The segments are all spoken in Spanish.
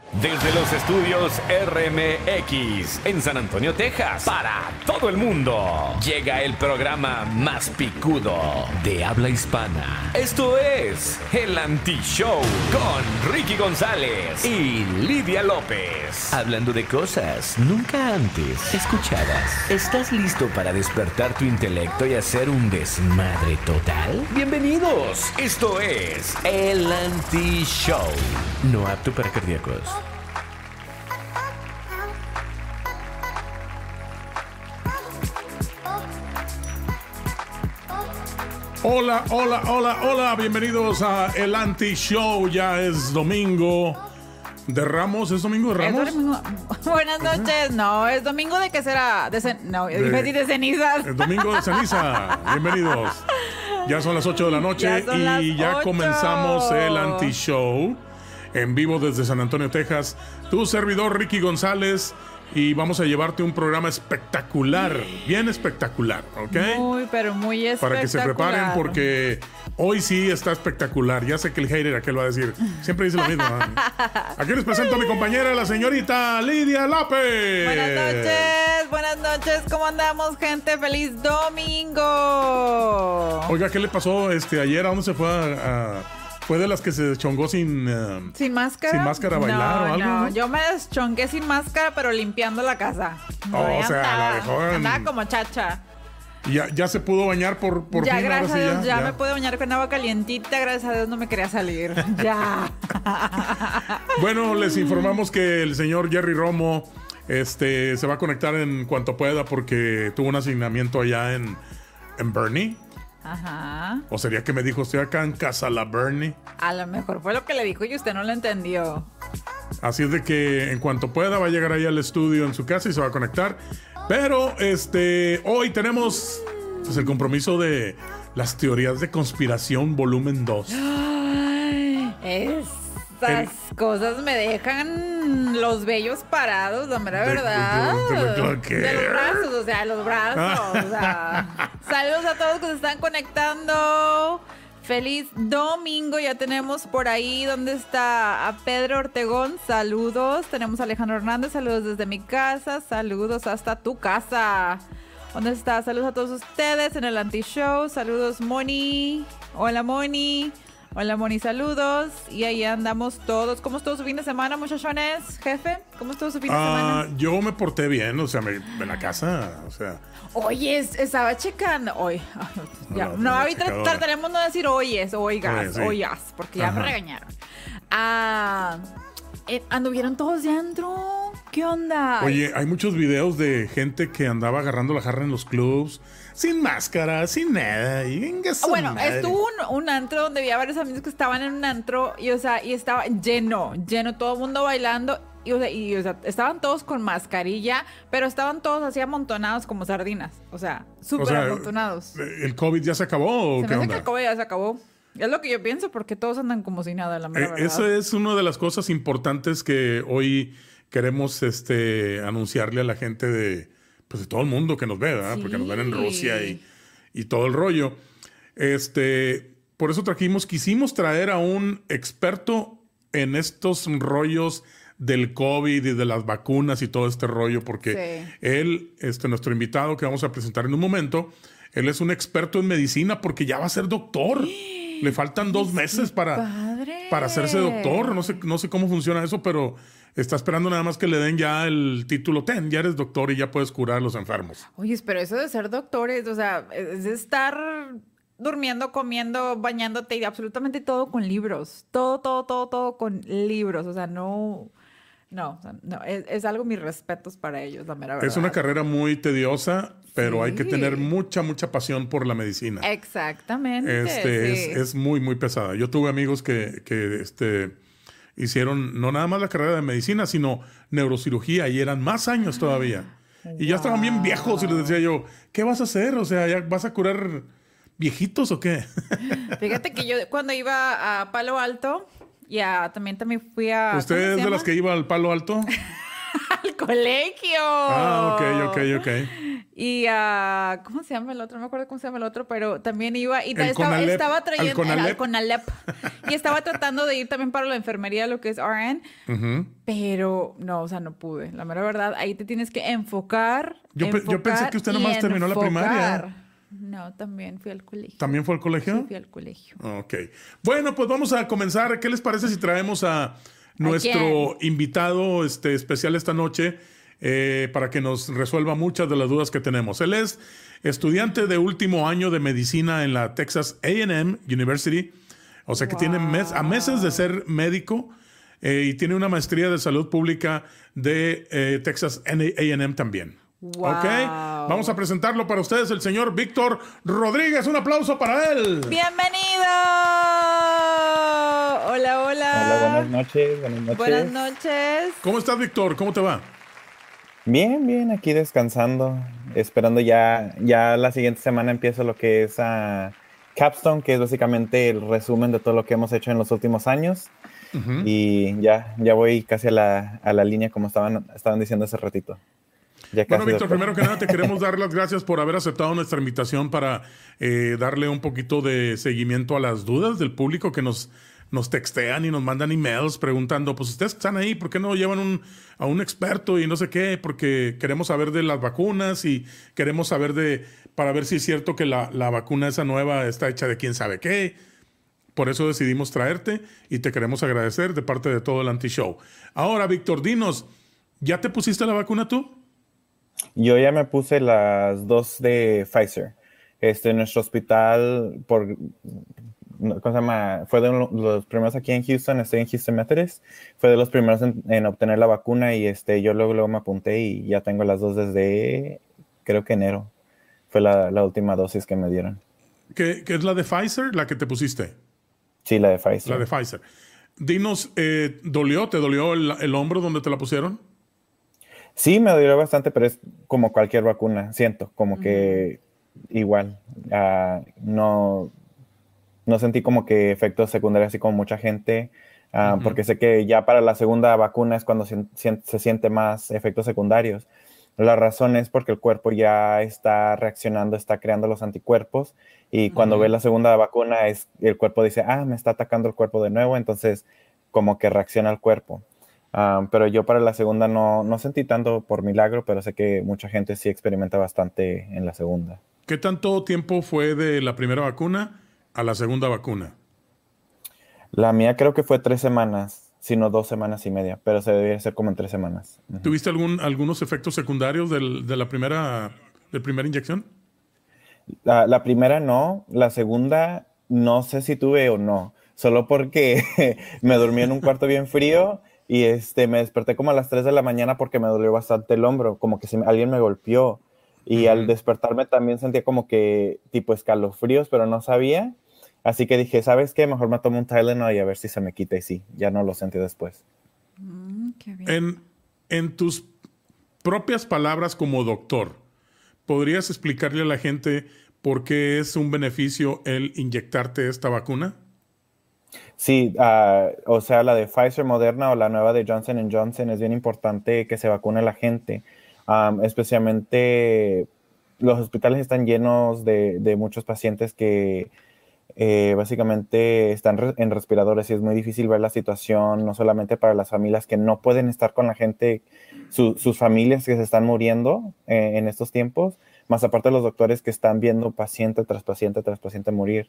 Desde los estudios RMX en San Antonio, Texas, para todo el mundo, llega el programa más picudo de habla hispana. Esto es El Anti-Show con Ricky González y Lidia López. Hablando de cosas nunca antes escuchadas. ¿Estás listo para despertar tu intelecto y hacer un desmadre total? Bienvenidos. Esto es El Anti-Show. No apto para cardíacos. Hola, hola, hola, hola, bienvenidos a El Anti-Show. Ya es domingo de Ramos. ¿Es domingo de Ramos? Es domingo. Buenas noches. No, es domingo de qué será. De cenizas. Es domingo de ceniza. Bienvenidos. Ya son las 8 de la noche y ya comenzamos El Anti-Show en vivo desde San Antonio, Texas. Tu servidor Ricky González. Y vamos a llevarte un programa espectacular, bien espectacular, ¿ok? Muy, pero muy espectacular. Para que se preparen porque hoy sí está espectacular. Ya sé que el hater aquel va a decir, siempre dice lo mismo. Aquí les presento a mi compañera, la señorita Lidia López. Buenas noches, ¿cómo andamos, gente? ¡Feliz domingo! Oiga, ¿qué le pasó ayer? ¿A dónde se fue ¿Fue de las que se deschongó sin máscara? Sin máscara a bailar o algo? No, yo me deschongué sin máscara, pero limpiando la casa. La dejó andaba como chacha. ¿Y ya se pudo bañar por ya, fin? Gracias a Dios, ya me pude bañar con agua calientita. Gracias a Dios no me quería salir. Ya. Bueno, les informamos que el señor Jerry Romo se va a conectar en cuanto pueda porque tuvo un asignamiento allá en Bernie. Ajá. ¿O sería que me dijo, estoy acá en casa la Bernie? A lo mejor fue lo que le dijo y usted no lo entendió. Así es de que en cuanto pueda va a llegar ahí al estudio en su casa y se va a conectar. Pero hoy tenemos pues, el compromiso de las teorías de conspiración volumen 2. Esas cosas me dejan los vellos parados, la mera verdad. De los brazos, o sea, los brazos. Saludos a todos que se están conectando. Feliz domingo. Ya tenemos por ahí donde está a Pedro Ortegón. Saludos. Tenemos a Alejandro Hernández. Saludos desde mi casa. Saludos hasta tu casa. ¿Dónde está? Saludos a todos ustedes en el Anti-Show. Saludos, Moni. Hola, Moni. Hola, Moni, saludos. Y ahí andamos todos. ¿Cómo estuvo su fin de semana, muchachones? Jefe, ¿cómo estuvo su fin de semana? Yo me porté bien, o sea, en la casa, o sea. Oye, estaba checando. Hoy. No, ahorita trataremos de decir oigas, porque ya me regañaron. ¿Anduvieron todos dentro? ¿Qué onda? Oye, hay muchos videos de gente que andaba agarrando la jarra en los clubs, sin máscara, sin nada. Y venga, bueno, estuvo un antro donde había varios amigos que estaban en un antro y estaba lleno, todo el mundo bailando. Y estaban todos con mascarilla, pero estaban todos así amontonados como sardinas. O sea, súper amontonados. ¿El COVID ya se acabó o qué onda? Que el COVID ya se acabó. Es lo que yo pienso, porque todos andan como si nada, la mera verdad. Eso es una de las cosas importantes que hoy queremos anunciarle a la gente de todo el mundo que nos ve, ¿verdad? Sí. Porque nos ven en Rusia y todo el rollo. Por eso quisimos traer a un experto en estos rollos del COVID y de las vacunas y todo este rollo, porque él, nuestro invitado que vamos a presentar en un momento, él es un experto en medicina porque ya va a ser doctor. Le faltan 2 meses para hacerse doctor. No sé cómo funciona eso, pero está esperando nada más que le den ya el título. Ya eres doctor y ya puedes curar a los enfermos. Oye, pero eso de ser doctor es de estar durmiendo, comiendo, bañándote y absolutamente todo con libros. Todo con libros. O sea, no, es algo, mis respetos para ellos, la mera verdad. Es una carrera muy tediosa, pero hay que tener mucha pasión por la medicina. Exactamente. Es muy, muy pesada. Yo tuve amigos que hicieron no nada más la carrera de medicina, sino neurocirugía y eran más años todavía. Y ya estaban bien viejos y les decía yo, ¿qué vas a hacer? O sea, ¿ya vas a curar viejitos o qué? Fíjate que yo cuando iba a Palo Alto... también fui a... ¿Usted es de las que iba al Palo Alto? Al colegio. Ok. Y ¿cómo se llama el otro? No me acuerdo cómo se llama el otro, pero también iba y estaba trayendo al Conalep. Y estaba tratando de ir también para la enfermería, lo que es RN. Pero no, o sea, no pude. La mera verdad, ahí te tienes que enfocar. Yo pensé que usted nomás terminó la primaria. No, también fui al colegio. ¿También fue al colegio? Sí, fui al colegio. Ok. Bueno, pues vamos a comenzar. ¿Qué les parece si traemos a nuestro invitado especial esta noche para que nos resuelva muchas de las dudas que tenemos? Él es estudiante de último año de medicina en la Texas A&M University. O sea que tiene a meses de ser médico y tiene una maestría de salud pública de Texas A&M también. Wow. Ok, vamos a presentarlo para ustedes, el señor Víctor Rodríguez. Un aplauso para él. ¡Bienvenido! Hola, hola. Hola, buenas noches. Buenas noches. ¿Cómo estás, Víctor? ¿Cómo te va? Bien, bien, aquí descansando, esperando ya la siguiente semana empiezo lo que es Capstone, que es básicamente el resumen de todo lo que hemos hecho en los últimos años. Y ya voy casi a la línea como estaban diciendo hace ratito. Bueno, Víctor, primero que nada te queremos dar las gracias por haber aceptado nuestra invitación para darle un poquito de seguimiento a las dudas del público que nos textean y nos mandan emails preguntando, pues ustedes están ahí, ¿por qué no llevan a un experto y no sé qué? Porque queremos saber de las vacunas y queremos saber para ver si es cierto que la vacuna esa nueva está hecha de quién sabe qué. Por eso decidimos traerte y te queremos agradecer de parte de todo el Anti-Show. Ahora, Víctor, dinos, ¿ya te pusiste la vacuna tú? Yo ya me puse las 2 de Pfizer. En nuestro hospital, ¿cómo se llama? Fue de los primeros aquí en Houston. Estoy en Houston Methodist. Fue de los primeros en obtener la vacuna y yo luego me apunté y ya tengo las 2 desde, creo que enero. Fue la última dosis que me dieron. ¿Qué es la de Pfizer, la que te pusiste? Sí, la de Pfizer. La de Pfizer. Dinos, ¿te dolió el hombro donde te la pusieron? Sí, me dolió bastante, pero es como cualquier vacuna, siento, como que igual. No sentí como que efectos secundarios así como mucha gente, porque sé que ya para la segunda vacuna es cuando se siente más efectos secundarios. La razón es porque el cuerpo ya está reaccionando, está creando los anticuerpos y cuando ve la segunda vacuna el cuerpo dice, me está atacando el cuerpo de nuevo, entonces como que reacciona el cuerpo. Pero yo para la segunda no sentí tanto por milagro, pero sé que mucha gente sí experimenta bastante en la segunda. ¿Qué tanto tiempo fue de la primera vacuna a la segunda vacuna? La mía creo que fue 3 semanas, sino 2 semanas y media, pero se debía hacer como en 3 semanas. ¿Tuviste algunos efectos secundarios de la primera inyección? La primera no, la segunda no sé si tuve o no, solo porque me dormí en un cuarto bien frío. Y me desperté como a las 3 de la mañana porque me dolió bastante el hombro, como que alguien me golpeó. Y al despertarme también sentía como que tipo escalofríos, pero no sabía. Así que dije, ¿sabes qué? Mejor me tomo un Tylenol y a ver si se me quita. Y sí, ya no lo sentí después. Qué bien. En tus propias palabras como doctor, ¿podrías explicarle a la gente por qué es un beneficio el inyectarte esta vacuna? Sí, o sea, la de Pfizer, Moderna o la nueva de Johnson & Johnson es bien importante que se vacune la gente. Especialmente los hospitales están llenos de muchos pacientes que básicamente están en respiradores y es muy difícil ver la situación, no solamente para las familias que no pueden estar con la gente, sus familias que se están muriendo en estos tiempos, más aparte de los doctores que están viendo paciente tras paciente tras paciente morir.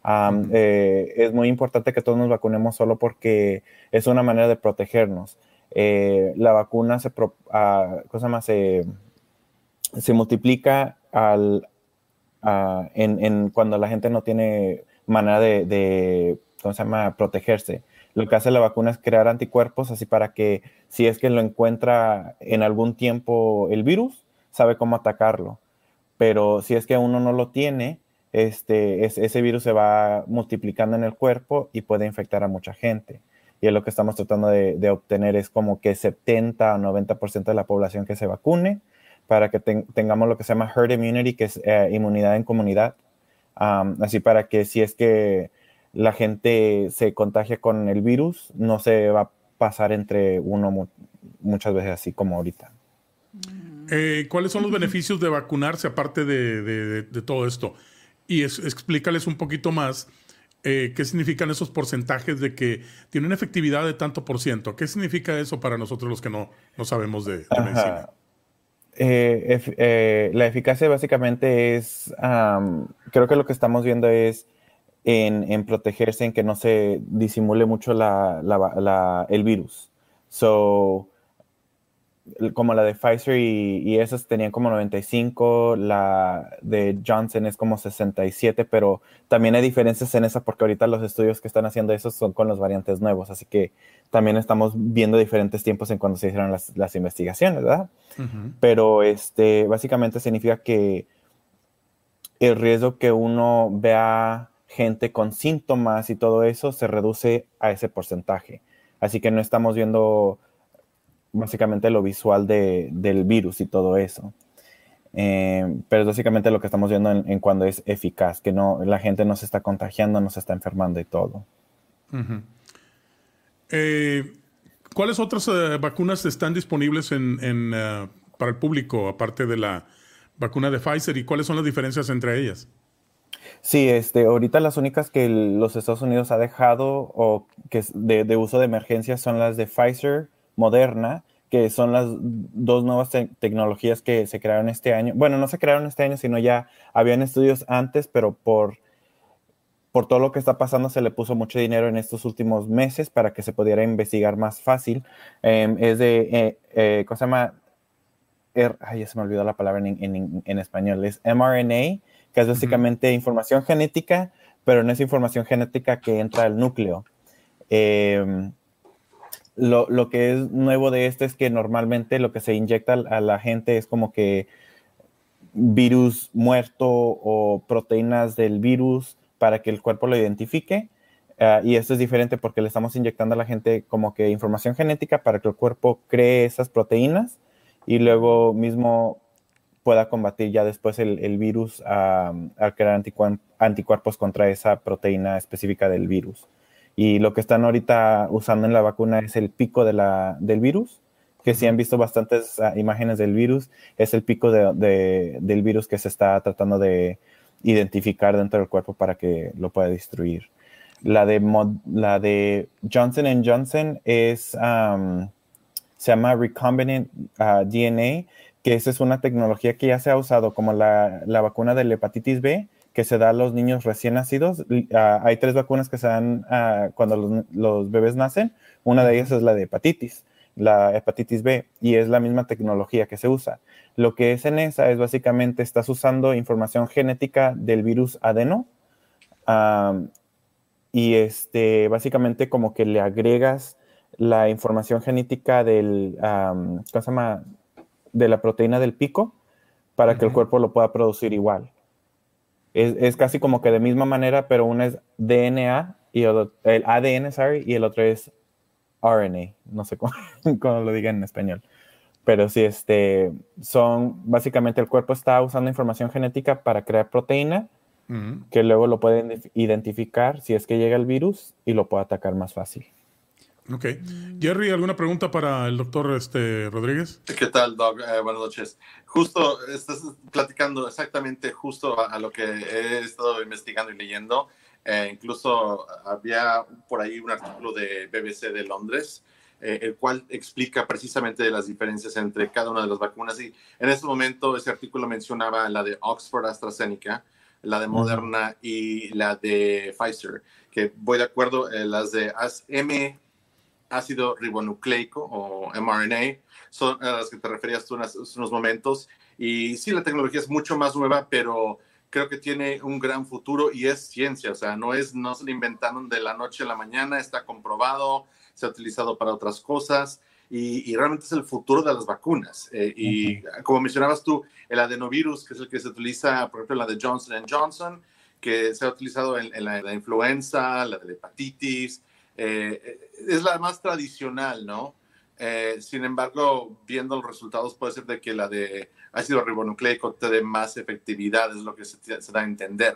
Es muy importante que todos nos vacunemos solo porque es una manera de protegernos. La vacuna se multiplica cuando la gente no tiene manera de protegerse. Lo que hace la vacuna es crear anticuerpos, así para que si es que lo encuentra en algún tiempo el virus, sabe cómo atacarlo. Pero si es que uno no lo tiene, ese virus se va multiplicando en el cuerpo y puede infectar a mucha gente. Y es lo que estamos tratando de obtener, es como que 70 o 90% de la población que se vacune para que tengamos lo que se llama herd immunity, que es inmunidad en comunidad. Así para que si es que la gente se contagia con el virus, no se va a pasar entre uno muchas veces así como ahorita. ¿Cuáles son los beneficios de vacunarse aparte de todo esto? Y explícales un poquito más qué significan esos porcentajes de que tiene una efectividad de tanto por ciento. ¿Qué significa eso para nosotros los que no sabemos de medicina? La eficacia básicamente es, creo que lo que estamos viendo es en protegerse, en que no se disimule mucho el virus. Como la de Pfizer y esas tenían como 95, la de Johnson es como 67, pero también hay diferencias en esa porque ahorita los estudios que están haciendo esos son con los variantes nuevos, así que también estamos viendo diferentes tiempos en cuando se hicieron las investigaciones, ¿verdad? Uh-huh. Pero básicamente significa que el riesgo que uno vea gente con síntomas y todo eso se reduce a ese porcentaje, así que no estamos viendo básicamente lo visual del virus y todo eso. Pero es básicamente lo que estamos viendo en cuando es eficaz, que la gente no se está contagiando, no se está enfermando y todo. Uh-huh. ¿Cuáles otras vacunas están disponibles para el público, aparte de la vacuna de Pfizer, y cuáles son las diferencias entre ellas? Sí, ahorita las únicas que los Estados Unidos ha dejado o que de uso de emergencia son las de Pfizer, Moderna, que son las dos nuevas tecnologías que se crearon este año. Bueno, no se crearon este año, sino ya habían estudios antes, pero por todo lo que está pasando se le puso mucho dinero en estos últimos meses para que se pudiera investigar más fácil. Es de, ¿cómo se llama? Ya se me olvidó la palabra en español. Es mRNA, que es básicamente información genética, pero no es información genética que entra al núcleo. Lo que es nuevo de es que normalmente lo que se inyecta a la gente es como que virus muerto o proteínas del virus para que el cuerpo lo identifique. Y esto es diferente porque le estamos inyectando a la gente como que información genética para que el cuerpo cree esas proteínas y luego mismo pueda combatir ya después el virus al crear anticuerpos contra esa proteína específica del virus. Y lo que están ahorita usando en la vacuna es el pico del virus, que si han visto bastantes imágenes del virus, es el pico del virus que se está tratando de identificar dentro del cuerpo para que lo pueda destruir. La de Johnson & Johnson se llama Recombinant DNA, que esa es una tecnología que ya se ha usado como la vacuna de la hepatitis B, que se da a los niños recién nacidos. Hay 3 vacunas que se dan cuando los bebés nacen. Una de ellas es la hepatitis B, y es la misma tecnología que se usa. Lo que es en esa es básicamente estás usando información genética del virus adeno y básicamente como que le agregas la información genética ¿cómo se llama? De la proteína del pico para que el cuerpo lo pueda producir igual. Es casi como que de misma manera, pero uno es DNA y el ADN, y el otro es RNA. No sé cómo lo digan en español. Pero sí, básicamente el cuerpo está usando información genética para crear proteína que luego lo pueden identificar si es que llega el virus y lo puede atacar más fácil. Ok. Jerry, ¿alguna pregunta para el doctor Rodríguez? ¿Qué tal, Doc? Buenas noches. Justo estás platicando exactamente justo a lo que he estado investigando y leyendo. Incluso había por ahí un artículo de BBC de Londres, el cual explica precisamente las diferencias entre cada una de las vacunas. Y en este momento ese artículo mencionaba la de Oxford AstraZeneca, la de Moderna y la de Pfizer, que voy de acuerdo, las de ácido ribonucleico o mRNA, son a las que te referías tú hace unos momentos. Y sí, la tecnología es mucho más nueva, pero creo que tiene un gran futuro y es ciencia. O sea, no se lo inventaron de la noche a la mañana, está comprobado, se ha utilizado para otras cosas y realmente es el futuro de las vacunas. Y como mencionabas tú, el adenovirus, que es el que se utiliza, por ejemplo, la de Johnson & Johnson, que se ha utilizado en la influenza, la de la hepatitis, es la más tradicional, ¿no? Sin embargo, viendo los resultados puede ser de que la de ácido ribonucleico te dé más efectividad, es lo que se da a entender.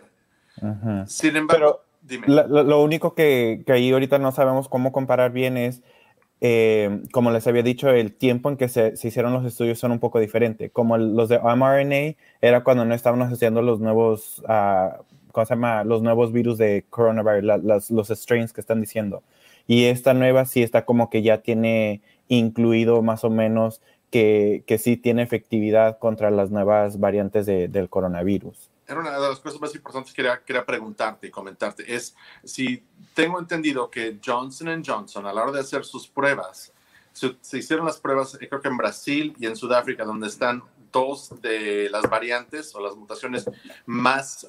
Sin embargo, pero dime. Lo único que ahí ahorita no sabemos cómo comparar bien es como les había dicho, el tiempo en que se hicieron los estudios son un poco diferentes. Como los de mRNA era cuando no estaban asociando los nuevos, ¿cómo se llama? Los nuevos virus de coronavirus, los strains que están diciendo. Y esta nueva sí está como que ya tiene incluido más o menos que sí tiene efectividad contra las nuevas variantes del coronavirus. Era una de las cosas más importantes que quería preguntarte y comentarte. Es si tengo entendido que Johnson & Johnson, a la hora de hacer sus pruebas, se hicieron las pruebas, creo que en Brasil y en Sudáfrica, donde están dos de las variantes o las mutaciones más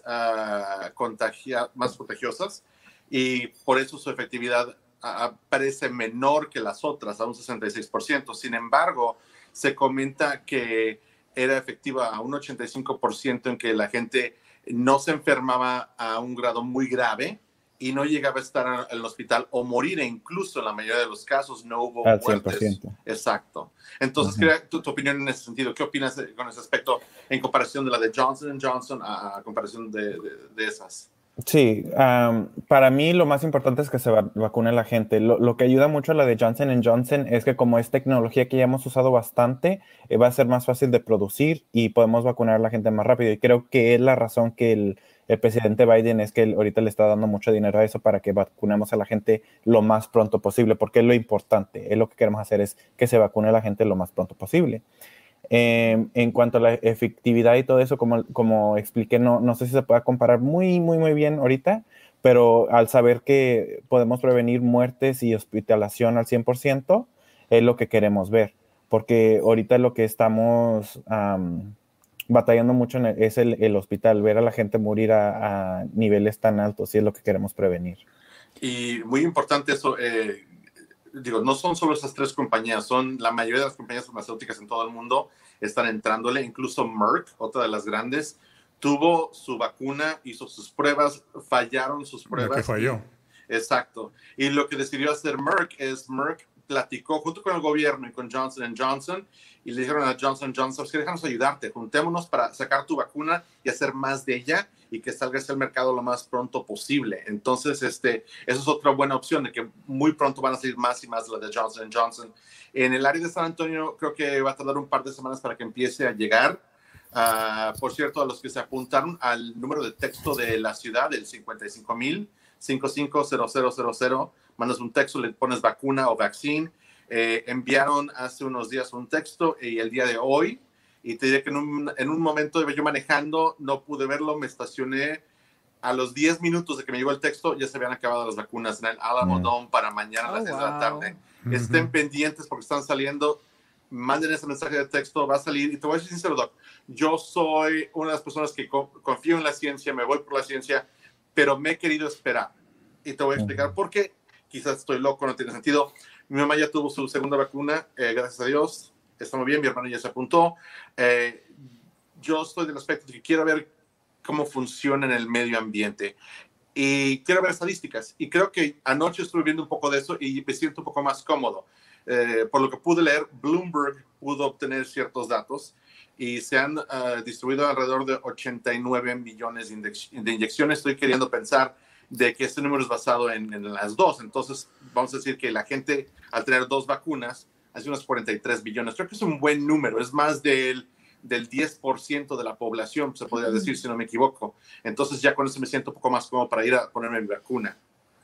contagiosas, y por eso su efectividad parece menor que las otras, a un 66%. Sin embargo, se comenta que era efectiva a un 85% en que la gente no se enfermaba a un grado muy grave y no llegaba a estar en el hospital o morir, e incluso en la mayoría de los casos no hubo muertes. 100%. Exacto. Entonces, tu opinión en ese sentido, ¿qué opinas con ese aspecto en comparación de la de Johnson & Johnson a comparación de esas? Sí, para mí lo más importante es que se vacune la gente. Lo que ayuda mucho a la de Johnson & Johnson es que como es tecnología que ya hemos usado bastante, va a ser más fácil de producir y podemos vacunar a la gente más rápido. Y creo que es la razón que el presidente Biden es que él ahorita le está dando mucho dinero a eso para que vacunemos a la gente lo más pronto posible, porque es lo importante. Es lo que queremos hacer, es que se vacune a la gente lo más pronto posible. En cuanto a la efectividad y todo eso, como expliqué, no sé si se puede comparar muy bien ahorita, pero al saber que podemos prevenir muertes y hospitalización al 100%, es lo que queremos ver, porque ahorita lo que estamos batallando mucho es el hospital, ver a la gente morir a niveles tan altos, y es lo que queremos prevenir. Y muy importante eso, no son solo esas tres compañías, son la mayoría de las compañías farmacéuticas en todo el mundo están entrándole. Incluso Merck, otra de las grandes, tuvo su vacuna, hizo sus pruebas, fallaron sus pruebas. La que falló. Exacto. Y lo que decidió hacer Merck platicó junto con el gobierno y con Johnson & Johnson, y le dijeron a Johnson & Johnson que déjanos ayudarte, juntémonos para sacar tu vacuna y hacer más de ella y que salga al mercado lo más pronto posible. Entonces, eso es otra buena opción, de que muy pronto van a salir más y más de la de Johnson & Johnson. En el área de San Antonio creo que va a tardar un par de semanas para que empiece a llegar. Por cierto, a los que se apuntaron al número de texto de la ciudad, el 55,000 550000, mandas un texto, le pones vacuna o vaccine. Enviaron hace unos días un texto y el día de hoy, y te diré que en un momento iba yo manejando, no pude verlo, me estacioné, a los 10 minutos de que me llegó el texto ya se habían acabado las vacunas en el Alamo Dome para mañana a las 6 de la tarde. Estén pendientes porque están saliendo. Manden ese mensaje de texto, va a salir. Y te voy a decir sincero, Doc, yo soy una de las personas que confío en la ciencia, me voy por la ciencia, pero me he querido esperar. Y te voy a explicar por qué. Quizás estoy loco, no tiene sentido. Mi mamá ya tuvo su segunda vacuna, gracias a Dios, está muy bien, mi hermano ya se apuntó. Yo estoy del aspecto de que quiero ver cómo funciona en el medio ambiente y quiero ver estadísticas. Y creo que anoche estuve viendo un poco de eso y me siento un poco más cómodo. Por lo que pude leer, Bloomberg pudo obtener ciertos datos y se han distribuido alrededor de 89 millones de inyecciones. Estoy queriendo pensar de que este número es basado en las dos. Entonces, vamos a decir que la gente, al tener dos vacunas, hace unos 43 billones. Creo que es un buen número. Es más del 10% de la población, se podría decir, si no me equivoco. Entonces, ya con eso me siento un poco más cómodo para ir a ponerme mi vacuna.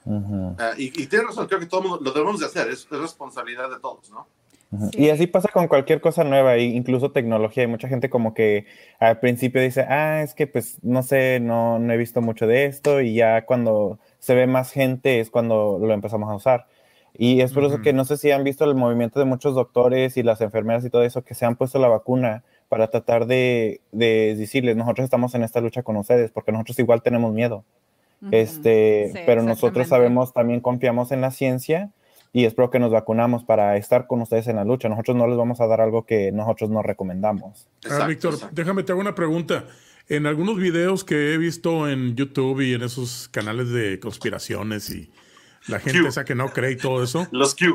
Y tienes razón, creo que todo el mundo lo debemos de hacer. Es responsabilidad de todos, ¿no? Sí. Y así pasa con cualquier cosa nueva, incluso tecnología. Hay mucha gente como que al principio dice, es que pues no sé, no he visto mucho de esto, y ya cuando se ve más gente es cuando lo empezamos a usar. Y es por eso que no sé si han visto el movimiento de muchos doctores y las enfermeras y todo eso que se han puesto la vacuna para tratar de decirles, nosotros estamos en esta lucha con ustedes, porque nosotros igual tenemos miedo. Sí, pero nosotros sabemos, también confiamos en la ciencia, y espero que nos vacunamos para estar con ustedes en la lucha. Nosotros no les vamos a dar algo que nosotros no recomendamos. Víctor, déjame te hago una pregunta. En algunos videos que he visto en YouTube y en esos canales de conspiraciones y la gente esa que no cree y todo eso. Los Q.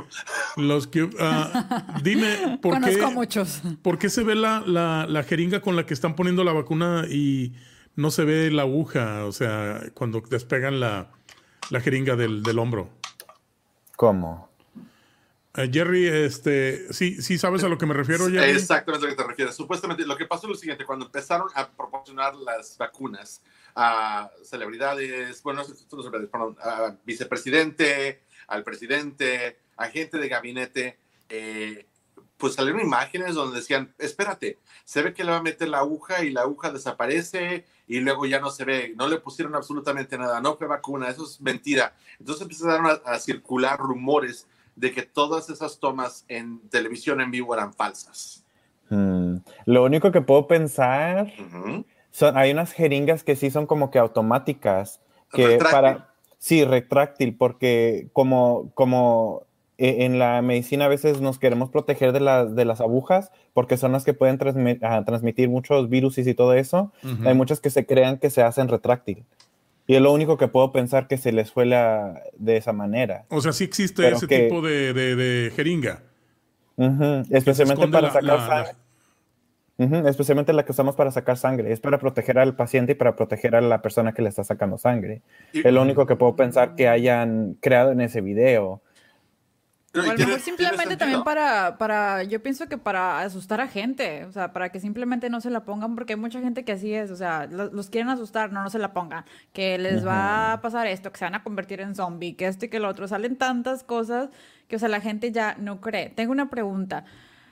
Dime, Conozco muchos. ¿por qué se ve la jeringa con la que están poniendo la vacuna y no se ve la aguja? O sea, cuando despegan la jeringa del hombro. ¿Cómo? Jerry, sí sabes a lo que me refiero, Jerry. Exactamente a lo que te refieres. Supuestamente lo que pasó es lo siguiente: cuando empezaron a proporcionar las vacunas a celebridades, bueno, no celebridades, perdón, a vicepresidente, al presidente, a gente de gabinete, pues salieron imágenes donde decían, espérate, se ve que le va a meter la aguja y la aguja desaparece y luego ya no se ve, no le pusieron absolutamente nada, no fue vacuna, eso es mentira. Entonces empezaron a circular rumores de que todas esas tomas en televisión en vivo eran falsas. Lo único que puedo pensar, hay unas jeringas que sí son como que automáticas, que retráctil, porque como en la medicina a veces nos queremos proteger de las agujas, porque son las que pueden transmitir muchos virus y todo eso. Hay muchas que se crean que se hacen retráctil. Y es lo único que puedo pensar que se les fue de esa manera. O sea, sí existe ese tipo de jeringa. Especialmente para sacar sangre. Especialmente la que usamos para sacar sangre. Es para proteger al paciente y para proteger a la persona que le está sacando sangre. Es lo único que puedo pensar que hayan creado en ese video. O a lo mejor simplemente también yo pienso que para asustar a gente, o sea, para que simplemente no se la pongan, porque hay mucha gente que así es, o sea, los quieren asustar, no se la pongan, que les va a pasar esto, que se van a convertir en zombie, que esto y que lo otro, salen tantas cosas que, o sea, la gente ya no cree. Tengo una pregunta.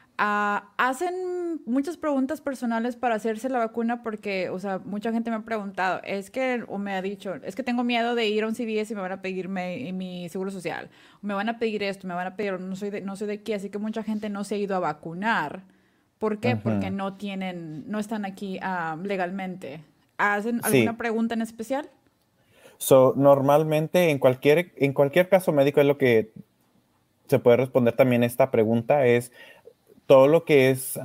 Hacen muchas preguntas personales para hacerse la vacuna porque, o sea, mucha gente me ha preguntado, o me ha dicho, es que tengo miedo de ir a un CVS y me van a pedir mi seguro social, o me van a pedir esto, me van a pedir, no soy de aquí, así que mucha gente no se ha ido a vacunar. ¿Por qué? Porque no están aquí legalmente. ¿Hacen alguna pregunta en especial? Normalmente en cualquier caso médico es lo que se puede responder también esta pregunta, es todo lo que es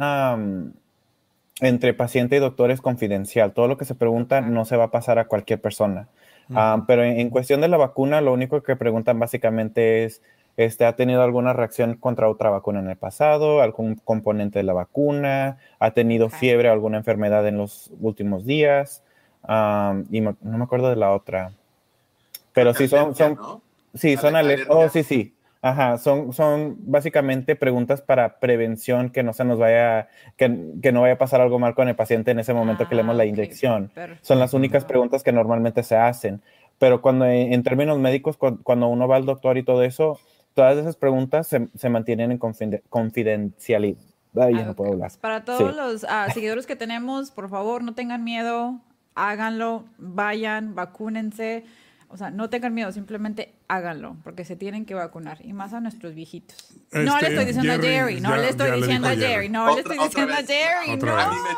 entre paciente y doctor es confidencial. Todo lo que se pregunta no se va a pasar a cualquier persona. Pero en cuestión de la vacuna, lo único que preguntan básicamente es, ¿ha tenido alguna reacción contra otra vacuna en el pasado? ¿Algún componente de la vacuna? ¿Ha tenido fiebre o alguna enfermedad en los últimos días? Y no me acuerdo de la otra. Pero sí son ¿no? Sí, son alergias. Oh, sí. Ajá, son básicamente preguntas para prevención, que no se nos vaya, que no vaya a pasar algo mal con el paciente en ese momento que le demos la inyección. Son las únicas preguntas que normalmente se hacen. Pero en términos médicos, cuando uno va al doctor y todo eso, todas esas preguntas se mantienen en confidencialidad. No puedo hablar. Para todos los seguidores que tenemos, por favor, no tengan miedo, háganlo, vayan, vacúnense. O sea, no tengan miedo, simplemente háganlo, porque se tienen que vacunar, y más a nuestros viejitos. No le estoy diciendo a Jerry, no le estoy diciendo a Jerry, no le estoy diciendo a Jerry, no.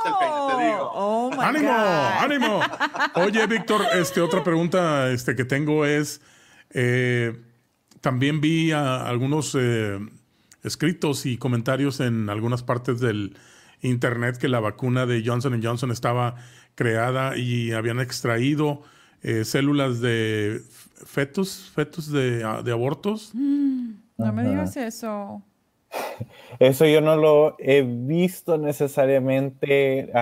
Oh my ¡Ánimo, God. ánimo! Oye, Víctor, otra pregunta que tengo es, también vi algunos escritos y comentarios en algunas partes del internet que la vacuna de Johnson & Johnson estaba creada y habían extraído células de fetos de abortos. No me digas eso. Eso yo no lo he visto necesariamente.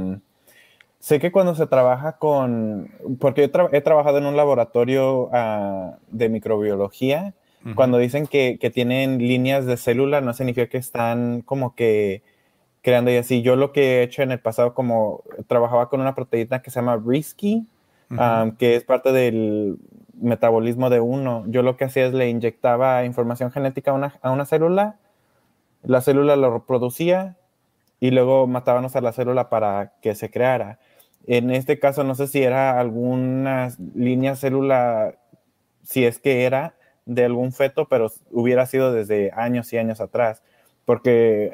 Sé que cuando se trabaja porque yo he trabajado en un laboratorio de microbiología, cuando dicen que tienen líneas de célula, no significa que están como que creando y así. Yo lo que he hecho en el pasado, como trabajaba con una proteína que se llama Risky, que es parte del metabolismo de uno. Yo lo que hacía es le inyectaba información genética a una célula, la célula lo reproducía y luego matábamos a la célula para que se creara. En este caso no sé si era alguna línea célula, si es que era de algún feto, pero hubiera sido desde años y años atrás, porque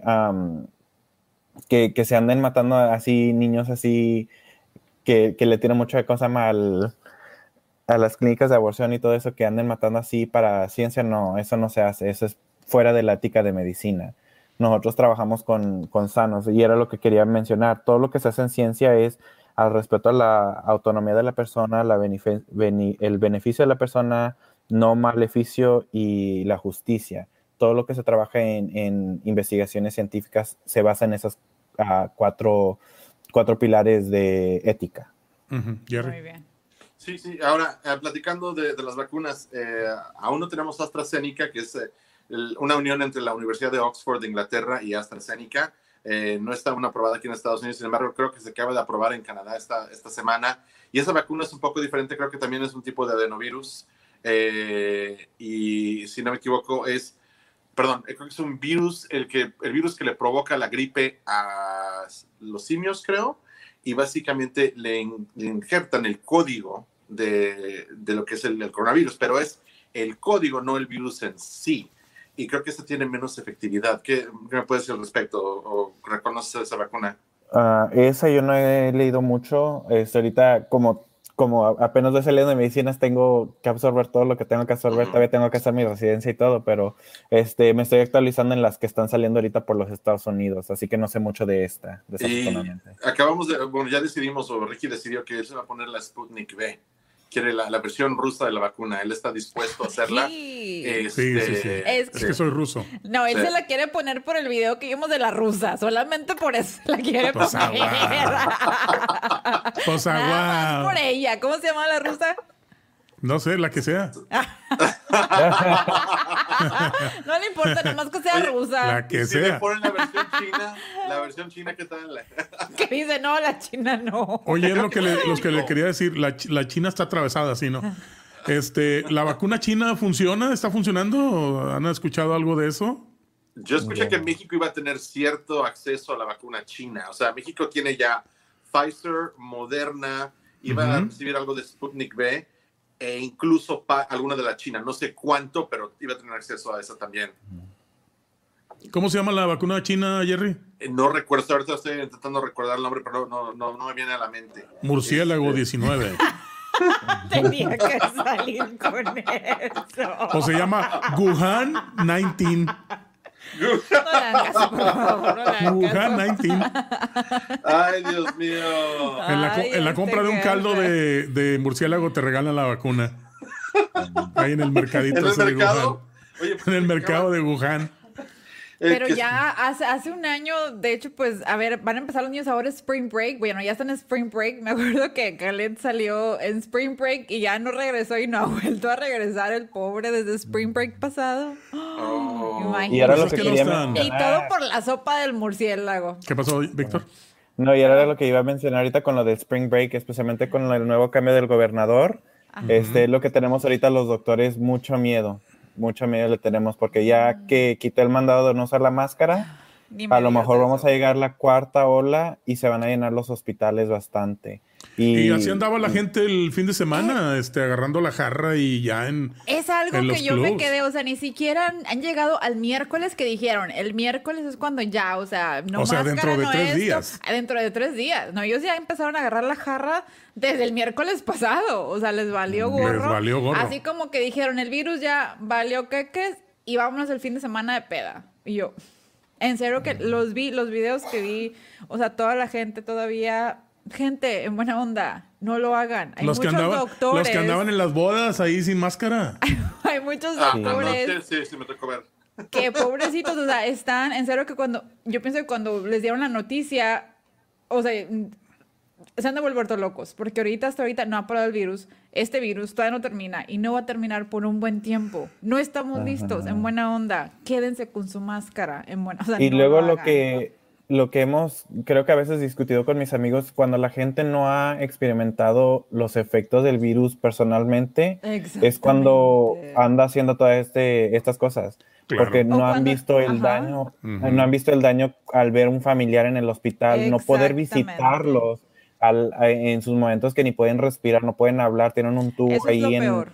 que se anden matando así niños así que le tiran mucho de cosas mal a las clínicas de aborción y todo eso, que anden matando así para ciencia, no, eso no se hace, eso es fuera de la ética de medicina. Nosotros trabajamos con sanos, y era lo que quería mencionar. Todo lo que se hace en ciencia es al respeto a la autonomía de la persona, el beneficio de la persona, no maleficio, y la justicia. Todo lo que se trabaja en investigaciones científicas se basa en esas cuatro pilares de ética. Jerry. Muy bien. Sí. Ahora, platicando de las vacunas, aún no tenemos AstraZeneca, que es una unión entre la Universidad de Oxford de Inglaterra y AstraZeneca. No está aún aprobada aquí en Estados Unidos, sin embargo, creo que se acaba de aprobar en Canadá esta semana. Y esa vacuna es un poco diferente, creo que también es un tipo de adenovirus. Y si no me equivoco, creo que es un virus, el virus que le provoca la gripe a los simios, creo. Y básicamente le injertan el código de lo que es el coronavirus, pero es el código, no el virus en sí. Y creo que esta tiene menos efectividad. ¿Qué me puedes decir al respecto? ¿O reconoces esa vacuna? Esa yo no he leído mucho. Ahorita, como apenas voy saliendo de medicinas, tengo que absorber todo lo que tengo que absorber. Todavía tengo que hacer mi residencia y todo, pero me estoy actualizando en las que están saliendo ahorita por los Estados Unidos, así que no sé mucho de esta, desafortunadamente. Ya decidimos, o Ricky decidió que él se va a poner la Sputnik V. Quiere la versión rusa de la vacuna. Él está dispuesto a hacerla. Sí. Es que soy ruso. No, él se la quiere poner por el video que vimos de la rusa. Solamente por eso la quiere poner. Pues Nada más por ella. ¿Cómo se llama la rusa? No sé, la que sea. No le importa, nomás que sea rusa. La que si sea. le ponen la versión china, ¿qué tal? Que dice, no, la china no. Oye, es lo que le quería decir. La China está atravesada, ¿sí, no? ¿La vacuna china funciona? ¿Está funcionando? ¿Han escuchado algo de eso? Yo escuché que México iba a tener cierto acceso a la vacuna china. O sea, México tiene ya Pfizer, Moderna, iba a recibir algo de Sputnik V, e incluso alguna de la China. No sé cuánto, pero iba a tener acceso a esa también. ¿Cómo se llama la vacuna china, Jerry? No recuerdo, ahorita estoy intentando recordar el nombre, pero no me viene a la mente. Murciélago 19. Tenía que salir con eso. O se llama Wuhan 19. No le hagan caso, por favor, no le hagan Wuhan caso. 19. Ay, Dios mío. En la compra de un caldo de murciélago te regalan la vacuna. Ahí en el mercadito. ¿En el ese mercado? de Wuhan. Oye, En el mercado de Wuhan. Pero ya hace un año, de hecho, pues, a ver, van a empezar los niños ahora Spring Break. Bueno, ya están en Spring Break. Me acuerdo que Khaled salió en Spring Break y ya no regresó y no ha vuelto a regresar el pobre desde Spring Break pasado. Y ahora lo Pues que es que quería no están. Y todo por la sopa del murciélago. ¿Qué pasó, Víctor? No, y ahora era lo que iba a mencionar ahorita con lo de Spring Break, especialmente con el nuevo cambio del gobernador. Lo que tenemos ahorita los doctores, mucho miedo le tenemos, porque ya que quitó el mandado de no usar la máscara, a lo mejor vamos a llegar a la cuarta ola y se van a llenar los hospitales bastante. Y así andaba la gente el fin de semana, agarrando la jarra y ya Es algo en que los yo me clubs. quedé, o sea, ni siquiera han llegado al miércoles que dijeron. El miércoles es cuando ya, o sea, no O sea, máscara, dentro de no 3 esto. días. Dentro de 3 días. No, ellos ya empezaron a agarrar la jarra desde el miércoles pasado. O sea, les valió gorro. Les valió gorro. Así como que dijeron, el virus ya valió queques y vámonos el fin de semana de peda. Y yo, en serio que los videos que vi, o sea, toda la gente todavía... Gente, en buena onda, no lo hagan. Hay los que muchos doctores. Los que andaban en las bodas ahí sin máscara. Hay muchos doctores. Sí, me tocó ver. Que pobrecitos, o sea, están, en serio que yo pienso que cuando les dieron la noticia, o sea, se han de volver locos, porque hasta ahorita no ha parado el virus. Este virus todavía no termina y no va a terminar por un buen tiempo. No estamos listos, en buena onda. Quédense con su máscara, en buena, o sea, y no luego lo hagan. lo que hemos, creo que a veces discutido con mis amigos, cuando la gente no ha experimentado los efectos del virus personalmente, es cuando anda haciendo todas estas cosas. Claro. Porque no han visto el daño, no han visto el daño al ver un familiar en el hospital, no poder visitarlos en sus momentos que ni pueden respirar, no pueden hablar, tienen un tubo Eso ahí es lo peor.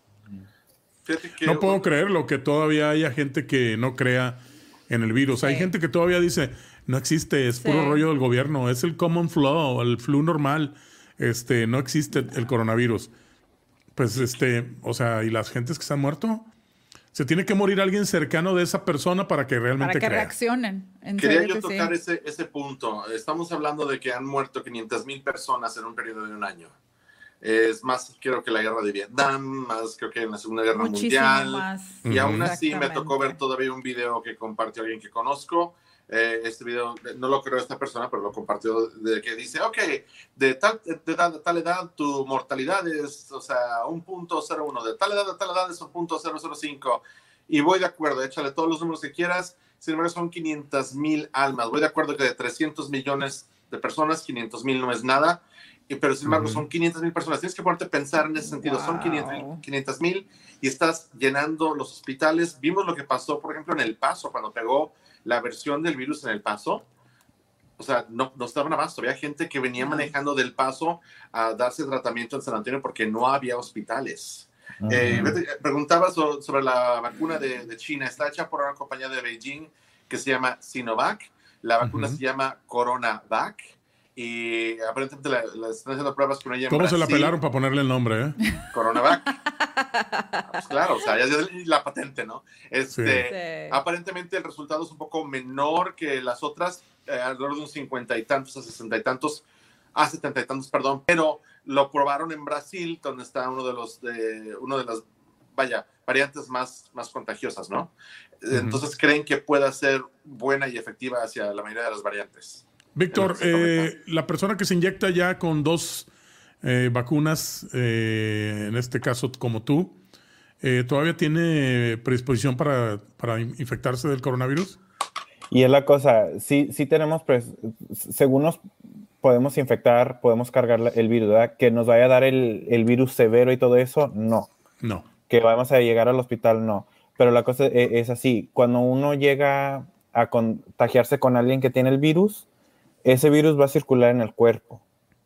No puedo creerlo, que todavía haya gente que no crea en el virus. Sí. Hay gente que todavía dice, no existe, es puro rollo del gobierno, es el common flu, el flu normal, no existe el coronavirus. Pues, o sea, ¿y las gentes que se han muerto? Se tiene que morir alguien cercano de esa persona para que realmente Para que crea. reaccionen. Quería yo tocar ese punto. Estamos hablando de que han muerto 500,000 personas en un periodo de un año. Es más, creo que la guerra de Vietnam, más creo que en la Segunda Guerra Mundial. Más. Y aún así me tocó ver todavía un video que compartió alguien que conozco. Este video, no lo creo esta persona, pero lo compartió, de que dice, ok, de tal edad tu mortalidad es, o sea, 1.01, de tal edad a tal edad es 1.005. Y voy de acuerdo, échale todos los números que quieras. Sin embargo, son 500,000 almas. Voy de acuerdo que de 300 millones de personas, 500,000 no es nada. Pero sin embargo, son 500,000 personas. Tienes que ponerte a pensar en ese sentido. Son 500,000 y estás llenando los hospitales. Vimos lo que pasó, por ejemplo, en El Paso, cuando pegó la versión del virus en El Paso. O sea, no estaban abasto. Había gente que venía manejando del Paso a darse tratamiento en San Antonio porque no había hospitales. Preguntaba sobre la vacuna de China. Está hecha por una compañía de Beijing que se llama Sinovac. La vacuna se llama CoronaVac. Y aparentemente la están haciendo pruebas con ella en ¿Cómo Brasil. se la pelaron para ponerle el nombre, CoronaVac. Pues claro, o sea, ya la patente, ¿no? Sí. Aparentemente el resultado es un poco menor que las otras, alrededor de un 50 y tantos a 60 y tantos, a 70 y tantos, perdón, pero lo probaron en Brasil, donde está uno de las variantes más contagiosas, ¿no? Entonces creen que pueda ser buena y efectiva hacia la mayoría de las variantes. Víctor, la persona que se inyecta ya con 2 vacunas, en este caso como tú, ¿todavía tiene predisposición para infectarse del coronavirus? Y es la cosa, sí tenemos, según nos podemos infectar, podemos cargar el virus, ¿verdad? Que nos vaya a dar el virus severo y todo eso, no. No. Que vamos a llegar al hospital, no. Pero la cosa es así, cuando uno llega a contagiarse con alguien que tiene el virus, ese virus va a circular en el cuerpo.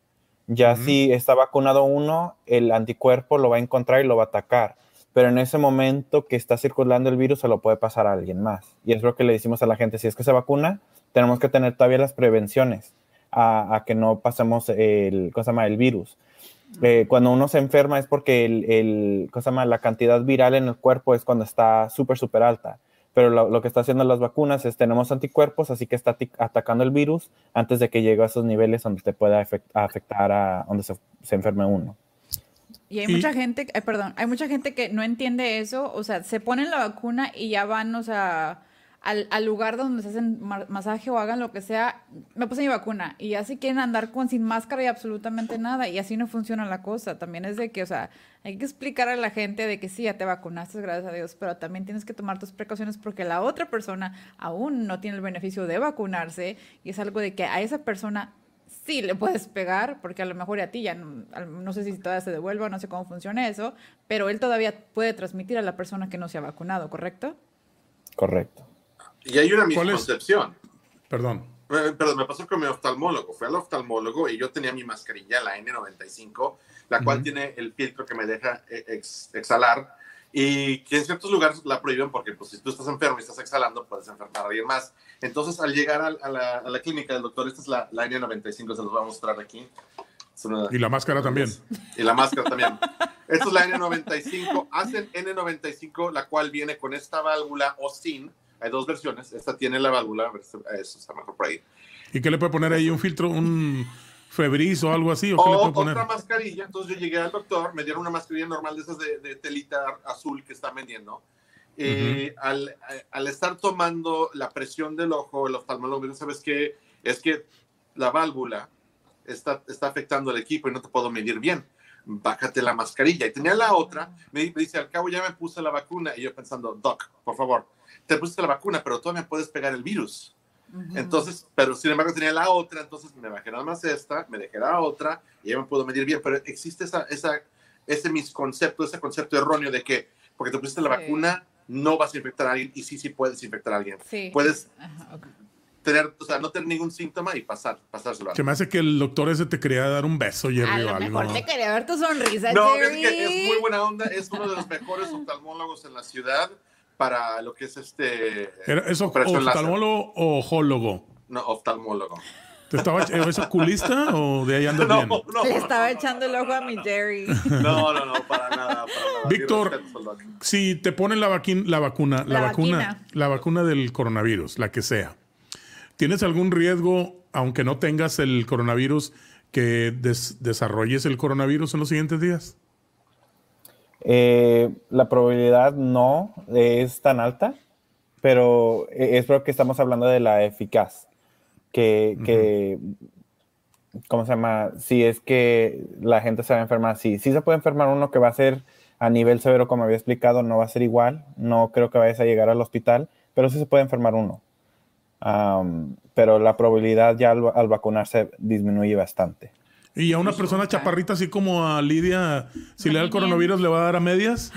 Ya si está vacunado uno, el anticuerpo lo va a encontrar y lo va a atacar. Pero en ese momento que está circulando el virus, se lo puede pasar a alguien más. Y es lo que le decimos a la gente, si es que se vacuna, tenemos que tener todavía las prevenciones a que no pasemos el virus. Cuando uno se enferma es porque la cantidad viral en el cuerpo es cuando está súper alta. Pero lo que está haciendo las vacunas es tenemos anticuerpos, así que está atacando el virus antes de que llegue a esos niveles donde te pueda afectar a donde se enferme uno. Y hay mucha gente, hay mucha gente que no entiende eso, o sea, se ponen la vacuna y ya van, o sea, al lugar donde se hacen masaje o hagan lo que sea, me puse mi vacuna y ya se quieren andar sin máscara y absolutamente nada, y así no funciona la cosa. También es de que, o sea, hay que explicar a la gente de que sí, ya te vacunaste, gracias a Dios, pero también tienes que tomar tus precauciones porque la otra persona aún no tiene el beneficio de vacunarse y es algo de que a esa persona sí le puedes pegar, porque a lo mejor a ti ya no sé si todavía se devuelva, no sé cómo funciona eso, pero él todavía puede transmitir a la persona que no se ha vacunado, ¿correcto? Correcto. Y hay una misconcepción. Perdón, me pasó con mi oftalmólogo. Fui al oftalmólogo y yo tenía mi mascarilla, la N95, la cual tiene el filtro que me deja exhalar y que en ciertos lugares la prohíben porque pues, si tú estás enfermo y estás exhalando, puedes enfermar a alguien más. Entonces, al llegar a la clínica del doctor, esta es la N95, se los voy a mostrar aquí. Y la máscara también. Y la máscara también. Esta es la N95. Hacen N95, la cual viene con esta válvula o sin. Hay 2 versiones. Esta tiene la válvula. A ver, eso está mejor por ahí. ¿Y qué le puede poner ahí? ¿Un filtro, un Febreze o algo así? ¿O qué le puede poner? Otra mascarilla. Entonces yo llegué al doctor, me dieron una mascarilla normal de esas de telita azul que están vendiendo. Al estar tomando la presión del ojo, el oftalmólogo, ¿sabes qué? Es que la válvula está afectando al equipo y no te puedo medir bien. Bájate la mascarilla. Y tenía la otra, me dice, al cabo ya me puse la vacuna. Y yo pensando, Doc, por favor, te pusiste la vacuna, pero todavía me puedes pegar el virus. Entonces, pero sin embargo tenía la otra, entonces me bajé nada más esta, me dejé la otra y ya me puedo medir bien. Pero existe ese misconcepto, ese concepto erróneo de que porque te pusiste la vacuna no vas a infectar a alguien, y sí puedes infectar a alguien. Sí. Puedes no tener ningún síntoma y pasárselo a alguien. Se me hace que el doctor ese te quería dar un beso, Jerry, o algo. A lo mejor te quería ver tu sonrisa, no, Jerry. Es que es muy buena onda, es uno de los mejores oftalmólogos en la ciudad para lo que es ¿Es oftalmólogo o ojólogo? No, oftalmólogo. ¿Es oculista o de ahí andas bien? No, le estaba echando el ojo a mi Jerry. No, para nada. Víctor, si te ponen la vacuna del coronavirus, la que sea, ¿tienes algún riesgo, aunque no tengas el coronavirus, que desarrolles el coronavirus en los siguientes días? La probabilidad no es tan alta, pero es porque estamos hablando de la eficaz. ¿Cómo se llama? Si es que la gente se va a enfermar, sí se puede enfermar uno que va a ser A nivel severo, como había explicado, no va a ser igual. No creo que vayas a llegar al hospital, pero sí se puede enfermar uno. Pero la probabilidad ya al vacunarse disminuye bastante. Y a una persona chaparrita así como a Lidia, si le da el coronavirus, ¿le va a dar a medias?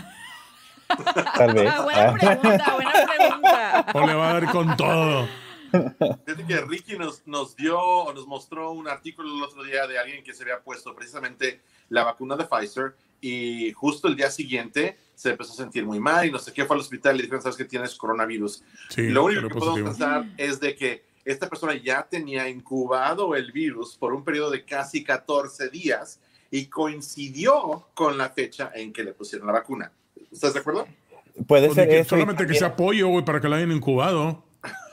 Tal vez. Buena pregunta. ¿O le va a dar con todo? Fíjate que Ricky nos mostró un artículo el otro día de alguien que se había puesto precisamente la vacuna de Pfizer y justo el día siguiente se empezó a sentir muy mal y no sé qué, fue al hospital y le dijeron, ¿sabes que tienes coronavirus? Sí, lo único que positivo. podemos pensar es de que esta persona ya tenía incubado el virus por un periodo de casi 14 días y coincidió con la fecha en que le pusieron la vacuna. ¿Estás de acuerdo? Puede Pues ser que eso. solamente que sea pollo, güey, para que la hayan incubado.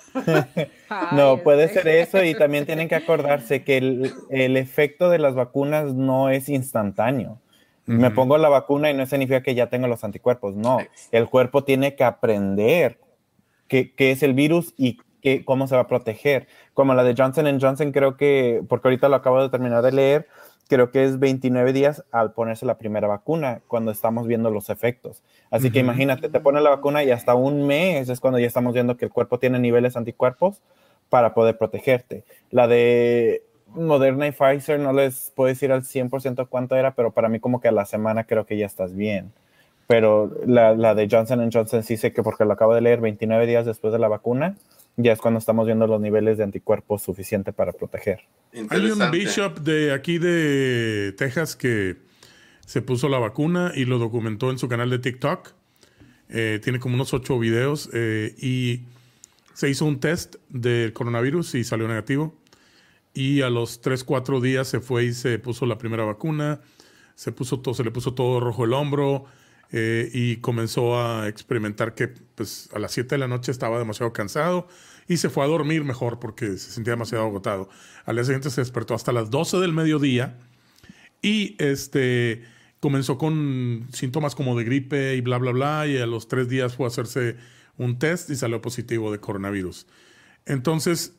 No, puede ser eso y también tienen que acordarse que el efecto de las vacunas no es instantáneo. Me pongo la vacuna y no significa que ya tengo los anticuerpos. No, el cuerpo tiene que aprender qué es el virus y cómo se va a proteger. Como la de Johnson & Johnson, creo que, porque ahorita lo acabo de terminar de leer, creo que es 29 días al ponerse la primera vacuna, cuando estamos viendo los efectos. Así que imagínate, te pones la vacuna y hasta un mes es cuando ya estamos viendo que el cuerpo tiene niveles anticuerpos para poder protegerte. La de Moderna y Pfizer no les puedo decir al 100% cuánto era, pero para mí como que a la semana creo que ya estás bien. Pero la de Johnson & Johnson sí sé que, porque lo acabo de leer, 29 días después de la vacuna, ya es cuando estamos viendo los niveles de anticuerpos suficientes para proteger. Hay un bishop de aquí de Texas que se puso la vacuna y lo documentó en su canal de TikTok. Tiene como unos 8 videos y se hizo un test del coronavirus y salió negativo. Y a los 3-4 días se fue y se puso la primera vacuna. Se le puso todo rojo el hombro y comenzó a experimentar que pues, a las 7 de la noche estaba demasiado cansado y se fue a dormir mejor porque se sentía demasiado agotado. Al día siguiente se despertó hasta las 12 del mediodía y comenzó con síntomas como de gripe y bla, bla, bla, y a los 3 días fue a hacerse un test y salió positivo de coronavirus. Entonces,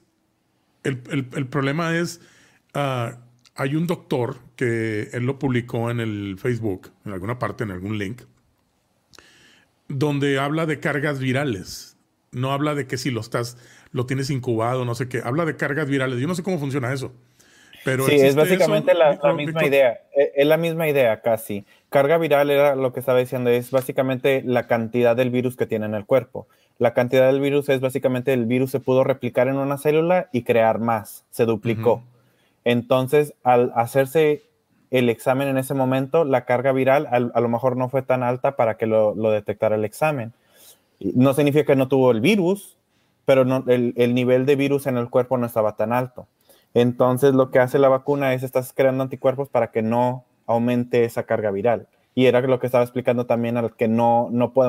el problema es, hay un doctor que él lo publicó en el Facebook, en alguna parte, en algún link, donde habla de cargas virales. No habla de que si lo tienes incubado, no sé qué. Habla de cargas virales. Yo no sé cómo funciona eso. Pero sí, es básicamente la misma idea. Es la misma idea casi. Carga viral era lo que estaba diciendo. Es básicamente la cantidad del virus que tiene en el cuerpo. La cantidad del virus es básicamente el virus se pudo replicar en una célula y crear más. Se duplicó. Entonces, al hacerse el examen en ese momento, la carga viral a lo mejor no fue tan alta para que lo detectara el examen. No significa que no tuvo el virus, pero el nivel de virus en el cuerpo no estaba tan alto. Entonces, lo que hace la vacuna es estás creando anticuerpos para que no aumente esa carga viral. Y era lo que estaba explicando también, al que no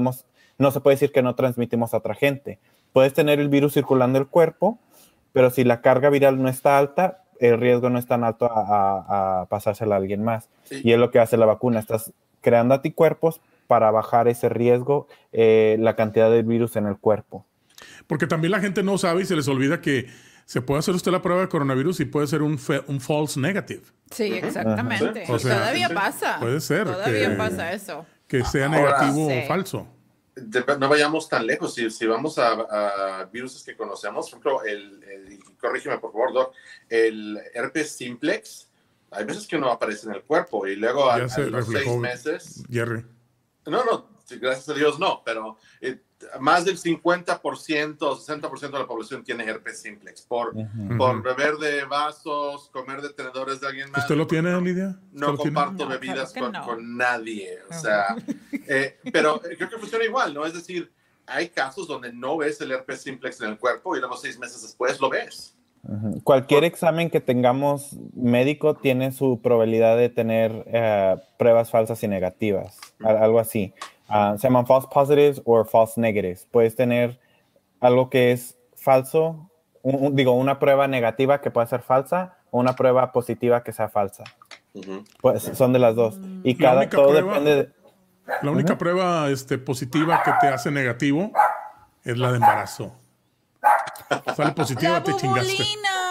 se puede decir que no transmitimos a otra gente. Puedes tener el virus circulando en el cuerpo, pero si la carga viral no está alta, el riesgo no es tan alto a pasársela a alguien más. Sí. Y es lo que hace la vacuna. Estás creando anticuerpos para bajar ese riesgo, la cantidad de virus en el cuerpo. Porque también la gente no sabe y se les olvida que se puede hacer usted la prueba de coronavirus y puede ser un false negative. Sí, exactamente. O sea, todavía pasa. Puede ser. Todavía pasa eso. Que sea negativo o falso. No vayamos tan lejos. Si vamos a virus que conocemos, por ejemplo, corrígeme por favor, Doc, el herpes simplex, hay veces que no aparece en el cuerpo y luego a los 6 meses... Jerry. No, gracias a Dios no, pero más del 50%, 60% de la población tiene herpes simplex por beber de vasos, comer de tenedores de alguien más. ¿Usted lo tiene, Lidia? No comparto bebidas con nadie, o sea, pero creo que funciona igual, ¿no? Es decir, hay casos donde no ves el herpes simplex en el cuerpo y luego 6 meses después lo ves. Cualquier examen que tengamos médico tiene su probabilidad de tener pruebas falsas y negativas, algo así. Se llaman false positives o false negatives. Puedes tener algo que es falso, una prueba negativa que puede ser falsa o una prueba positiva que sea falsa. Pues son de las dos. Y depende de... La única prueba positiva que te hace negativo es la de embarazo. Sale positiva, te chingaste.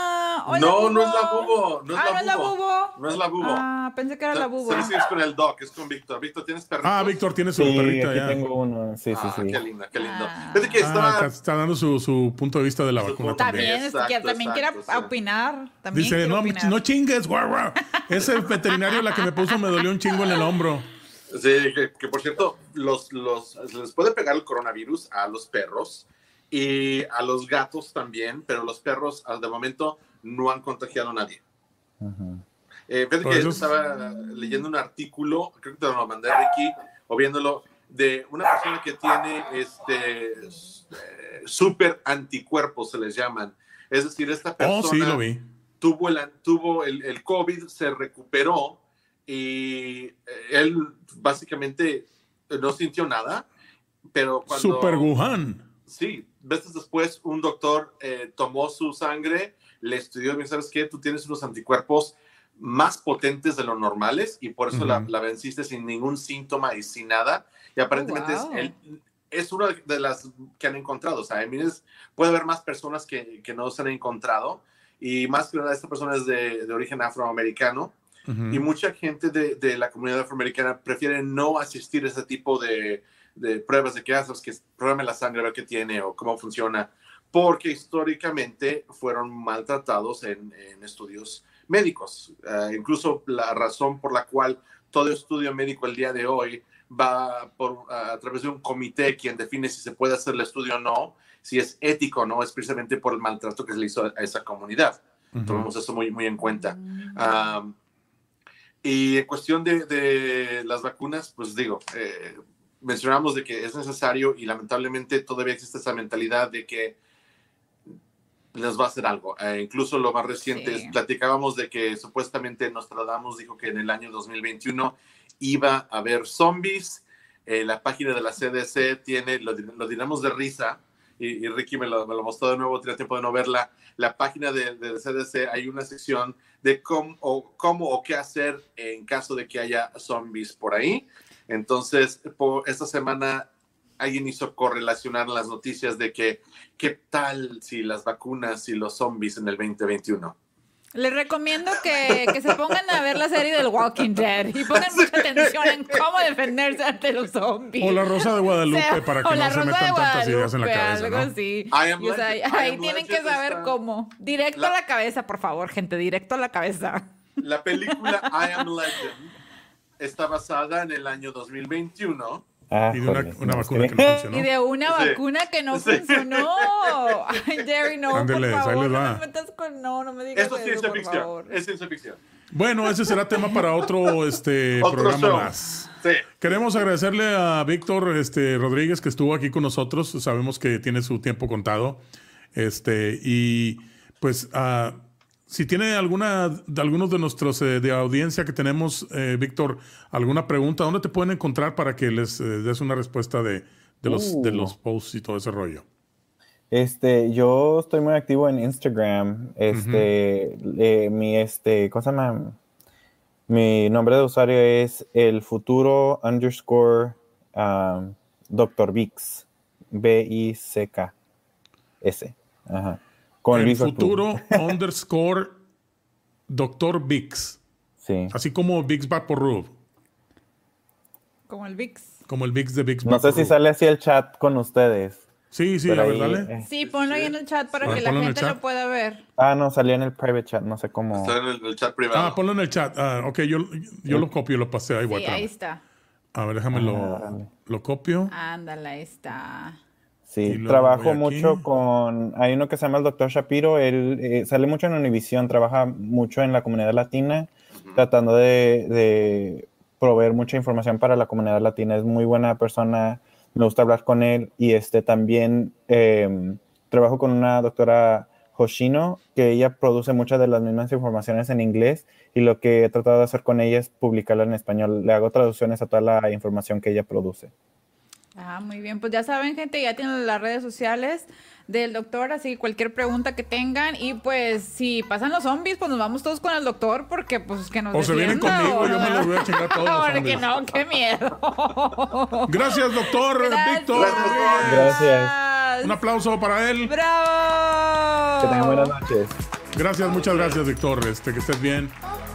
No es la bubo. No es la bubo. No es la bubo. Ah, pensé que era la bubo. Se es con el Doc, es con Víctor. Víctor, ¿tienes perritos? Ah, Víctor tiene su Sí, perrita aquí ya. tengo uno. Sí. Qué lindo. Ah. Fíjate que Está dando su punto de vista de la vacuna también. También, también quiere opinar. También Dice, quiere no, opinar. no chingues, guau. Ese veterinario la que me puso me dolió un chingo en el hombro. Sí, que por cierto, les puede pegar el coronavirus a los perros y a los gatos también, pero los perros de momento no han contagiado a nadie. Fíjate que estaba leyendo un artículo, creo que te lo mandé, Ricky, o viéndolo, de una persona que tiene super anticuerpos, se les llaman. Es decir, esta persona sí, lo vi. tuvo el COVID, se recuperó y él básicamente no sintió nada, pero cuando... Super Wuhan. Sí, veces después un doctor tomó su sangre, le estudió, bien, ¿sabes qué? Tú tienes unos anticuerpos más potentes de lo normales y por eso la venciste sin ningún síntoma y sin nada. Y aparentemente es una de las que han encontrado. O sea, puede haber más personas que no se han encontrado y más que nada esta persona es de origen afroamericano y mucha gente de la comunidad afroamericana prefiere no asistir a ese tipo de pruebas de que haces, que pruébame la sangre a ver qué tiene o cómo funciona, porque históricamente fueron maltratados en estudios médicos. Incluso la razón por la cual todo estudio médico el día de hoy va a través de un comité quien define si se puede hacer el estudio o no, si es ético o no, es precisamente por el maltrato que se le hizo a esa comunidad. Tomemos eso muy, muy en cuenta. Y en cuestión de las vacunas, pues digo, mencionamos de que es necesario y lamentablemente todavía existe esa mentalidad de que les va a hacer algo. Incluso lo más reciente, platicábamos de que supuestamente Nostradamus dijo que en el año 2021 iba a haber zombies. La página de la CDC tiene, lo diremos de risa, y Ricky me lo mostró de nuevo, tenía tiempo de no verla. La página de CDC hay una sección de cómo o qué hacer en caso de que haya zombies por ahí. Entonces, esta semana alguien hizo correlacionar las noticias de que qué tal si las vacunas y los zombies en el 2021. Les recomiendo que se pongan a ver la serie del Walking Dead y pongan mucha atención en cómo defenderse ante los zombies. O La Rosa de Guadalupe, para que no se metan tantas ideas en la cabeza, algo ¿no? así. Ahí tienen que saber cómo. Directo a la cabeza, por favor, gente, directo a la cabeza. La película I Am Legend está basada en el año 2021. Y de una vacuna que no funcionó. Y de una vacuna que no funcionó. Ay, Jerry, no, Ándeles, por favor, ahí les va. no me metas con... No me digas Eso es ciencia ficción. Es ciencia ficción. Bueno, ese será tema para otro programa show. más. Sí. Queremos agradecerle a Víctor Rodríguez que estuvo aquí con nosotros. Sabemos que tiene su tiempo contado. Y pues si tiene algunos de nuestros de audiencia que tenemos, Víctor, alguna pregunta, ¿dónde te pueden encontrar para que les des una respuesta de los posts y todo ese rollo? Yo estoy muy activo en Instagram. ¿Cómo se llama? Mi nombre de usuario es elfuturo _Dr. Vix. B-I-C-K-S. Ajá. Con el futuro _Dr. Vix. Sí. Así como Vicks Vaporub. Como el VIX. Como el Vicks de Vicks No sé si sale así el chat con ustedes. Sí, a ver, dale. Sí, ponlo ahí en el chat para que la gente lo pueda ver. No, salió en el private chat, no sé cómo. Está en el chat privado. Ponlo en el chat. Ok, yo lo copio y lo pasé ahí. Sí, ahí está. A ver, déjame lo copio. Ándale, ahí está. Sí, trabajo mucho con... Hay uno que se llama el Dr. Shapiro, él sale mucho en Univision, trabaja mucho en la comunidad latina, tratando de proveer mucha información para la comunidad latina. Es muy buena persona, me gusta hablar con él. Y también trabajo con una doctora Hoshino, que ella produce muchas de las mismas informaciones en inglés, y lo que he tratado de hacer con ella es publicarla en español. Le hago traducciones a toda la información que ella produce. Muy bien, pues ya saben, gente, ya tienen las redes sociales del doctor, así que cualquier pregunta que tengan, y pues si pasan los zombies, pues nos vamos todos con el doctor, porque pues que nos se vienen conmigo, yo me los voy a chingar todos los porque zombies. no, qué miedo. Gracias, doctor Víctor. Gracias. Un aplauso para él. ¡Bravo! Que tengan buenas noches. Gracias, muchas gracias, Víctor. Que estés bien.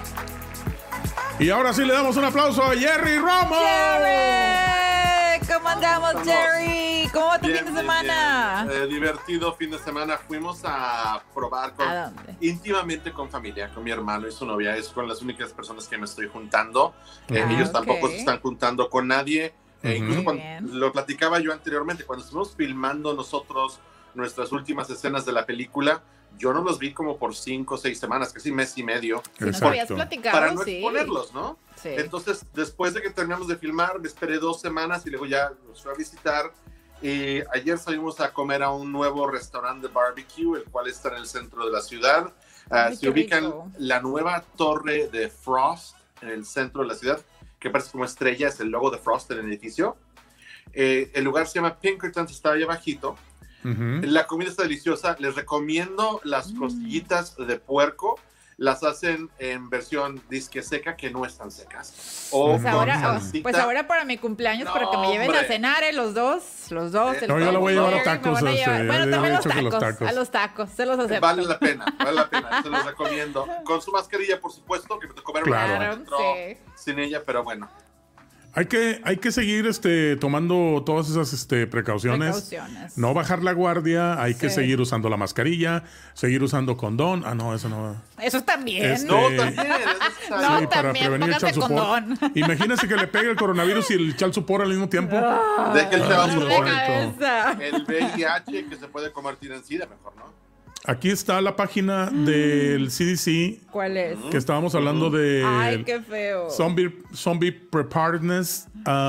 Y ahora sí le damos un aplauso a Jerry Romo. ¡Jerry! ¿Cómo andamos, Jerry? ¿Cómo va tu fin de semana? Divertido fin de semana. Fuimos a probar íntimamente con familia, con mi hermano y su novia. Es con las únicas personas que me estoy juntando. Ellos tampoco se están juntando con nadie. Incluso cuando lo platicaba yo anteriormente, cuando estuvimos filmando nosotros nuestras últimas escenas de la película, yo no los vi como por 5 o 6 semanas, casi mes y medio. Si nos habías platicado, para no exponerlos, ¿no? Sí. Entonces, después de que terminamos de filmar, me esperé 2 semanas y luego ya los fui a visitar. Ayer salimos a comer a un nuevo restaurante de barbecue, el cual está en el centro de la ciudad. Se ubica en la nueva torre de Frost, en el centro de la ciudad, que parece como estrella, es el logo de Frost en el edificio. El lugar se llama Pinkerton, está ahí abajito. La comida está deliciosa. Les recomiendo las costillitas de puerco. Las hacen en versión disque seca, que no están secas. Pues ahora para mi cumpleaños, para que me lleven a cenar, los dos. No, yo la voy a llevar a tacos. Bueno, también a los tacos. Se los acepto. Vale la pena. Se los recomiendo. Con su mascarilla, por supuesto, que me tocó ver sin ella, pero bueno. Hay que seguir tomando todas esas precauciones. No bajar la guardia. Hay que seguir usando la mascarilla, seguir usando condón. No, eso no. Eso también. No, también. No, para prevenir el child support. Imagínense que le pegue el coronavirus y el child support al mismo tiempo. De que el el VIH que se puede convertir en SIDA, mejor, ¿no? Aquí está la página del CDC. ¿Cuál es? Que estábamos hablando de... ¡Ay, qué feo! Zombie Preparedness.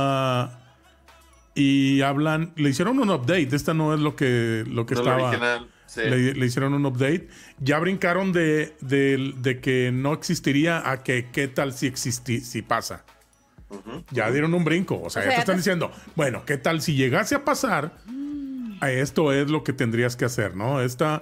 Y hablan... Le hicieron un update. Esta no es lo que estaba... Original, sí. Le hicieron un update. Ya brincaron de que no existiría a que qué tal si pasa. Ya dieron un brinco. O sea, ya te están diciendo, bueno, ¿qué tal si llegase a pasar? Esto es lo que tendrías que hacer, ¿no?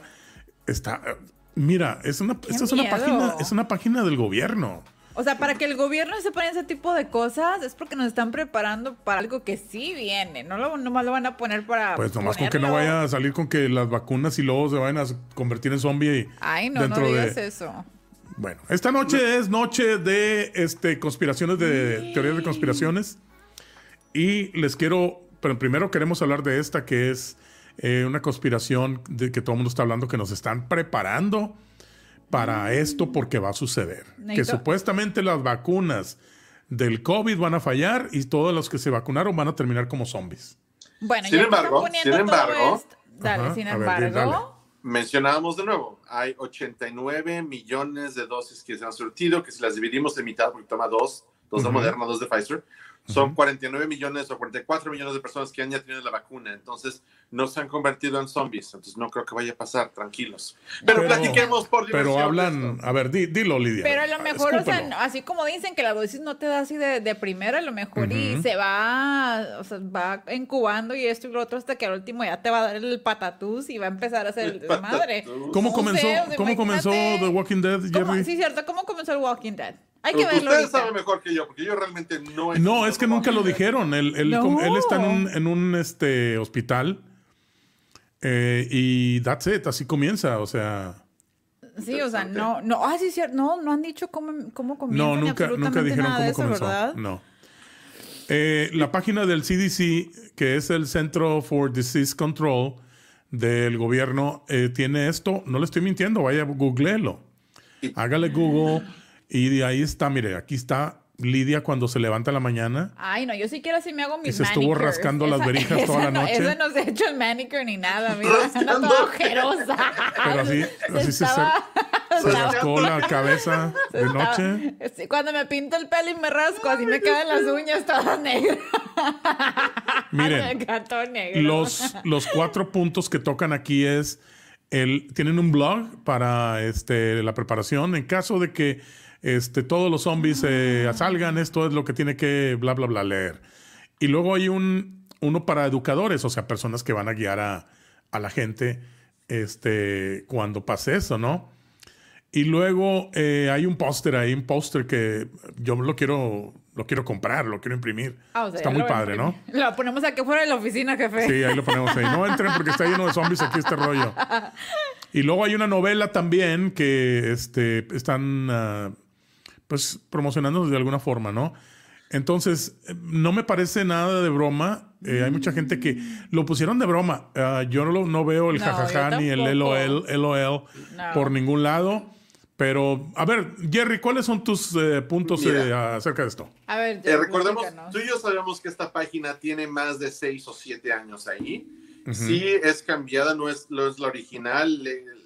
Mira, esta es una página del gobierno. O sea, para que el gobierno se ponga ese tipo de cosas es porque nos están preparando para algo que sí viene. Nomás lo van a poner para... Pues nomás con que no vaya a salir con que las vacunas y luego se vayan a convertir en zombie. Ay, no digas eso. Bueno, esta noche es noche de conspiraciones, de teorías de conspiraciones. Y pero primero queremos hablar de esta que es una conspiración de que todo el mundo está hablando, que nos están preparando para esto porque va a suceder. Que supuestamente las vacunas del COVID van a fallar y todos los que se vacunaron van a terminar como zombies. Bueno, sin embargo, mencionábamos de nuevo, hay 89 millones de dosis que se han surtido, que si las dividimos en mitad, porque toma dos de Moderna, 2 de Pfizer, son 49 millones o 44 millones de personas que han ya tenido la vacuna. Entonces, no se han convertido en zombies. Entonces, no creo que vaya a pasar. Tranquilos. Pero platiquemos por diversión. Pero hablan... A ver, dilo, Lidia. Pero a lo mejor, o sea, así como dicen que la dosis no te da así de primera, a lo mejor y se va... O sea, va incubando y esto y lo otro hasta que al último ya te va a dar el patatús y va a empezar a hacer el desmadre. ¿Cómo comenzó The Walking Dead, Jerry? Sí, cierto. ¿Cómo comenzó el Walking Dead? Hay que verlo. Ustedes saben mejor que yo, porque yo realmente no... No, es que nunca lo dijeron. Él está en un hospital y that's it, así comienza, o sea... Sí, o sea, no, sí, cierto, no han dicho cómo comienza. No, nunca dijeron cómo comenzó, ¿verdad? No. La página del CDC, que es el Centro for Disease Control del gobierno, tiene esto. No le estoy mintiendo, vaya, googleelo. Hágale Google y de ahí está, mire, aquí está Lidia cuando se levanta en la mañana. Ay, no, yo siquiera sí me hago mis manicures. Y se estuvo rascando las verijas toda la noche. Eso no se ha hecho el manicure ni nada, mira, anda toda ojerosa. Pero así se rascó la cabeza de noche. Sí, cuando me pinto el pelo y me rasco, así me quedan las uñas todas negras. Miren, los 4 puntos que tocan aquí es, tienen un blog para la preparación. En caso de que todos los zombies salgan, esto es lo que tiene que bla, bla, bla leer. Y luego hay uno para educadores, o sea, personas que van a guiar a la gente cuando pase eso, ¿no? Y luego hay un póster que yo lo quiero lo quiero comprar, lo quiero imprimir. O sea, está muy padre, ¿no? Lo ponemos aquí fuera de la oficina, jefe. Sí, ahí lo ponemos ahí. No entren porque está lleno de zombies aquí este rollo. Y luego hay una novela también que están pues promocionando de alguna forma, ¿no? Entonces, no me parece nada de broma. Hay mucha gente que lo pusieron de broma. Yo no veo el jajaja ni el LOL por ningún lado. Pero, a ver, Jerry, ¿cuáles son tus puntos acerca de esto? A ver, Jerry, recordemos, tú y yo sabemos que esta página tiene más de 6 o 7 años ahí. Sí es cambiada, no es la original.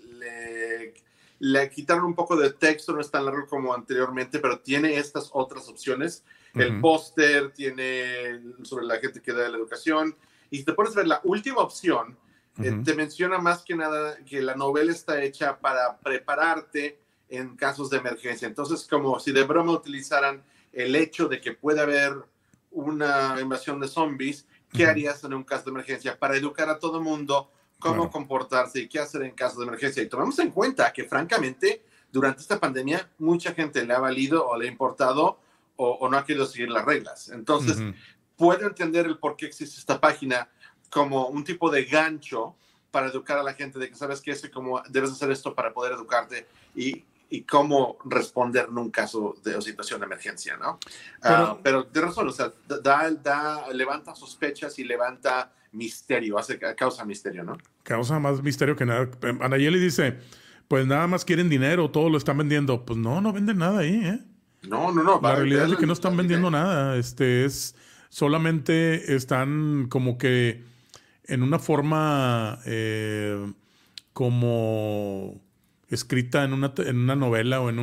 Le quitaron un poco de texto, no es tan largo como anteriormente, pero tiene estas otras opciones. El póster tiene sobre la gente que da la educación. Y si te pones a ver la última opción, te menciona más que nada que la novela está hecha para prepararte en casos de emergencia. Entonces, como si de broma utilizaran el hecho de que puede haber una invasión de zombies, ¿qué harías en un caso de emergencia? Para educar a todo el mundo cómo comportarse y qué hacer en caso de emergencia. Y tomemos en cuenta que, francamente, durante esta pandemia, mucha gente le ha valido o le ha importado o no ha querido seguir las reglas. Entonces, puedo entender el por qué existe esta página como un tipo de gancho para educar a la gente de que sabes que como debes hacer esto para poder educarte y cómo responder en un caso de situación de emergencia, ¿no? Pero de razón, o sea, levanta sospechas y levanta misterio, causa misterio, ¿no? Causa más misterio que nada. Anayeli dice, pues nada más quieren dinero, todo lo están vendiendo. Pues no venden nada ahí, ¿eh? No. La realidad es que no están vendiendo nada. Solamente están como que en una forma como escrita en una novela o en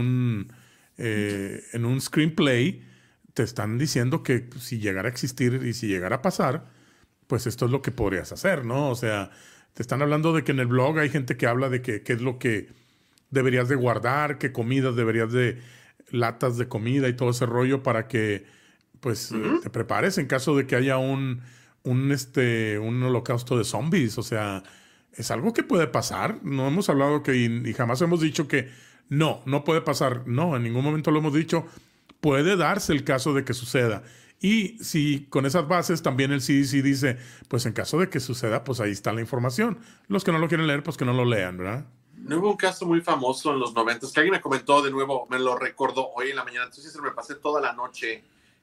un screenplay, te están diciendo que si llegara a existir y si llegara a pasar, pues esto es lo que podrías hacer, ¿no? O sea, te están hablando de que en el blog hay gente que habla de qué es lo que deberías de guardar, qué comidas deberías de, latas de comida y todo ese rollo para que pues te prepares en caso de que haya un holocausto de zombies. O sea, es algo que puede pasar. No hemos hablado y jamás hemos dicho que no puede pasar. No, en ningún momento lo hemos dicho. Puede darse el caso de que suceda. Y si con esas bases también el CDC dice, pues en caso de que suceda, pues ahí está la información. Los que no lo quieren leer, pues que no lo lean, ¿verdad? No hubo un caso muy famoso en los 90s que alguien me comentó de nuevo, me lo recordó hoy en la mañana. Entonces me pasé toda la noche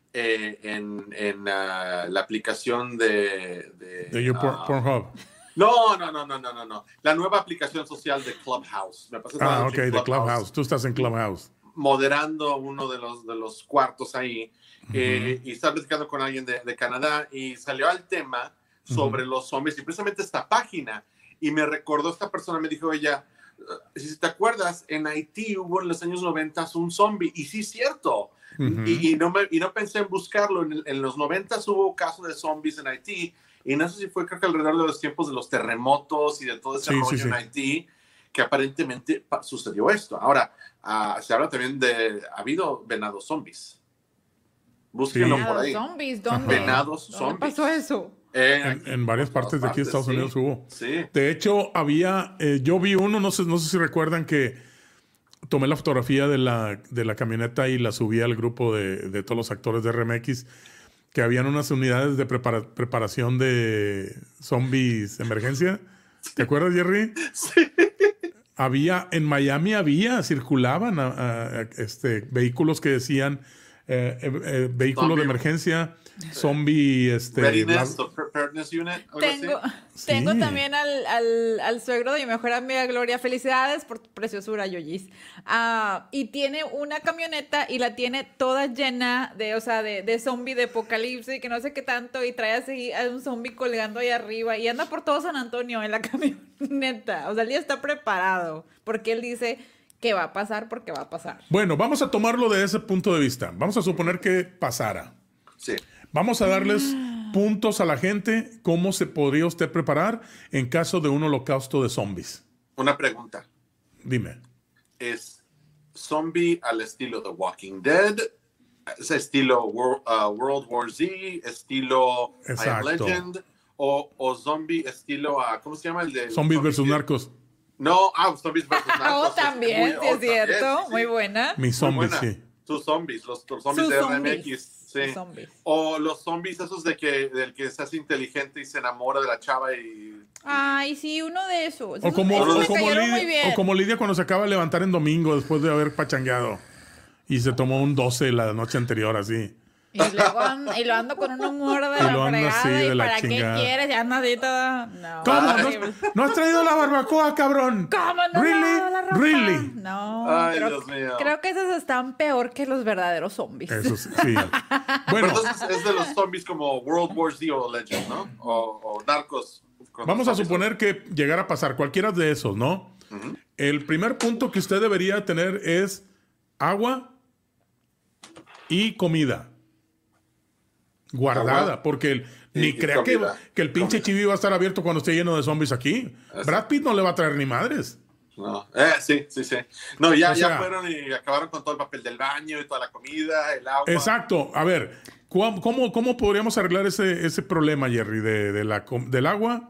en la aplicación de Pornhub. No. La nueva aplicación social de Clubhouse. Me pasé toda la noche de Clubhouse. Tú estás en Clubhouse. Moderando uno de los cuartos ahí. Y estaba platicando con alguien de Canadá y salió al tema sobre los zombies y precisamente esta página. Y me recordó, esta persona me dijo, ella, si te acuerdas, en Haití hubo en los años 90 un zombie. Y sí, es cierto. Y no pensé en buscarlo. En los 90 hubo casos de zombies en Haití. Y no sé si fue, creo que alrededor de los tiempos de los terremotos y de todo ese rollo en Haití, que aparentemente sucedió esto. Ahora, se habla también ha habido venados zombies. Búsquenlo por ahí. ¿Zombies? ¿Dónde? Venados ¿Dónde zombies. pasó eso? En varias partes de aquí de Estados Unidos hubo. Sí. De hecho, yo vi uno, no sé si recuerdan que tomé la fotografía de la camioneta y la subí al grupo de todos los actores de RMX, que habían unas unidades de preparación de zombies de emergencia. ¿Te acuerdas, Jerry? Sí. En Miami circulaban vehículos que decían vehículo de emergencia, zombie, Readiness o Preparedness Unit. Tengo también al suegro de mi mejor amiga Gloria. Felicidades por tu preciosura, Yoyis. Y tiene una camioneta y la tiene toda llena de zombie de apocalipsis y que no sé qué tanto, y trae así a un zombie colgando ahí arriba y anda por todo San Antonio en la camioneta. O sea, él ya está preparado porque él dice que va a pasar porque va a pasar. Bueno, vamos a tomarlo de ese punto de vista. Vamos a suponer que pasara. Sí. Vamos a darles puntos a la gente. ¿Cómo se podría usted preparar en caso de un holocausto de zombies? Una pregunta. Dime. ¿Es zombie al estilo The Walking Dead? ¿Es estilo World War Z? ¿Estilo I Am Legend? ¿O zombie estilo ¿cómo se llama el de Zombies versus Narcos? No, Zombies versus Narcos. También, sí es cierto. Sí. Muy buena. Mis zombies, sí. Tus zombies, los zombies de RMX. Sí. Los zombies. O los zombies esos del que se hace inteligente y se enamora de la chava y... Ay, sí, uno de esos. O como, Esos me o como cayeron muy Lidia, bien. o como Lidia cuando se acaba de levantar en domingo después de haber pachangueado y se tomó un 12 la noche anterior, así. Y lo ando con un humor de Y la lo ando así fregada. de ¿Y la para qué chingada. quieres? Ya ando así toda... No, ¿Cómo? horrible. ¿No has traído la barbacoa, cabrón? ¿Cómo no? ¿Really? lavo la ropa? ¿Really? No, Ay, Dios mío. creo que esos están peor que los verdaderos zombies. Eso sí. Pero Bueno, entonces es de los zombies como World War Z o Legend, ¿no? O Narcos. vamos a suponer que llegara a pasar cualquiera de esos, ¿no? El primer punto que usted debería tener es agua y comida. Guardada, Agua porque y ni crea comida. que el pinche Comida. chibi va a estar abierto cuando esté lleno de zombies aquí. Eso. Brad Pitt no le va a traer ni madres. No, sí. No, ya O sea, fueron y acabaron con todo el papel del baño y toda la comida, el agua. Exacto. A ver, ¿cómo podríamos arreglar ese problema, Jerry, del agua,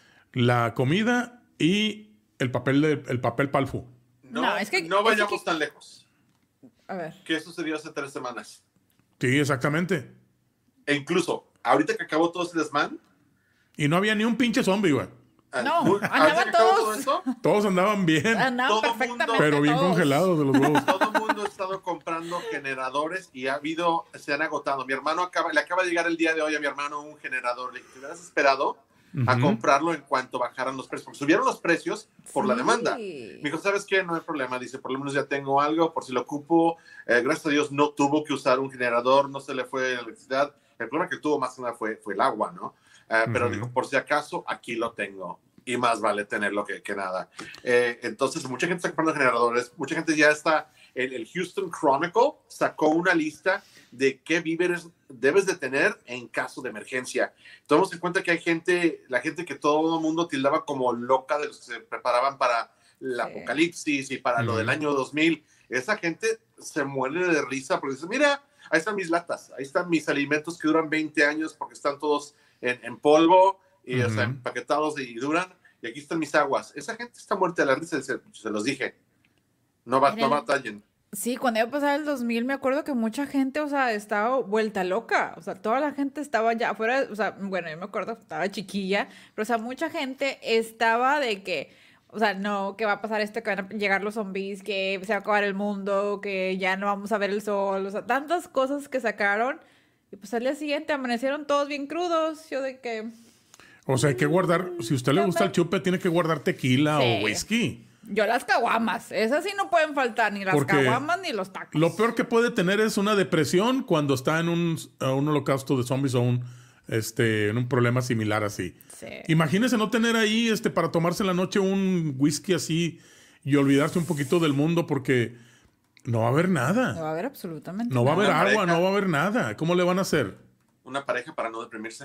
la comida y el papel palfu? No, es que- no vayamos tan lejos. A ver. ¿Qué sucedió hace 3 semanas? Sí, exactamente. E incluso, ahorita que acabó todo ese desmán, Y no había ni un pinche zombie, güey. No, ahorita andaban que acabó todos- todo esto, Todos andaban bien, Andaban Todo perfectamente mundo- pero bien todos. congelados de los huevos. todo el mundo ha estado comprando generadores y se han agotado. Le acaba de llegar el día de hoy a mi hermano un generador. Le dije, ¿te hubieras esperado a comprarlo en cuanto bajaran los precios? Porque subieron los precios por la Sí. demanda. Me dijo, ¿sabes qué? No hay problema. Dice, por lo menos ya tengo algo por si lo ocupo. Gracias a Dios no tuvo que usar un generador, no se le fue la electricidad. El problema que tuvo más que nada fue el agua, ¿no? Pero dijo, por si acaso, aquí lo tengo. Y más vale tenerlo que nada. Entonces, mucha gente está comprando generadores. Mucha gente ya está... El Houston Chronicle sacó una lista de qué víveres debes de tener en caso de emergencia. Tomamos en cuenta que hay la gente que todo el mundo tildaba como loca de los que se preparaban para el apocalipsis y para lo del año 2000. Esa gente se muere de risa porque dice, mira, ahí están mis latas, ahí están mis alimentos que duran 20 años porque están todos en polvo y o sea, empaquetados y duran, y aquí están mis aguas. Esa gente está muerta de la risa, se los dije. No batallen. Sí, cuando iba a pasar el 2000 me acuerdo que mucha gente, o sea, estaba vuelta loca. O sea, toda la gente estaba ya afuera, o sea, bueno, yo me acuerdo, estaba chiquilla, pero o sea, mucha gente estaba de que, o sea, no, que va a pasar esto, que van a llegar los zombies, que se va a acabar el mundo, que ya no vamos a ver el sol, o sea, tantas cosas que sacaron. Y pues al día siguiente amanecieron todos bien crudos. Yo de que... O sea, hay que guardar, si a usted le gusta el chupe, tiene que guardar tequila Sí. o whisky. Yo las caguamas, esas sí no pueden faltar, ni las Porque caguamas ni los tacos. Lo peor que puede tener es una depresión cuando está en un holocausto de zombies o en un problema similar así. Sí. Imagínese no tener ahí para tomarse en la noche un whisky así y olvidarse un poquito del mundo porque no va a haber nada. No va a haber absolutamente No va a nada. haber agua, pareja. no va a haber nada. ¿Cómo le van a hacer? Una pareja para no deprimirse.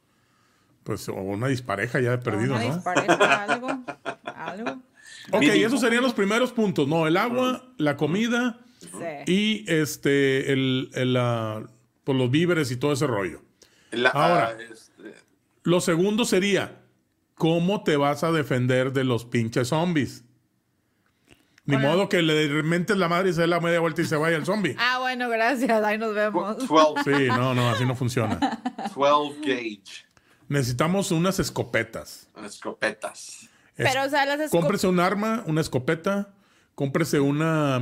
Pues o una dispareja ya de perdido, Una ¿no? dispareja, algo. Ok, Mínimo. esos serían los primeros puntos, ¿no? El agua, la comida Sí. y pues los víveres y todo ese rollo. Ahora. Lo segundo sería, ¿cómo te vas a defender de los pinches zombies? Ni Bueno. modo que le mentes la madre y se dé la media vuelta y se vaya el zombie. Ah, bueno, gracias. Ahí nos vemos. 12 Sí, no, así no funciona. gauge. Necesitamos unas escopetas. Escopetas. Pero, o sea, las Cómprese un arma, una escopeta, cómprese una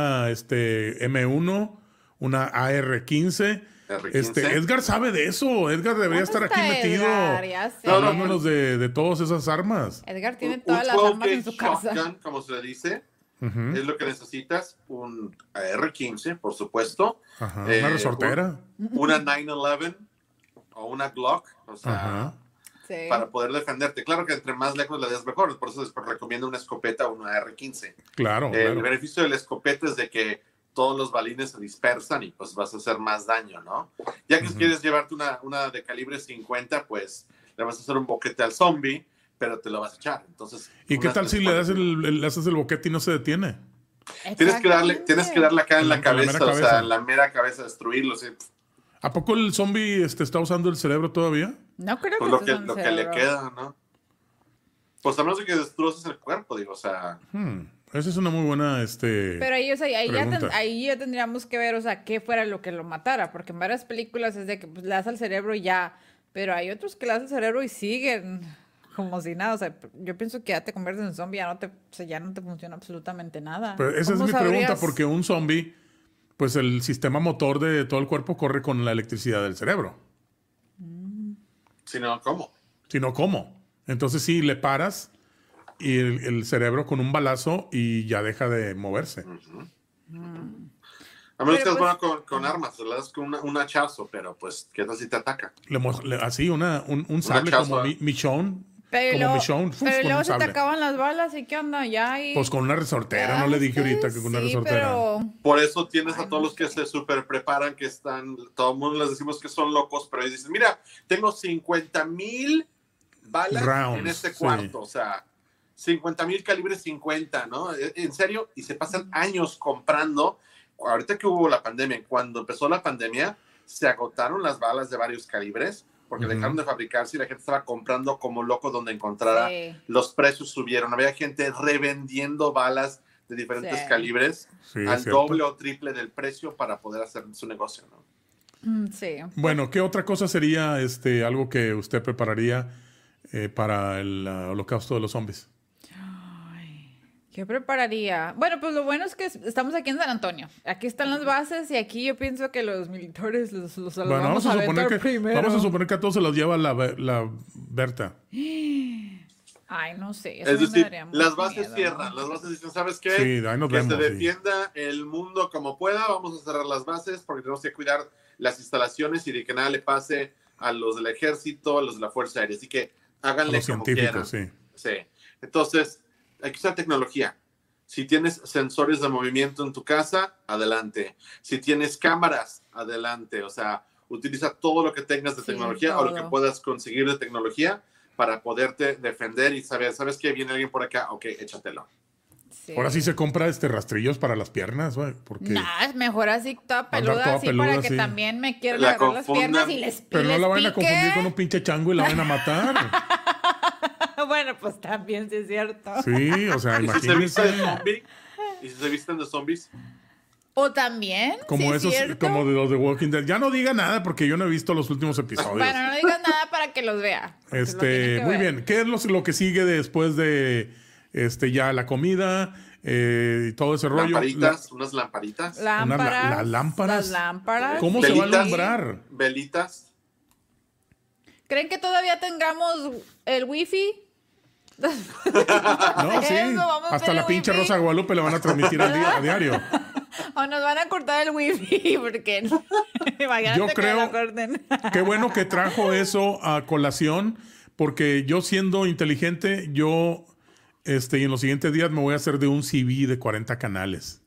M1, una AR-15. R15. Edgar sabe de eso. Edgar debería estar aquí metido. Ya sé. Hablándonos de todas esas armas. Edgar tiene Un todas las 12 armas en su casa. shotgun, como se le dice, es lo que necesitas. Un AR-15, por supuesto. Ajá, una resortera. Una 911 o una Glock, o sea, Ajá. Sí. para poder defenderte. Claro que entre más lejos la des mejor, por eso les recomiendo una escopeta o una AR-15. Claro, El claro. beneficio de la escopeta es de que todos los balines se dispersan y pues vas a hacer más daño, ¿no? Ya que si quieres llevarte una de calibre 50, pues le vas a hacer un boquete al zombie, pero te lo vas a echar. Entonces, ¿Y qué unas tal si le das le haces el boquete y no se detiene? tienes que darle acá en la En la cabeza, mera o sea, cabeza. en la mera cabeza, destruirlo. ¿Sí? ¿A poco el zombie está usando el cerebro todavía? No creo Pues que lo que, sea un lo que cerebro. le queda, ¿no? Pues a menos de que destroces el cuerpo, digo, o sea, Esa es una muy buena Pero ahí, o sea, pregunta. ahí ya tendríamos que ver, o sea, qué fuera lo que lo matara, porque en varias películas es de que pues, le das al cerebro y ya, pero hay otros que le das al cerebro y siguen como si nada, o sea, yo pienso que ya te conviertes en zombie, o sea, ya no te funciona absolutamente nada. Pero esa es ¿Cómo mi pregunta, sabrías? porque un zombie, pues el sistema motor de todo el cuerpo corre con la electricidad del cerebro. Si no, ¿cómo? Si no, ¿cómo? Entonces sí, le paras y el cerebro con un balazo y ya deja de moverse. A menos que Pero, es pues, bueno con armas, le das con un hachazo, pero pues, ¿qué tal si te ataca? Así, un sable hachazo, como ¿eh? Michonne. Pero Como luego, Michonne, pero con luego un se te sable. acaban las balas y qué onda, ya y... Pues con una resortera, no le dije ahorita que con una sí, resortera. pero... Por eso tienes Ay, a todos no los que sé. se super preparan, que están, todo el mundo les decimos que son locos, pero ellos dicen, mira, tengo 50,000 balas Rounds, en este sí. cuarto, o sea, 50,000 calibre 50, ¿no? En serio, y se pasan años comprando. Ahorita que hubo la pandemia, cuando empezó la pandemia, se agotaron las balas de varios calibres, porque dejaron de fabricarse y la gente estaba comprando como loco donde encontrara. Sí. Los precios subieron, había gente revendiendo balas de diferentes Sí. calibres Sí, es al cierto. doble o triple del precio para poder hacer su negocio, ¿no? Sí. Bueno, ¿qué otra cosa sería algo que usted prepararía para el holocausto de los zombies? ¿Qué prepararía? Bueno, pues lo bueno es que estamos aquí en San Antonio. Aquí están las bases y aquí yo pienso que los militares los Bueno, vamos a aventar primero. vamos a suponer que a todos se los lleva la Berta. Ay, no sé. Eso Es me decir, daría mucho las bases miedo. cierran, las bases dicen, ¿sabes qué? Sí, ahí nos que vemos, se sí. defienda el mundo como pueda, vamos a cerrar las bases porque tenemos que cuidar las instalaciones y de que nada le pase a los del ejército, a los de la Fuerza Aérea. Así que A háganle los como científicos, quieran. sí. Sí. Entonces, hay que usar tecnología. Si tienes sensores de movimiento en tu casa, adelante. Si tienes cámaras, adelante. O sea, utiliza todo lo que tengas de Sí, tecnología o lo que todo. puedas conseguir de tecnología para poderte defender y saber, ¿sabes qué? Viene alguien por acá, ok, échatelo. Sí. Ahora sí se compra rastrillos para las piernas, güey, porque... Nah, es mejor así toda Andar peluda, toda así peluda, para que sí. también me quieran La agarrar las confundan. piernas y les Pero no les la vayan a pique. confundir con un pinche chango y la vayan a matar. Bueno, pues también sí es cierto. Sí, o sea, ¿Y si se visten de imagínense. zombie? ¿Y si se visten de zombies? O también, Como sí es esos, cierto. como de los de Walking Dead. Ya no diga nada porque yo no he visto los últimos episodios. Bueno, no digas nada para que los vea. porque lo tienen que Muy ver. bien. ¿Qué es lo que sigue después de ya la comida y todo ese rollo? Lamparitas, unas lamparitas. Lámparas. las lámparas. Las lámparas. ¿Cómo se va a Velitas. alumbrar? Velitas. ¿Creen que todavía tengamos el wifi? No, sí. Eso, vamos a Hasta tener la pinche wifi. Rosa de Guadalupe la van a transmitir a diario. O nos van a cortar el wifi porque imagínate Yo que creo- lo corten. Qué bueno que trajo eso a colación, porque yo siendo inteligente, yo y en los siguientes días me voy a hacer de un CV de 40 canales.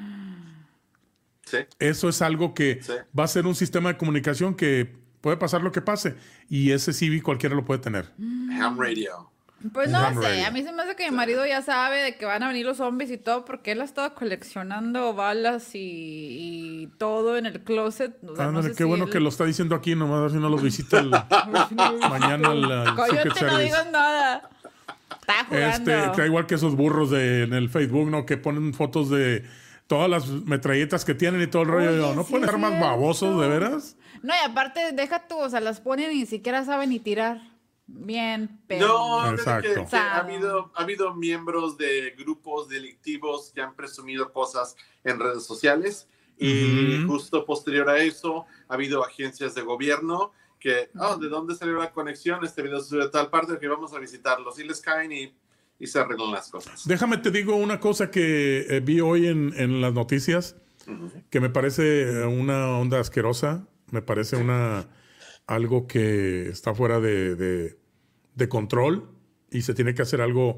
Sí. Eso es algo que Sí. va a ser un sistema de comunicación que puede pasar lo que pase. Y ese CV cualquiera lo puede tener. Ham radio. Pues no Ham sé, radio. a mí se me hace que mi marido ya sabe de que van a venir los zombies y todo, porque él ha estado coleccionando balas y todo en el closet. O sea, no Ándale, sé qué si bueno él- que lo está diciendo aquí, nomás a ver si no los visita mañana el Secret Coyote, no Service. digas nada. Está jugando. Que igual que esos burros en el Facebook, ¿no? Que ponen fotos de todas las metralletas que tienen y todo el rollo. Oye, Yo, ¿no sí pueden es ser más cierto. babosos, de veras? No, y aparte, deja tú, o sea, las ponen y ni siquiera saben ni tirar. Bien, pero... No, fíjate Exacto. que ha habido miembros de grupos delictivos que han presumido cosas en redes sociales y justo posterior a eso ha habido agencias de gobierno que, ¿de dónde salió la conexión? Este video se sube a tal parte que vamos a visitarlos y les caen y se arreglan las cosas. Déjame te digo una cosa que vi hoy en las noticias que me parece una onda asquerosa, me parece algo que está fuera de control y se tiene que hacer algo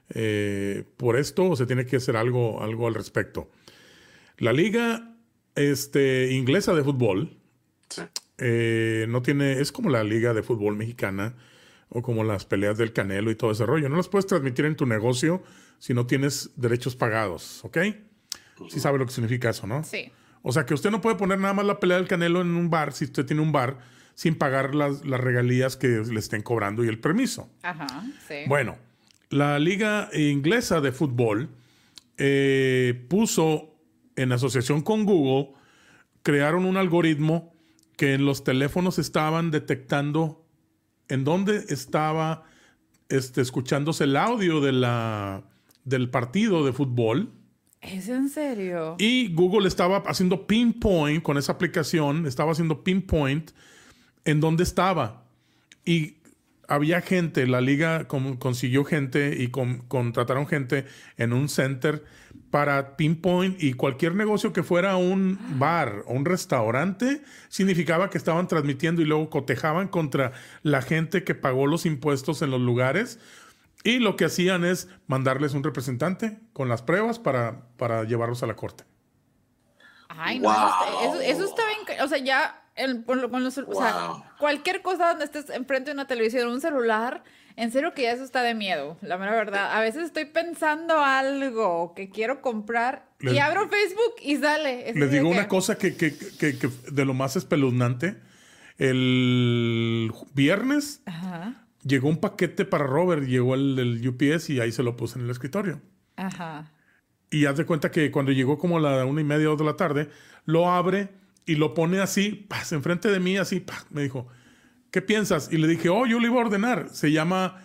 por esto o se tiene que hacer algo al respecto. La liga inglesa de fútbol Sí. no tiene, es como la liga de fútbol mexicana o como las peleas del Canelo y todo ese rollo. No las puedes transmitir en tu negocio si no tienes derechos pagados, ¿ok? Sí sabe lo que significa eso, ¿no? Sí. O sea, que usted no puede poner nada más la pelea del Canelo en un bar, si usted tiene un bar, sin pagar las regalías que le estén cobrando y el permiso. Ajá, sí. Bueno, la liga inglesa de fútbol puso, en asociación con Google, crearon un algoritmo que en los teléfonos estaban detectando en dónde estaba escuchándose el audio del partido de fútbol. ¿Es en serio? Y Google estaba haciendo pinpoint con esa aplicación, estaba haciendo pinpoint en dónde estaba. Y había gente, la liga consiguió gente y contrataron gente en un center para pinpoint, y cualquier negocio que fuera un bar o un restaurante significaba que estaban transmitiendo, y luego cotejaban contra la gente que pagó los impuestos en los lugares. Y lo que hacían es mandarles un representante con las pruebas para llevarlos a la corte. Ay, no, eso está bien. O sea, ya o sea, cualquier cosa donde estés enfrente de una televisión o un celular, en serio que ya eso está de miedo, la mera verdad. A veces estoy pensando algo que quiero comprar y abro Facebook y sale. Les digo una cosa que de lo más espeluznante. El viernes... Ajá. Llegó un paquete para Robert, llegó el UPS y ahí se lo puse en el escritorio. Ajá. Y haz de cuenta que cuando llegó como a la 1:30 o 2 de la tarde, lo abre y lo pone así, enfrente de mí, así, me dijo, ¿qué piensas? Y le dije, yo le iba a ordenar. Se llama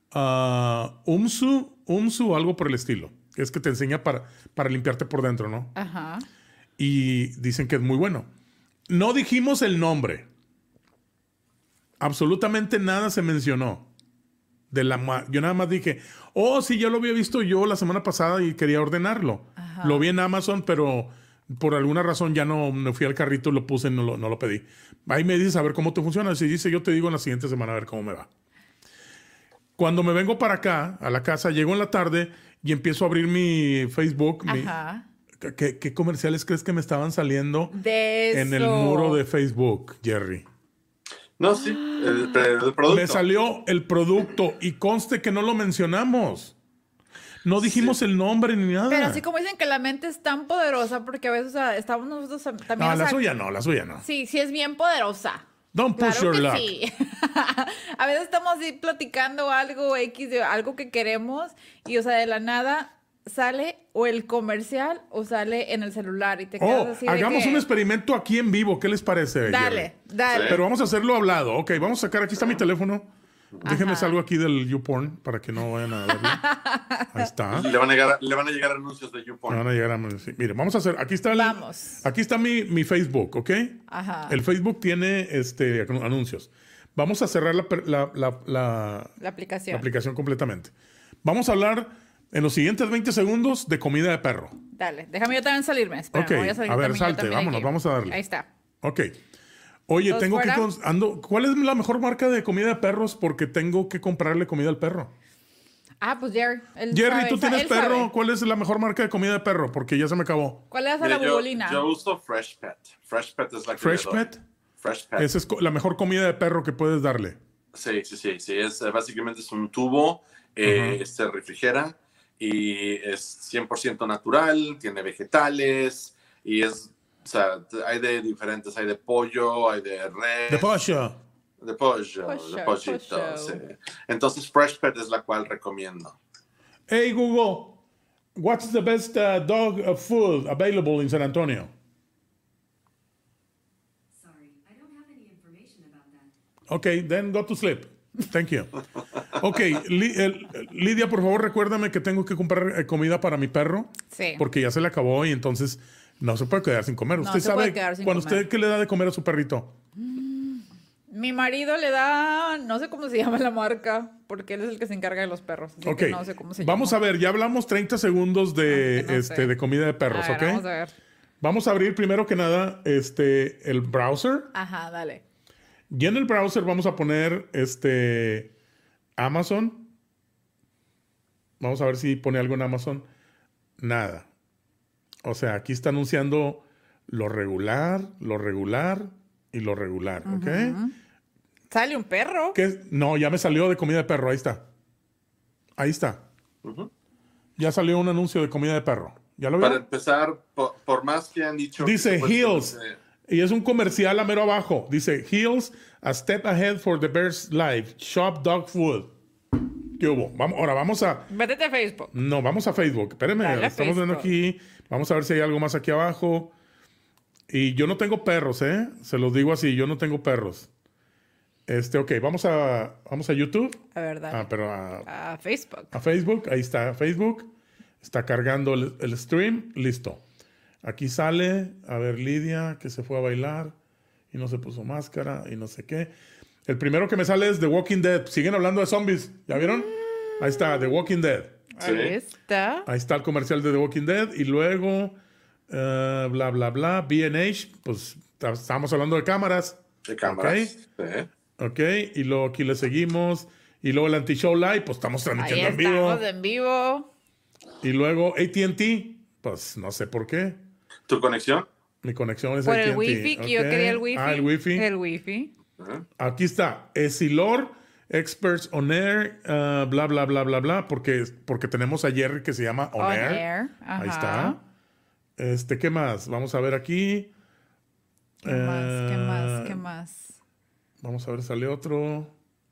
Umsu, algo por el estilo. Es que te enseña para limpiarte por dentro, ¿no? Ajá. Y dicen que es muy bueno. No dijimos el nombre. Absolutamente nada se mencionó. Yo nada más dije, sí, ya lo había visto yo la semana pasada y quería ordenarlo. Ajá. Lo vi en Amazon, pero por alguna razón ya no me fui al carrito y lo puse y no lo pedí. Ahí me dices a ver cómo te funciona. Si dice, yo te digo en la siguiente semana a ver cómo me va. Cuando me vengo para acá, a la casa, llego en la tarde y empiezo a abrir mi Facebook. Ajá. ¿Qué comerciales crees que me estaban saliendo de en el muro de Facebook, Jerry? No, sí, el producto. Me salió el producto y conste que no lo mencionamos. No dijimos el nombre ni nada. Pero así como dicen que la mente es tan poderosa, porque a veces, o sea, estamos nosotros también... No, la suya no. Sí, es bien poderosa. Don't push your luck. Sí. A veces estamos así platicando algo X, de algo que queremos, y o sea, de la nada sale o el comercial o sale en el celular y te quedas así. Hagamos un experimento aquí en vivo. ¿Qué les parece? Dale. Pero vamos a hacerlo hablado. Ok, vamos a sacar. Aquí está mi teléfono. Déjenme salgo aquí del YouPorn para que no vayan a verlo. Ahí está. Le van a llegar anuncios de YouPorn. Le van a llegar anuncios. Mire, vamos a hacer. Aquí está aquí está mi Facebook, ¿ok? Ajá. El Facebook tiene anuncios. Vamos a cerrar la aplicación. La aplicación completamente. Vamos a hablar en los siguientes 20 segundos de comida de perro. Dale, déjame yo también salirme. Espera, okay. Voy a salir a ver, salte, vámonos, aquí. Vamos a darle. Ahí está. Ok. Oye, tengo fuera? ¿Cuál es la mejor marca de comida de perros? Porque tengo que comprarle comida al perro. Pues Jerry. Jerry, tú tienes perro. Sabe. ¿Cuál es la mejor marca de comida de perro? Porque ya se me acabó. ¿Cuál es la bubolina? Yo uso Fresh Pet. Fresh Pet es la que ¿Fresh Pet? Fresh Pet. Esa es la mejor comida de perro que puedes darle. Sí. Básicamente es un tubo, se refrigera y es 100% natural, tiene vegetales y es... O sea, hay de diferentes, hay de pollo, hay de res. De pollo. De pollito, sí. Entonces, Fresh Pet es la cual recomiendo. Hey, Google, what's the best dog food available in San Antonio? Sorry, I don't have any information about that. Okay, then go to sleep. Thank you. Ok, Lidia, por favor, recuérdame que tengo que comprar comida para mi perro. Sí. Porque ya se le acabó y entonces... No se puede quedar sin comer. ¿Usted sabe cuando usted qué le da de comer a su perrito? Mi marido le da, no sé cómo se llama la marca, porque él es el que se encarga de los perros. Así que no sé cómo se llama. Vamos a ver, ya hablamos 30 segundos de comida de perros, ¿ok? Vamos a ver. Vamos a abrir primero que nada el browser. Ajá, dale. Y en el browser vamos a poner Amazon. Vamos a ver si pone algo en Amazon. Nada. O sea, aquí está anunciando lo regular y lo regular, ¿ok? ¿Sale un perro? No, ya me salió de comida de perro, ahí está. Ahí está. Ya salió un anuncio de comida de perro. ¿Ya lo vio? Para empezar, por más que han dicho... Dice Heels, y es un comercial a mero abajo. Dice Heels, a step ahead for the bear's life. Shop dog food. ¿Qué hubo? Ahora vamos a... Métete a Facebook. No, vamos a Facebook. Espérenme, Dale a estamos viendo Facebook. aquí. Vamos a ver si hay algo más aquí abajo. Y yo no tengo perros, ¿eh? Se los digo así, yo no tengo perros. Ok, vamos a YouTube. A ver, dale. Pero a Facebook. Facebook. Ahí está Facebook. Está cargando el stream. Listo. Aquí sale, a ver, Lidia, que se fue a bailar y no se puso máscara y no sé qué. El primero que me sale es The Walking Dead. Siguen hablando de zombies. ¿Ya vieron? Ahí está, The Walking Dead. Ahí está. Ahí está el comercial de The Walking Dead. Y luego, bla, bla, bla, B&H. Pues estamos hablando de cámaras. De cámaras. Ok. Ok, y luego aquí le seguimos. Y luego el Anti-Show Live, pues estamos Ahí transmitiendo en vivo. estamos en vivo. Y luego AT&T, pues no sé por qué. ¿Tu conexión? Mi conexión es Por AT&T. el wifi, que yo Ok. quería el wifi. Ah, el wifi. El wifi. Aquí está, Esilor, Experts on Air, bla, bla, bla, bla, bla, porque tenemos a Jerry que se llama On Air. Ajá. Ahí está. ¿Qué más? Vamos a ver aquí. ¿Qué más? ¿Qué más? Vamos a ver, sale otro.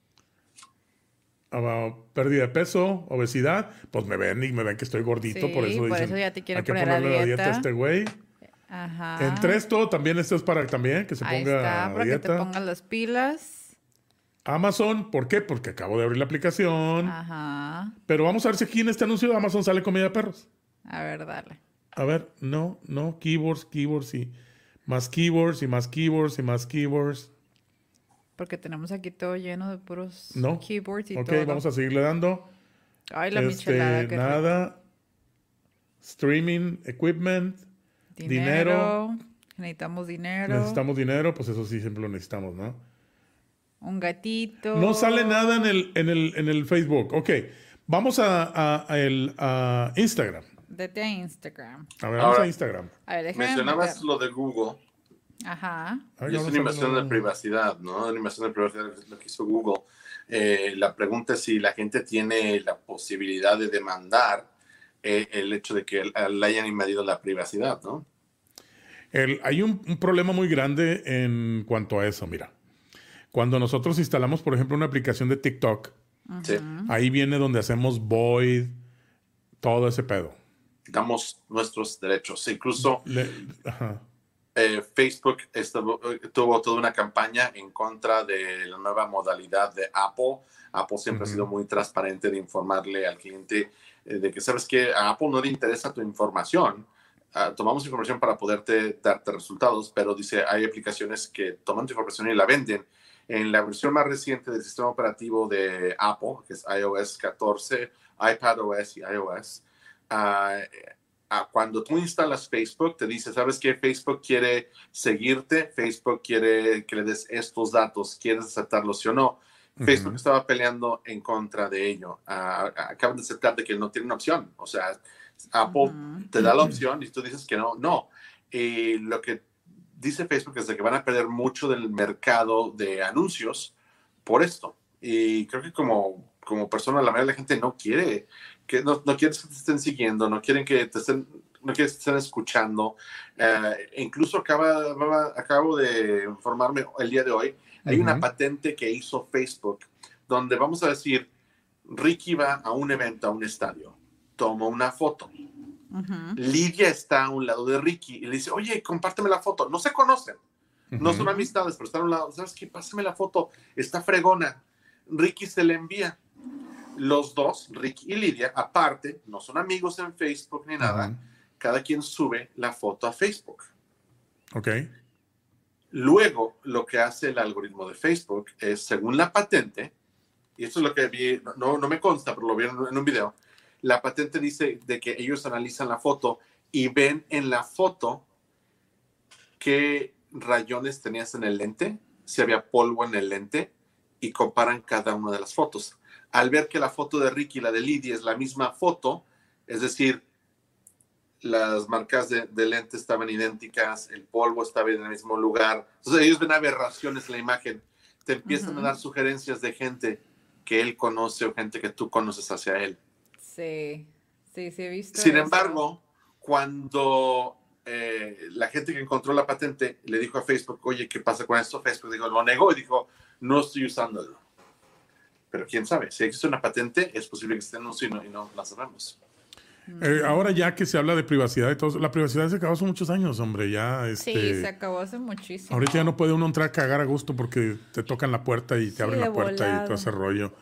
Pérdida de peso, obesidad. Pues me ven que estoy gordito, Sí, por eso por dicen, eso ya te quiere hay que poner a ponerle la dieta a dieta. este güey. Ajá. Entre esto, también esto es para también que se Ahí ponga está, a para que te dieta. pongas las pilas. Amazon, ¿por qué? Porque acabo de abrir la aplicación. Ajá. Pero vamos a ver si aquí en este anuncio de Amazon sale comida de perros. A ver, dale. A ver, no, keywords y más keywords y más keywords y más keywords. Porque tenemos aquí todo lleno de puros No. keyboards y Ok, todo. vamos a seguirle dando. Ay, la michelada. qué Nada. Streaming, equipment, rico. dinero. Necesitamos dinero. Necesitamos dinero, pues eso sí siempre lo necesitamos, ¿no? Un gatito. No sale nada en el Facebook. Ok, vamos a Instagram. Vete a Instagram. A ver, vamos Ahora, a Instagram. A ver, déjame Mencionabas meter. lo de Google. Ajá. Ay, Y es vamos una a invasión verlo. de privacidad, ¿no? Una invasión de privacidad lo que hizo Google. La pregunta es si la gente tiene la posibilidad de demandar el hecho de que le hayan invadido la privacidad, ¿no? Hay un problema muy grande en cuanto a eso, mira. Cuando nosotros instalamos, por ejemplo, una aplicación de TikTok, Sí. ahí viene donde hacemos void, todo ese pedo. Damos nuestros derechos. Incluso Ajá. Facebook tuvo toda una campaña en contra de la nueva modalidad de Apple. Apple siempre ha sido muy transparente de informarle al cliente de que, ¿sabes qué? A Apple no le interesa tu información. Tomamos información para poderte darte resultados, pero dice, hay aplicaciones que toman tu información y la venden. En la versión más reciente del sistema operativo de Apple, que es iOS 14, iPadOS y iOS, cuando tú instalas Facebook, te dice, ¿sabes qué? Facebook quiere seguirte, Facebook quiere que le des estos datos, ¿quieres aceptarlos sí o no? Facebook estaba peleando en contra de ello. Acaban de aceptar de que no tiene una opción. O sea, Apple te da la opción y tú dices que no. No. Y lo que dice Facebook es de que van a perder mucho del mercado de anuncios por esto. Y creo que como persona, la mayoría de la gente no quiere que te estén siguiendo, no quieren que te estén, no quieren que te estén escuchando. Incluso acabo de informarme el día de hoy, hay una patente que hizo Facebook donde vamos a decir, Ricky va a un evento, a un estadio, toma una foto. Lidia está a un lado de Ricky y le dice, oye, compárteme la foto. No se conocen, no son amistades, pero están a un lado. ¿Sabes qué? Pásame la foto, está fregona. Ricky se le envía. Los dos, Ricky y Lidia, aparte, no son amigos en Facebook ni nada. Cada quien sube la foto a Facebook. Ok. Luego, lo que hace el algoritmo de Facebook es, según la patente, y esto es lo que vi, no me consta, pero lo vi en un video, la patente dice de que ellos analizan la foto y ven en la foto qué rayones tenías en el lente, si había polvo en el lente, y comparan cada una de las fotos. Al ver que la foto de Ricky y la de Lidia es la misma foto, es decir, las marcas de lente estaban idénticas, el polvo estaba en el mismo lugar. Entonces ellos ven aberraciones en la imagen, te empiezan a dar sugerencias de gente que él conoce o gente que tú conoces hacia él. Sí, he visto Sin eso. embargo, cuando la gente que encontró la patente le dijo a Facebook, oye, ¿qué pasa con esto? Facebook dijo, lo negó y dijo, no estoy usándolo. Pero quién sabe, si existe una patente, es posible que esté en uso y no la sabemos. Ahora ya que se habla de privacidad y todo, la privacidad se acabó hace muchos años, hombre, ya Sí, se acabó hace muchísimo. ahorita ya no puede uno entrar a cagar a gusto porque te tocan la puerta y te abren de la puerta volada. y todo ese rollo.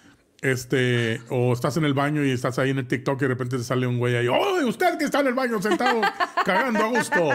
O estás en el baño y estás ahí en el TikTok y de repente te sale un güey ahí, ¡oh, usted que está en el baño sentado cagando a gusto!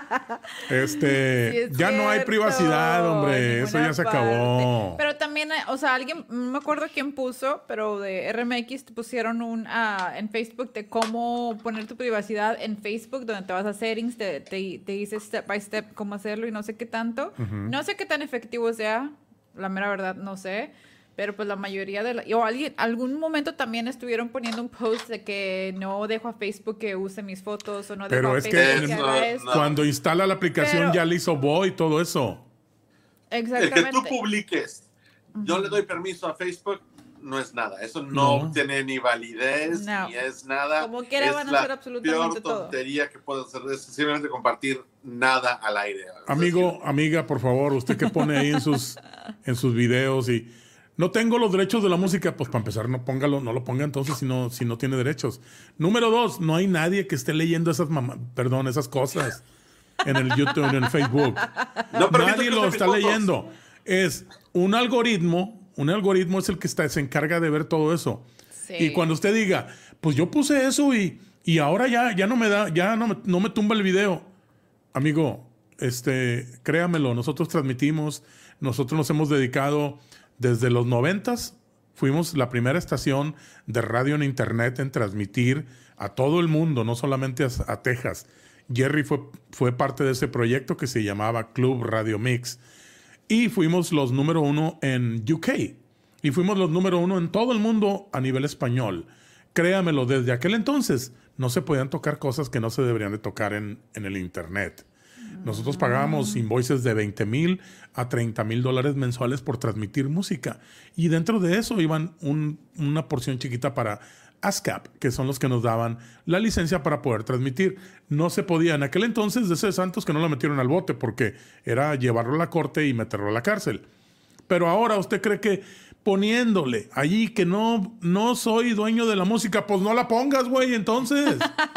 Sí, Ya no hay cierto, privacidad, en hombre, eso ninguna ya se parte. acabó. Pero también, o sea, alguien, no me acuerdo quién puso, pero de RMX te pusieron en Facebook de cómo poner tu privacidad en Facebook, donde te vas a settings, te dice step by step cómo hacerlo y no sé qué tanto. No sé qué tan efectivo sea, la mera verdad, no sé. Pero pues la mayoría algún momento también estuvieron poniendo un post de que no dejo a Facebook que use mis fotos o no dejo Pero a es Facebook que haga esto. cuando instala la aplicación Pero- ya le hizo voy y todo eso. El Exactamente. que tú publiques, yo le doy permiso a Facebook, no es nada. Eso no No. tiene ni validez, No. ni es nada. Como quiera Es van a la hacer absolutamente peor todo. tontería que puedes hacer es simplemente compartir nada al aire. Amigo, amiga, por favor, usted que pone ahí en sus videos y no tengo los derechos de la música, pues para empezar no lo ponga entonces si no tiene derechos. Número 2, no hay nadie que esté leyendo esas cosas en el YouTube, en el Facebook. No permito Nadie que lo usen está mis fotos. leyendo. Es un algoritmo es el que se encarga de ver todo eso. Sí. Y cuando usted diga, pues yo puse eso y ahora ya no me da, ya no me tumba el video. Amigo, créamelo, nosotros transmitimos, nosotros nos hemos dedicado desde los 90s, fuimos la primera estación de radio en internet en transmitir a todo el mundo, no solamente a Texas. Jerry fue parte de ese proyecto que se llamaba Club Radio Mix. Y fuimos los número 1 en UK. Y fuimos los número 1 en todo el mundo a nivel español. Créamelo, desde aquel entonces no se podían tocar cosas que no se deberían de tocar en el internet. Nosotros pagábamos invoices de $20,000 a $30,000 mensuales por transmitir música. Y dentro de eso iban una porción chiquita para ASCAP, que son los que nos daban la licencia para poder transmitir. No se podía en aquel entonces de ese Santos que no lo metieron al bote porque era llevarlo a la corte y meterlo a la cárcel. Pero ahora usted cree que poniéndole allí que no soy dueño de la música, pues no la pongas, güey, entonces.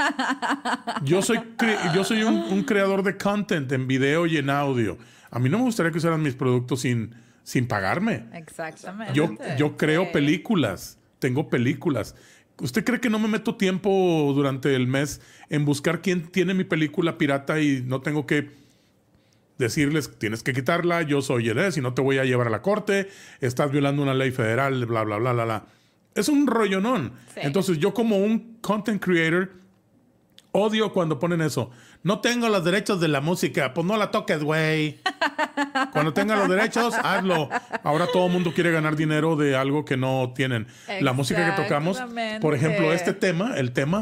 Yo soy un creador de content en video y en audio. A mí no me gustaría que usaran mis productos sin pagarme. Exactamente. Yo creo Sí. películas, tengo películas. ¿Usted cree que no me meto tiempo durante el mes en buscar quién tiene mi película pirata y no tengo que decirles, tienes que quitarla, yo soy el si no te voy a llevar a la corte, estás violando una ley federal, bla, bla, bla, bla, bla? Es un rollonón. Sí. Entonces yo como un content creator odio cuando ponen eso. No tengo los derechos de la música, pues no la toques, güey. Cuando tengan los derechos, hazlo. Ahora todo el mundo quiere ganar dinero de algo que no tienen. La música que tocamos, por ejemplo, este tema,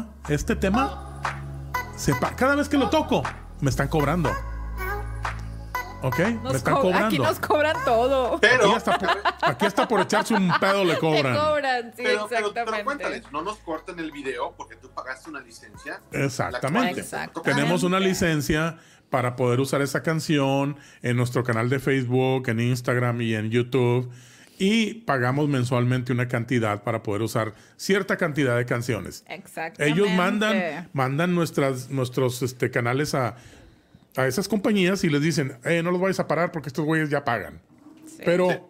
cada vez que lo toco, me están cobrando. ¿Ok? Me están cobrando. Aquí nos cobran todo. Pero, Aquí hasta por echarse un pedo le Te cobran. cobran, sí, pero exactamente. cuéntales, no nos corten el video porque tú pagaste una licencia. Exactamente. Exactamente. Tenemos una licencia para poder usar esa canción en nuestro canal de Facebook, en Instagram y en YouTube. Y pagamos mensualmente una cantidad para poder usar cierta cantidad de canciones. Exactamente. Ellos mandan nuestros canales a esas compañías y les dicen, no los vayas a parar porque estos güeyes ya pagan. Sí. Pero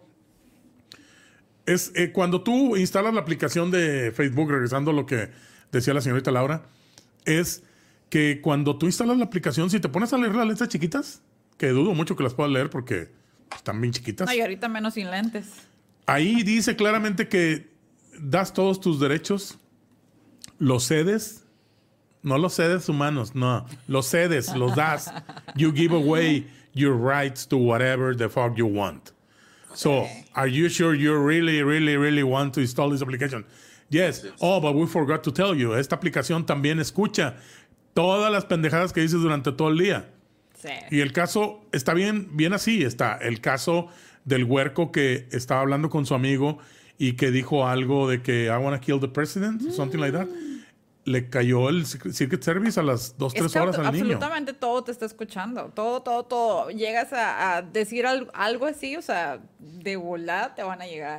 es cuando tú instalas la aplicación de Facebook, regresando a lo que decía la señorita Laura, es que cuando tú instalas la aplicación, si te pones a leer las letras chiquitas, que dudo mucho que las puedas leer porque están bien chiquitas. No, y ahorita menos sin lentes. Ahí dice claramente que das todos tus derechos, los cedes. No los cedes humanos, no. Los cedes, los das. You give away your rights to whatever the fuck you want. So, are you sure you really, really, really want to install this application? Yes. Oh, but we forgot to tell you. Esta aplicación también escucha todas las pendejadas que dices durante todo el día. Sí. Y el caso está bien así. Está el caso del huerco que estaba hablando con su amigo y que dijo algo de que I want to kill the president, something like that. Le cayó el Secret Service a las 2-3 horas al niño. Absolutamente todo te está escuchando. Todo. Llegas a decir algo así, o sea, de volada te van a llegar.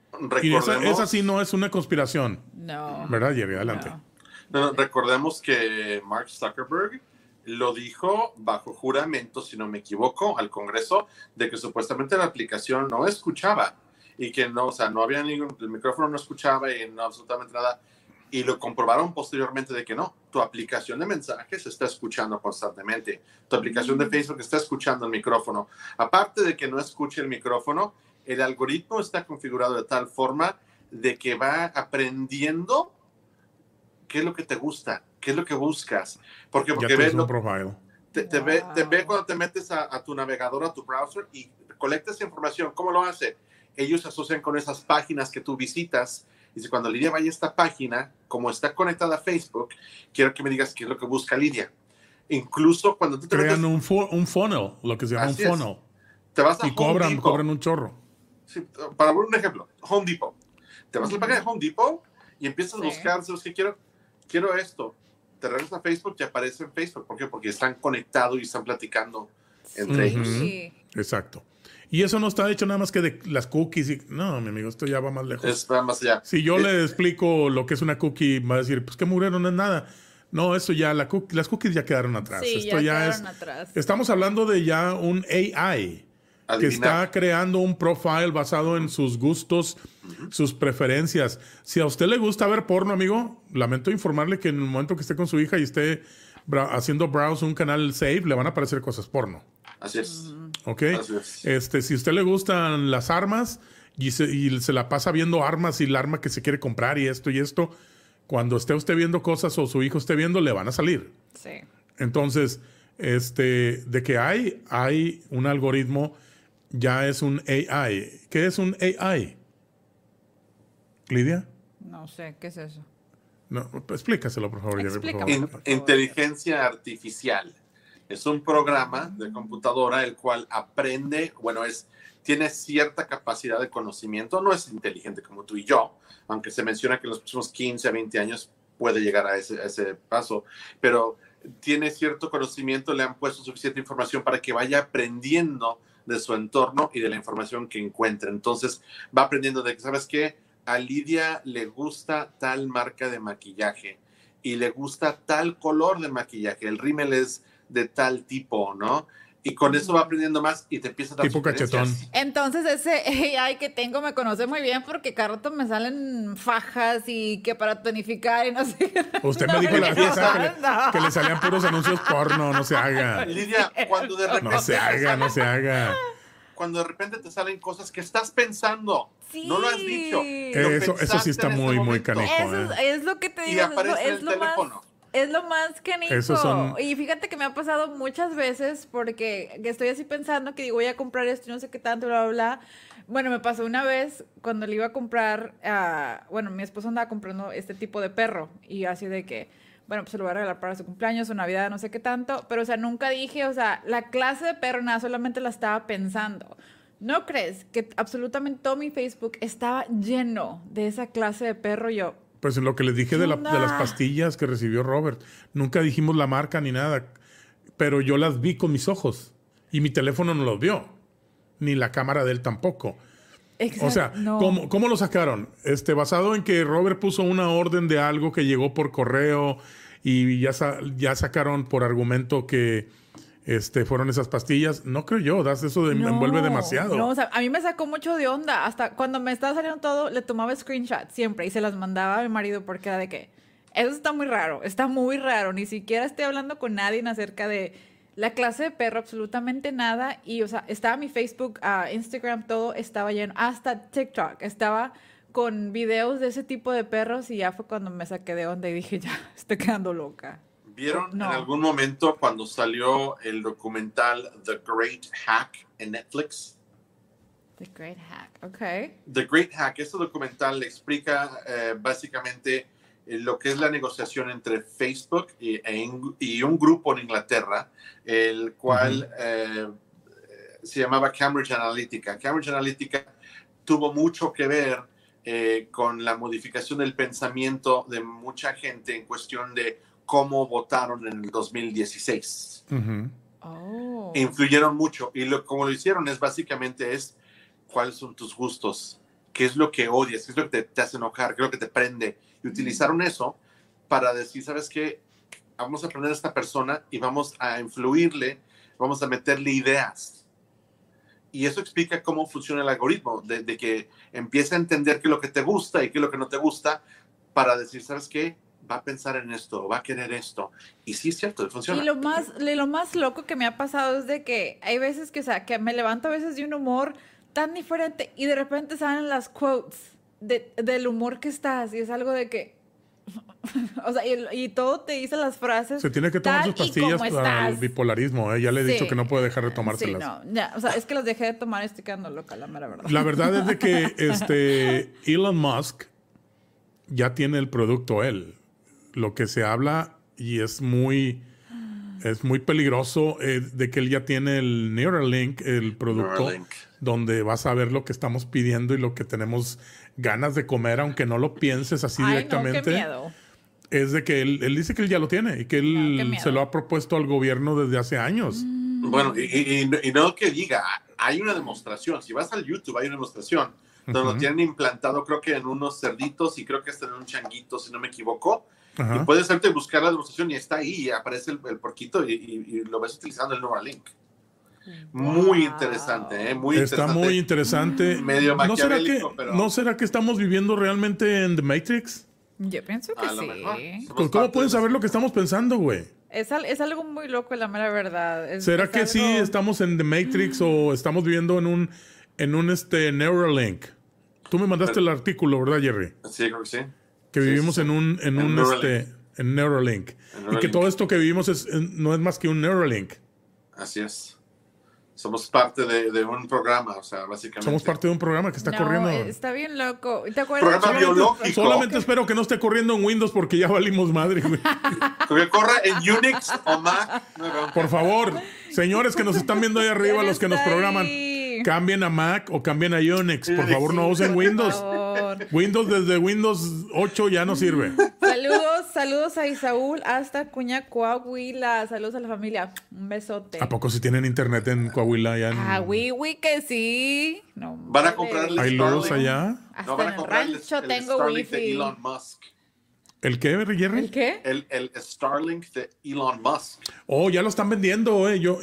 Y esa Recordemos, sí no es una conspiración, No. ¿verdad, Jerry? Adelante. No. recordemos que Mark Zuckerberg lo dijo bajo juramento, si no me equivoco, al Congreso, de que supuestamente la aplicación no escuchaba y que no, o sea, no había el micrófono no escuchaba y no absolutamente nada. Y lo comprobaron posteriormente de que no, tu aplicación de mensajes está escuchando constantemente, tu aplicación de Facebook está escuchando el micrófono. Aparte de que no escuche el micrófono, el algoritmo está configurado de tal forma de que va aprendiendo qué es lo que te gusta, qué es lo que buscas. Porque Ya te ve, hizo un profile. te ve cuando te metes a tu navegador, a tu browser y colectas esa información. ¿Cómo lo hace? Ellos se asocian con esas páginas que tú visitas. Dice, cuando Lidia vaya a esta página, como está conectada a Facebook, quiero que me digas qué es lo que busca Lidia. Incluso cuando tú te Crean metes, un funnel, lo que se llama un Así es. funnel. te vas a Y Home Depot. cobran un chorro. Sí, para poner un ejemplo, Home Depot. Te vas a la página de Home Depot y empiezas a Sí. buscar, ¿sabes qué quiero esto? Te regresas a Facebook y aparece en Facebook. ¿Por qué? Porque están conectados y están platicando entre ellos. Sí. Exacto. Y eso no está hecho nada más que de las cookies. No, mi amigo, esto ya va más lejos. Está más allá. Si yo le explico lo que es una cookie, va a decir, pues qué murero, no es nada. No, eso ya, las cookies ya quedaron atrás. Sí, Esto ya ya quedaron atrás. Estamos hablando de ya un AI que Adivinar. está creando un profile basado en sus gustos, sus preferencias. Si a usted le gusta ver porno, amigo, lamento informarle que en el momento que esté con su hija y esté haciendo browse un canal Save, le van a aparecer cosas porno. Así es. ¿Ok? Así es. Si a usted le gustan las armas y se la pasa viendo armas y el arma que se quiere comprar y esto, cuando esté usted viendo cosas o su hijo esté viendo, le van a salir. Sí. Entonces, de que hay un algoritmo, ya es un AI. ¿Qué es un AI? ¿Lidia? No sé, ¿qué es eso? No, explícaselo, por favor, Jerry, por Explícame. favor. favor. Inteligencia artificial. Es un programa de computadora el cual aprende, tiene cierta capacidad de conocimiento, no es inteligente como tú y yo, aunque se menciona que en los próximos 15 a 20 años puede llegar a ese paso, pero tiene cierto conocimiento, le han puesto suficiente información para que vaya aprendiendo de su entorno y de la información que encuentra. Entonces va aprendiendo de que, ¿sabes qué? A Lidia le gusta tal marca de maquillaje y le gusta tal color de maquillaje, el rímel es de tal tipo, ¿no? Y con eso va aprendiendo más y te empieza a dar Tipo sugerencias. cachetón. Entonces ese AI que tengo me conoce muy bien porque cada rato me salen fajas y que para tonificar y no sé qué. Usted No, me dijo la no, fiesta no. que le salían puros anuncios porno, no se haga. Lidia, cuando de repente No se haga, no se haga. cuando de repente te salen cosas que estás pensando, Sí. no lo has dicho. lo Eso sí pensaste está en este muy momento. canijo. Eso es lo que te Y digo. aparece en el lo más, teléfono. es lo más canijo. Esos son- Y fíjate que me ha pasado muchas veces porque estoy así pensando que digo, voy a comprar esto y no sé qué tanto, bla, bla, bla. Bueno, me pasó una vez cuando le iba a comprar, mi esposo andaba comprando este tipo de perro y así de que, bueno, pues se lo voy a regalar para su cumpleaños, su Navidad, no sé qué tanto, pero o sea, nunca dije, o sea, la clase de perro, nada, solamente la estaba pensando. ¿No crees que absolutamente todo mi Facebook estaba lleno de esa clase de perro? Yo, Pues en lo que les dije ¿Qué de las onda? pastillas que recibió Robert, nunca dijimos la marca ni nada, pero yo las vi con mis ojos y mi teléfono no los vio, ni la cámara de él tampoco. O sea, no. ¿cómo lo sacaron? Basado en que Robert puso una orden de algo que llegó por correo y ya sacaron por argumento que fueron esas pastillas. No creo yo, eso envuelve demasiado. No, o sea, a mí me sacó mucho de onda. Hasta cuando me estaba saliendo todo, le tomaba screenshots siempre y se las mandaba a mi marido porque era de que eso está muy raro. Ni siquiera estoy hablando con nadie acerca de la clase de perro, absolutamente nada. Y, o sea, estaba mi Facebook, Instagram, todo estaba lleno. Hasta TikTok estaba con videos de ese tipo de perros y ya fue cuando me saqué de onda y dije, ya, estoy quedando loca. ¿Vieron No. en algún momento cuando salió el documental The Great Hack en Netflix? The Great Hack, ok. The Great Hack, este documental le explica básicamente lo que es la negociación entre Facebook y un grupo en Inglaterra, el cual se llamaba Cambridge Analytica. Cambridge Analytica tuvo mucho que ver con la modificación del pensamiento de mucha gente en cuestión de cómo votaron en el 2016. Ujú. Oh. Influyeron mucho y como lo hicieron es básicamente cuáles son tus gustos, qué es lo que odias, qué es lo que te hace enojar, qué es lo que te prende. Y utilizaron eso para decir, ¿sabes qué? Vamos a aprender a esta persona y vamos a influirle, vamos a meterle ideas. Y eso explica cómo funciona el algoritmo, de que empieza a entender qué es lo que te gusta y qué es lo que no te gusta, para decir, ¿sabes qué? Va a pensar en esto, va a querer esto. Y sí, es cierto, funciona. Y lo más loco que me ha pasado es de que hay veces que, o sea, que me levanto a veces de un humor tan diferente y de repente salen las quotes del humor que estás y es algo de que, o sea, y todo te dice las frases. Se tiene que tomar sus pastillas para el estás. bipolarismo. Ya le he dicho que no puede dejar de tomárselas. Sí, no, ya, o sea, es que las dejé de tomar y estoy quedando loca, la mera verdad. La verdad es de que Elon Musk ya tiene el producto él. Lo que se habla y es muy peligroso de que él ya tiene el Neuralink, el producto Neuralink, donde vas a ver lo que estamos pidiendo y lo que tenemos ganas de comer, aunque no lo pienses así directamente. No, qué miedo. Es de que él dice que él ya lo tiene y que él se lo ha propuesto al gobierno desde hace años. Bueno, y no que diga, hay una demostración. Si vas al YouTube, hay una demostración donde lo tienen implantado, creo que en unos cerditos y creo que hasta en un changuito, si no me equivoco. Y puedes hacerte buscar la demostración y está ahí, y aparece el porquito y lo ves utilizando el Neuralink. Muy interesante, muy Está interesante. muy interesante. Medio maquiavélico, pero... ¿No será que estamos viviendo realmente en The Matrix? Yo pienso que A lo mejor. sí. Somos ¿Cómo parte pueden de saber eso. lo que estamos pensando, güey? Es algo muy loco, la mera verdad. ¿Será que sí estamos en The Matrix o estamos viviendo en un Neuralink? Tú me mandaste el artículo, ¿verdad, Jerry? Sí, creo que sí. Que Sí, vivimos sí, sí. en Neuralink. Y que todo esto que vivimos no es más que un Neuralink. Así es. Somos parte de un programa, o sea, básicamente. Somos parte de un programa que está corriendo. Está bien loco. ¿Te acuerdas? Programa biológico. Solamente espero que no esté corriendo en Windows porque ya valimos madre, güey. Que corra en Unix o Mac. No, Por favor, señores que nos están viendo ahí arriba, los que nos programan, cambien a Mac o cambien a Unix. Por favor, no usen Windows. Windows desde Windows 8 ya no sirve. Saludos a Isaúl hasta Cuña, Coahuila. Saludos a la familia. Un besote. ¿A poco si tienen internet en Coahuila? Ya que sí. No, ¿Van a comprar el ¿Hay luz Starlink? allá? Hasta No, van en a el comprar rancho el tengo Starlink de wifi. Elon Musk. ¿El qué, Jerry? ¿El qué? El Starlink de Elon Musk. Oh, ya lo están vendiendo,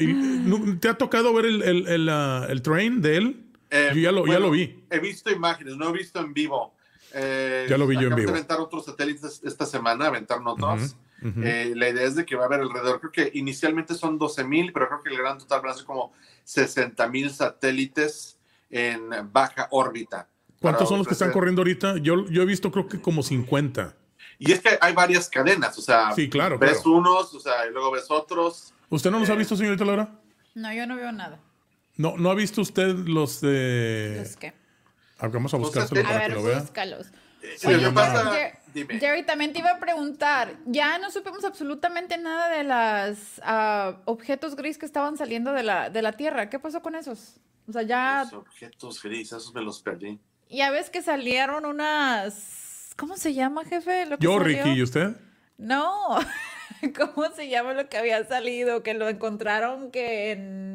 ¿Te ha tocado ver el train de él? Yo ya lo vi. He visto imágenes, no he visto en vivo. Ya lo vi yo en acaban vivo. de aventar otros satélites esta semana, aventaron otros. La idea es de que va a haber alrededor, creo que inicialmente son 12,000, pero creo que el gran total van a ser como 60,000 satélites en baja órbita. ¿Cuántos son los que están corriendo ahorita? Yo he visto creo que como 50. Y es que hay varias cadenas, o sea, Sí, claro, ves claro. unos, o sea, y luego ves otros. ¿Usted no los ha visto, señorita Laura? No, yo no veo nada. ¿No ha visto usted los de...? ¿Los qué? Vamos a buscárselo A para ver, que lo vea. búscalos. Sí, lo que Oye, pasa, Jerry, Jerry, también te iba a preguntar, ya no supimos absolutamente nada de los objetos gris que estaban saliendo de la Tierra. ¿Qué pasó con esos? O sea, ya... Los objetos grises, esos me los perdí. Ya ves que salieron unas... ¿Cómo se llama, jefe? Lo que Yo, salió? Ricky, ¿y usted? No. ¿Cómo se llama lo que había salido? Que lo encontraron que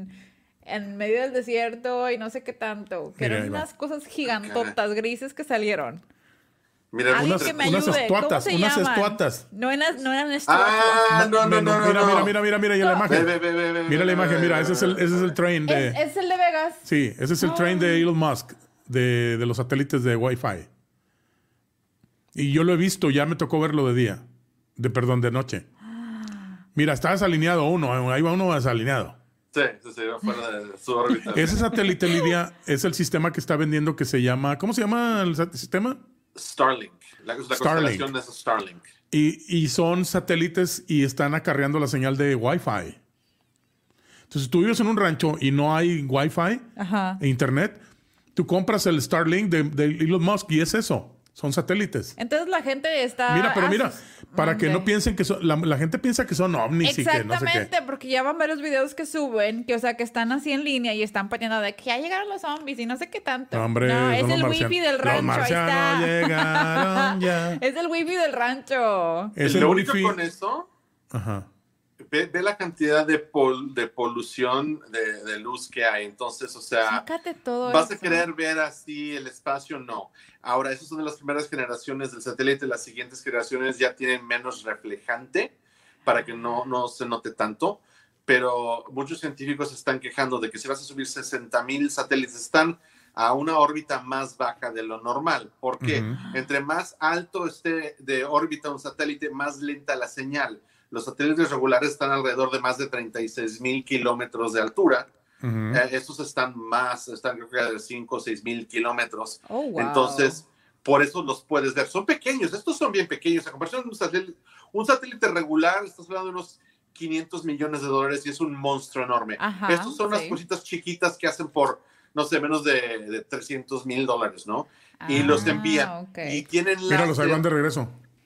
en medio del desierto y no sé qué tanto. Que Mira, eran ahí va. unas cosas gigantotas grises que salieron. Mira, Alguien unas- que me unas ayude. estuatas, ¿Cómo se unas llaman? estuatas. No eran estuatas. Ah, no. Mira, ya la imagen. Ve, Mira la imagen, mira, ese es el train de... Es el de Vegas. Sí, ese es el train de Elon Musk, de los satélites de Wi-Fi. Y yo lo he visto, ya me tocó verlo de día. De noche. Mira, está desalineado uno, ahí va uno desalineado. Sí, va fuera de su órbita. Ese satélite, Lidia, es el sistema que está vendiendo que se llama... ¿Cómo se llama el sistema? Starlink. La constelación de Starlink. Y son satélites y están acarreando la señal de Wi-Fi. Entonces, tú vives en un rancho y no hay Wi-Fi Ajá. e internet, tú compras el Starlink de Elon Musk y es eso. Son satélites. Entonces la gente está... Mira, pero mira, para que Ok. no piensen que son... La gente piensa que son ovnis y que no sé qué. Exactamente, porque ya van varios videos que suben, que o sea, que están así en línea y están poniendo de que ya llegaron los zombies y no sé qué tanto. No, hombre, no, es son el los wifi marcianos. del Los rancho, ahí marcianos está. llegaron ya. Es el wifi del rancho. Es Lo el único wifi. con eso, Ajá. ve la cantidad de polución de luz que hay. Entonces, o sea, Sácate todo ¿vas a eso. querer ver así el espacio? No. Ahora, esas son de las primeras generaciones del satélite. Las siguientes generaciones ya tienen menos reflejante para que no se note tanto. Pero muchos científicos se están quejando de que si vas a subir 60,000 satélites, están a una órbita más baja de lo normal. ¿Por qué? Entre más alto esté de órbita un satélite, más lenta la señal. Los satélites regulares están alrededor de más de 36,000 kilómetros de altura. Estos están creo que de 5 o 6,000 kilómetros. Oh, wow. Entonces, por eso los puedes ver. Son pequeños, estos son bien pequeños. A comparación de un satélite regular, estás hablando de unos $500 millones y es un monstruo enorme. Ajá, Estos son unas cositas chiquitas que hacen por, no sé, menos de $300,000, ¿no? Y los envían. Okay. Y tienen Míralos, ahí van de regreso.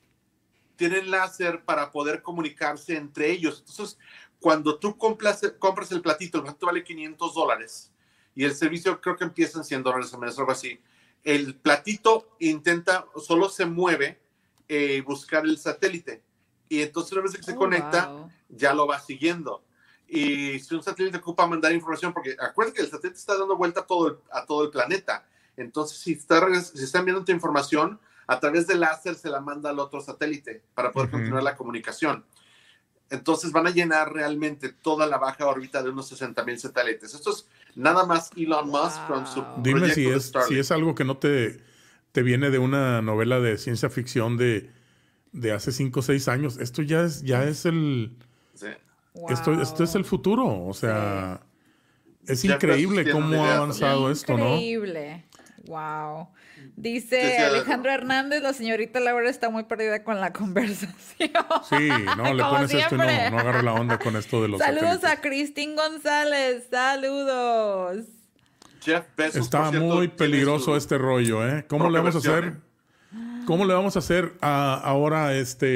Tienen láser para poder comunicarse entre ellos. Entonces, cuando tú compras el platito vale $500 y el servicio creo que empieza en $100 al mes o algo así. El platito solo se mueve buscar el satélite. Y entonces una vez que se conecta, ya lo va siguiendo. Y si un satélite ocupa mandar información, porque acuérdate que el satélite está dando vuelta a todo el planeta. Entonces, si está enviando tu información, a través del láser se la manda al otro satélite para poder continuar la comunicación. Entonces van a llenar realmente toda la baja órbita de unos 60,000 satélites. Esto es nada más Elon Musk con su Dime proyecto de Starlink. si es algo que no te viene de una novela de ciencia ficción de hace 5 o 6 años. Esto ya es el... Sí. Wow. Esto es el futuro. O sea, es Ya increíble estás cómo haciendo ha ideas avanzado esto, ¿no? Increíble. Wow. Dice Decía- Alejandro Hernández, la señorita Laura está muy perdida con la conversación. Sí, no, le Como pones esto y siempre. no agarra la onda con esto de los Saludos satélites. a Cristín González. Saludos. Jeff Bezos, Está por cierto, muy tiene peligroso su este rollo, ¿eh? ¿Cómo le vamos a propia hacer? ¿Cómo le vamos a hacer ahora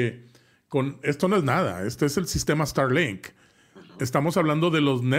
con esto? No es nada, este es el sistema Starlink. Estamos hablando de los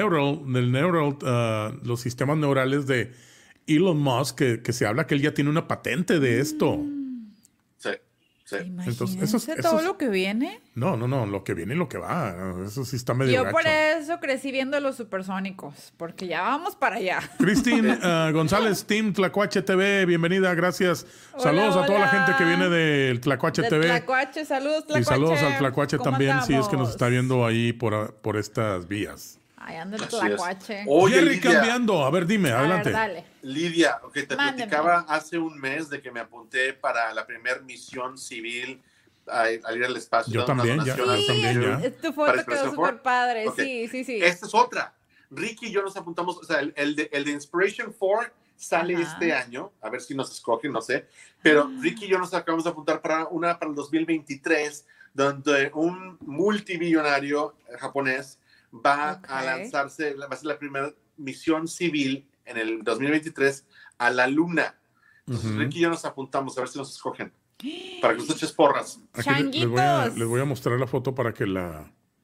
los sistemas neurales de Elon Musk, que se habla que él ya tiene una patente de esto. Sí, sí. Imagínense todo lo que viene. No, lo que viene y lo que va. Eso sí está medio Yo gacho. por eso crecí viendo los supersónicos, porque ya vamos para allá. Cristín González, Team Tlacuache TV, bienvenida, gracias. Hola, Saludos a toda la hola. gente que viene del Tlacuache Del TV. Tlacuache, saludos Tlacuache. Y saludos al Tlacuache ¿Cómo también, si es que nos andamos? está viendo ahí por estas vías. Ahí anda el Así es. Tlacuache. Oye, Jerry Lidia, cambiando, a ver, dime, A adelante. ver, dale. Lidia, te Mándeme. platicaba hace un mes de que me apunté para la primera misión civil al ir al espacio. Yo dar una también, ya. donación Sí, también, ya. tu para foto quedó Inspiration súper 4. padre. Ok. Sí. Esta es otra. Ricky y yo nos apuntamos, o sea, el de Inspiration 4 sale Ajá. este año, a ver si nos escogen, no sé, pero Ricky y yo nos acabamos de apuntar para el 2023, donde un multimillonario japonés va a lanzarse, va a ser la primera misión civil en el 2023 a la Luna. Entonces Ricky y yo nos apuntamos a ver si nos escogen, para que nos eches porras. Aquí Changuitos. les voy a mostrar la foto para que la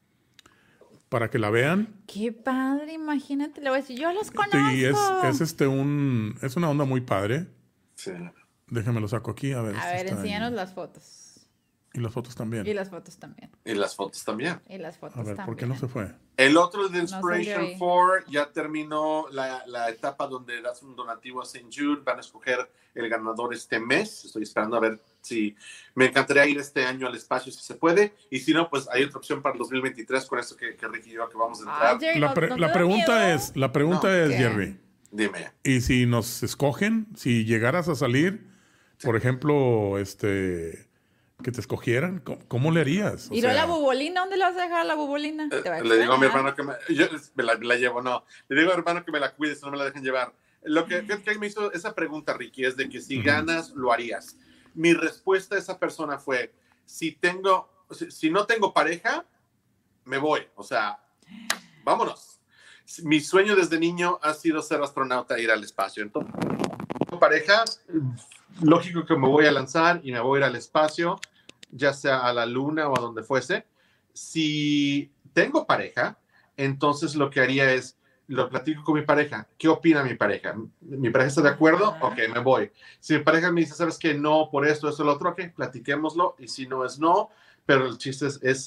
vean. Qué padre, imagínate. Le voy a decir, yo los conozco. Y es una onda muy padre. Sí. Déjame lo saco aquí, a ver. A este ver, está enséñanos ahí. las fotos. Y las fotos también. Y las fotos también. Y las fotos también. Y las fotos A ver, también. ¿por qué no se fue? El otro de salió Inspiration ahí. 4 ya terminó la etapa donde das un donativo a St. Jude. Van a escoger el ganador este mes. Estoy esperando a ver si me encantaría ir este año al espacio si se puede. Y si no, pues hay otra opción para el 2023 con esto que Ricky y yo acabamos de entrar. Ay, Jerry, La ¿no te da pregunta miedo? es, No, ¿qué? Jerry, Dime. y si nos escogen, si llegaras a salir, por ejemplo, que te escogieran, ¿cómo le harías? O ¿Y luego sea, la bubolina? ¿Dónde la vas a dejar a la bubolina? Te va a Le digo a mi extrañar. hermano que yo me la llevo, no. Le digo a mi hermano que me la cuide, si no me la dejan llevar. Lo que me hizo esa pregunta, Ricky, es de que si ganas, lo harías. Mi respuesta a esa persona fue, si no tengo pareja, me voy. O sea, vámonos. Mi sueño desde niño ha sido ser astronauta e ir al espacio. Entonces, con pareja, lógico que me voy a lanzar y me voy a ir al espacio, ya sea a la luna o a donde fuese. Si tengo pareja, entonces lo que haría es, lo platico con mi pareja. ¿Qué opina mi pareja? ¿Mi pareja está de acuerdo? Ok, me voy. Si mi pareja me dice, ¿sabes qué? No, por esto, lo otro, ok, platiquémoslo. Y si no es no, pero el chiste es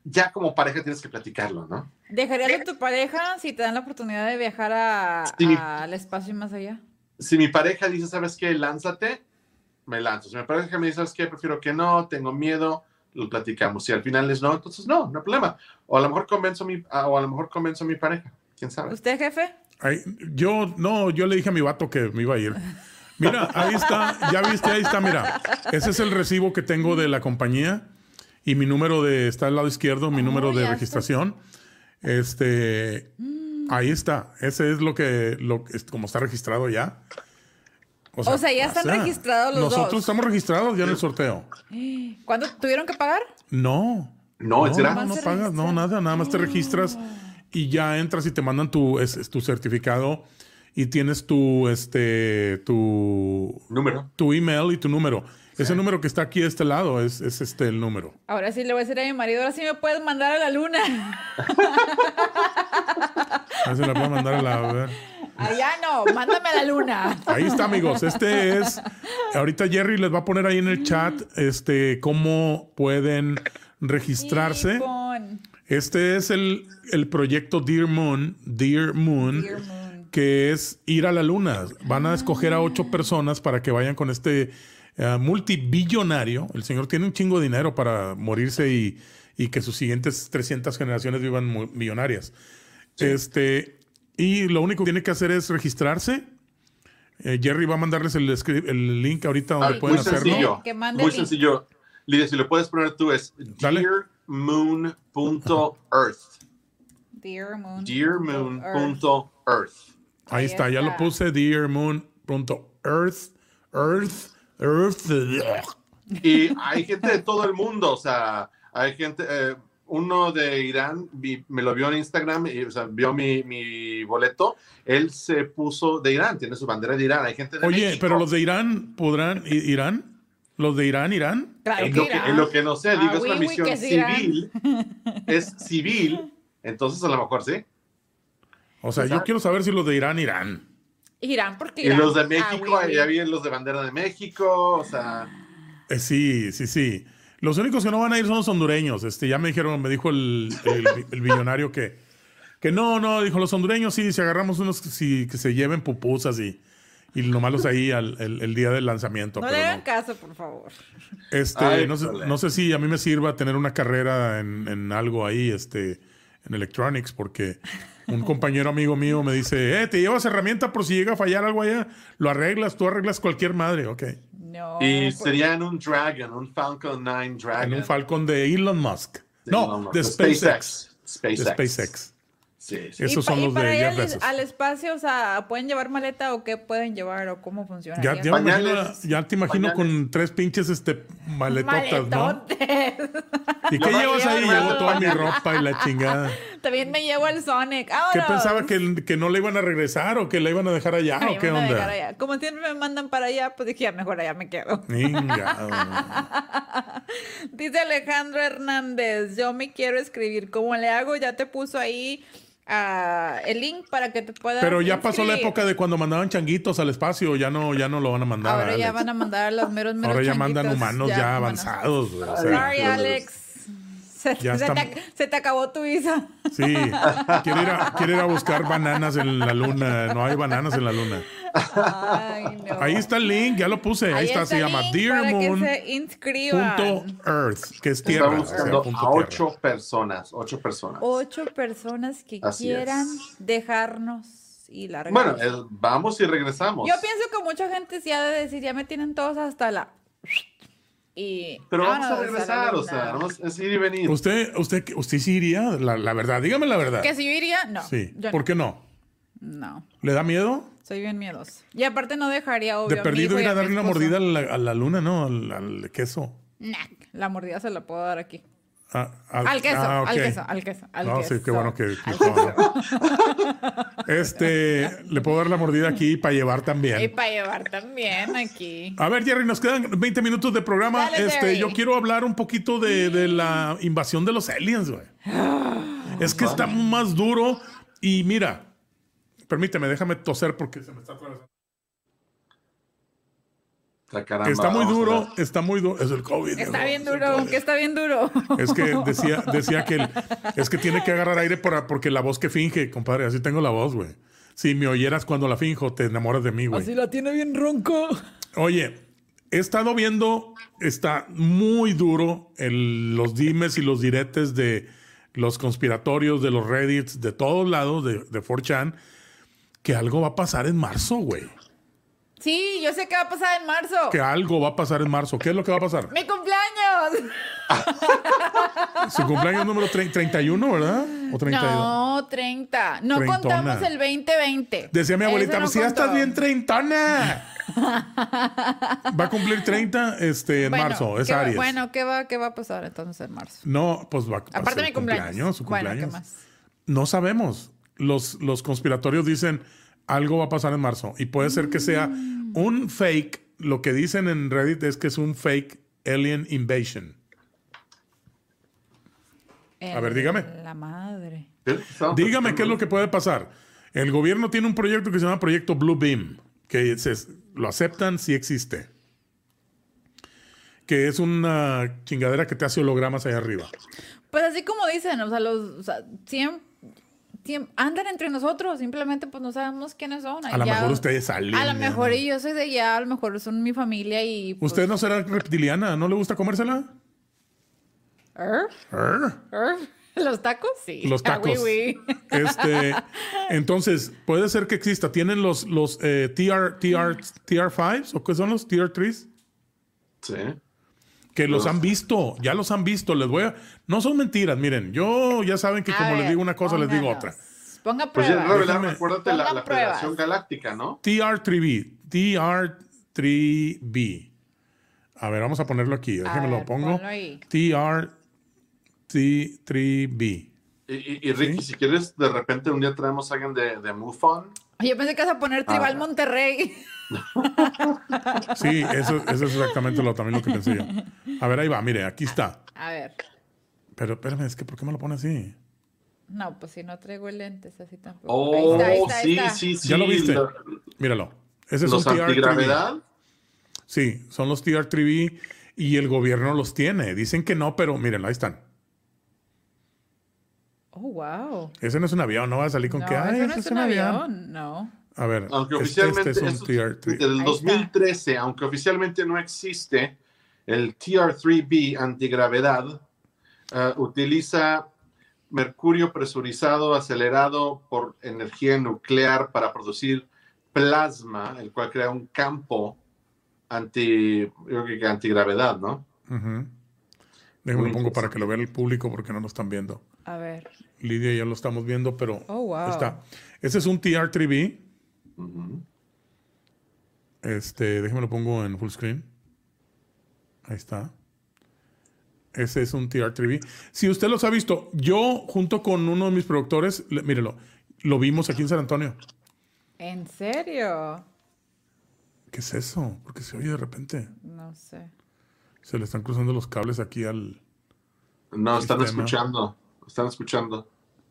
ya como pareja tienes que platicarlo, ¿no? ¿Dejarías a tu pareja si te dan la oportunidad de viajar Sí. al espacio y más allá? Si mi pareja dice, ¿sabes qué? Lánzate, me lanzo. Si mi pareja me dice, ¿sabes qué? Prefiero que no, tengo miedo, lo platicamos. Si al final es no, entonces no hay problema. O a lo mejor convenzo a mi pareja. ¿Quién sabe? ¿Usted, jefe? Yo le dije a mi vato que me iba a ir. Mira, ahí está, ya viste, ahí está, mira. Ese es el recibo que tengo de la compañía y mi número está al lado izquierdo, mi número de registración. Ahí está. Ese es como está registrado ya. O sea, ya están registrados los dos. Nosotros estamos registrados ya en el sorteo. ¿Cuándo tuvieron que pagar? No, ¿será? no pagas, no, nada más te registras y ya entras y te mandan tu certificado y tienes tu Número. tu email y tu número. Ese número que está aquí de este lado es el número. Ahora sí le voy a decir a mi marido, ahora sí me puedes mandar a la luna. Ahí se la puedo mandar a ver. Allá no, mándame a la luna. Ahí está, amigos. Ahorita Jerry les va a poner ahí en el chat cómo pueden registrarse. Este es el proyecto Dear Moon, que es ir a la luna. Van a escoger a 8 personas para que vayan con multibillonario. El señor tiene un chingo de dinero para morirse y que sus siguientes 300 generaciones vivan millonarias. Sí. Y lo único que tiene que hacer es registrarse. Jerry va a mandarles el link ahorita donde pueden hacerlo. Sencillo, muy sencillo. Lidia, si lo puedes poner tú es dearmoon.earth. Dearmoon.earth. Ahí está, ya lo puse. Dearmoon.earth. Y hay gente de todo el mundo, o sea, hay gente, uno de Irán me lo vio en Instagram, vio mi boleto, él se puso de Irán, tiene su bandera de Irán, hay gente de México. Pero los de Irán podrán, ¿Irán? ¿Los de Irán? Claro en lo que no sé, digo, es una misión civil, es civil, entonces a lo mejor sí. O sea, yo quiero saber si los de Irán. Irán, porque Irán. Y los de México, ya vi los de bandera de México, o sea. Sí. Los únicos que no van a ir son los hondureños. Ya me dijo el billonario que no, dijo, los hondureños sí, si agarramos unos que se lleven pupusas y nomás los ahí el día del lanzamiento. No le hagan caso, por favor. No sé si a mí me sirva tener una carrera en algo ahí, en electronics, porque un compañero amigo mío me dice, te llevas herramienta por si llega a fallar algo allá, tú arreglas cualquier madre, ok. No. Y sería en un Dragon, un Falcon 9 Dragon. En un Falcon de Elon Musk. De SpaceX. Sí. Esos son los de Jeff Bezos. Al espacio, o sea, ¿pueden llevar maleta o qué pueden llevar o cómo funciona? Ya te imagino con 3 pinches maletotas, ¿no? ¿Y qué llevas ahí? Llevo toda mi ropa y la chingada. También me llevo el Sonic. ¿Qué pensaba? ¿Que no le iban a regresar o que la iban a dejar allá? ¿O qué onda? Como siempre me mandan para allá, pues dije, mejor allá me quedo. Dice Alejandro Hernández, yo me quiero escribir. ¿Cómo le hago? Ya te puso ahí el link para que te puedas Pero ya pasó la época de cuando mandaban changuitos al espacio, ya no lo van a mandar. Ahora ya van a mandar los meros Ahora ya changuitos, mandan humanos ya avanzados. Sorry, Alex. Se te acabó tu visa. Sí, quiere ir a buscar bananas en la luna. No hay bananas en la luna. Ay, no. Ahí está el link, ya lo puse. Ahí está, se llama dearmoon.earth, que es tierra. Está buscando a 8 personas. 8 personas que quieran dejarnos y largar. Bueno, vamos y regresamos. Yo pienso que mucha gente sí ha de decir, ya me tienen todos hasta la... Pero vamos a regresar, o sea, vamos a ir y venir. ¿Usted sí iría? La verdad, dígame la verdad. ¿Que si yo iría? No. Sí. ¿Por qué no? No. ¿Le da miedo? Soy bien miedoso. Y aparte no dejaría, obvio, de perdido ir a darle una mordida a la luna, ¿no? Al queso. Nah, la mordida se la puedo dar aquí. Al queso, okay. al queso. Sí, qué bueno que le puedo dar la mordida aquí para llevar también. Y para llevar también aquí. A ver, Jerry, nos quedan 20 minutos de programa. Dale, yo quiero hablar un poquito de la invasión de los aliens, güey. Es que está más duro. Y mira, permíteme, déjame toser porque se me está atravesando. Caramba, está muy vamos a duro, ver. está muy duro. Es el COVID. Está ¿no? bien Es el duro, COVID. que está bien duro. Es que decía que es que tiene que agarrar aire porque la voz que finge, compadre, así tengo la voz, güey. Si me oyeras cuando la finjo, te enamoras de mí, güey. Así la tiene bien ronco. Oye, he estado viendo, está muy duro los dimes y los diretes de los conspiratorios, de los Reddits, de todos lados, de 4chan, que algo va a pasar en marzo, güey. Sí, yo sé qué va a pasar en marzo. Que algo va a pasar en marzo. ¿Qué es lo que va a pasar? ¡Mi cumpleaños! Su cumpleaños número 31, ¿verdad? ¿O 32? No, 30. No Treintona. contamos el 2020. Decía mi abuelita, Ese no pues si ya contó. estás bien treintona. Va a cumplir 30 en marzo, es ¿qué va- Aries. Bueno, ¿qué va a pasar entonces en marzo? No, pues va a Aparte de ser mi cumpleaños. su Bueno, cumpleaños. ¿qué más? No sabemos. Los conspiratorios dicen algo va a pasar en marzo. Y puede ser que sea un fake. Lo que dicen en Reddit es que es un fake alien invasion. A ver, dígame. La madre. Dígame qué es lo que puede pasar. El gobierno tiene un proyecto que se llama Proyecto Blue Beam, que lo aceptan si existe. Que es una chingadera que te hace hologramas allá arriba. Pues así como dicen, o sea, andan entre nosotros, simplemente pues no sabemos quiénes son. A lo mejor ustedes salen. A lo mejor y yo soy de allá, a lo mejor son mi familia y... Pues, ¿Usted no será reptiliana? ¿No le gusta comérsela? ¿Er? ¿Los tacos? Sí. Los Ah, tacos. oui, oui. Entonces, puede ser que exista. ¿Tienen los TR5s o qué son los TR3s? Sí. Que los han visto, ya los han visto. No son mentiras, miren. Yo ya saben que A como les ver, digo una cosa, les digo pónganos. otra. Ponga Pues ya pruebas. revelaron, acuérdate, la Pongan pruebas. Federación Galáctica, ¿no? TR3B. A ver, vamos a ponerlo aquí. Déjenme lo ver, pongo. ponlo ahí. TR3B. Y Ricky, si quieres, de repente un día traemos a alguien de MUFON. Yo pensé que ibas a poner Tribal Monterrey. Sí, eso es exactamente también lo que pensé yo. A ver, ahí va, mire, aquí está. A ver. Pero espérame, es que ¿por qué me lo pone así? No, pues si no traigo lentes, así tampoco. Oh, Ahí está. sí. ¿Ya lo viste? Míralo. Ese es Los un TR3B. antigravedad. Sí, son los TR3B y el gobierno los tiene. Dicen que no, pero miren, ahí están. Oh, wow. Ese no es un avión, no va a salir con No, que, ay, eso no ese es un avión. No. A ver, Aunque oficialmente este es un eso- TR3. desde el Ahí 2013, aunque oficialmente no existe, el TR3B antigravedad utiliza mercurio presurizado acelerado por energía nuclear para producir plasma, el cual crea un campo antigravedad, ¿no? Ujú. Déjame lo pongo para que lo vea el público porque no lo están viendo. A ver. Lidia y yo lo estamos viendo, pero Oh, wow. ahí está. Ese es un TR3B. Déjame lo pongo en full screen. Ahí está. Ese es un TR3B. Si usted los ha visto, yo junto con uno de mis productores, mírelo, lo vimos aquí en San Antonio. ¿En serio? ¿Qué es eso? Porque se oye de repente. No sé. Se le están cruzando los cables aquí al... No, están Sistema. escuchando. Están escuchando.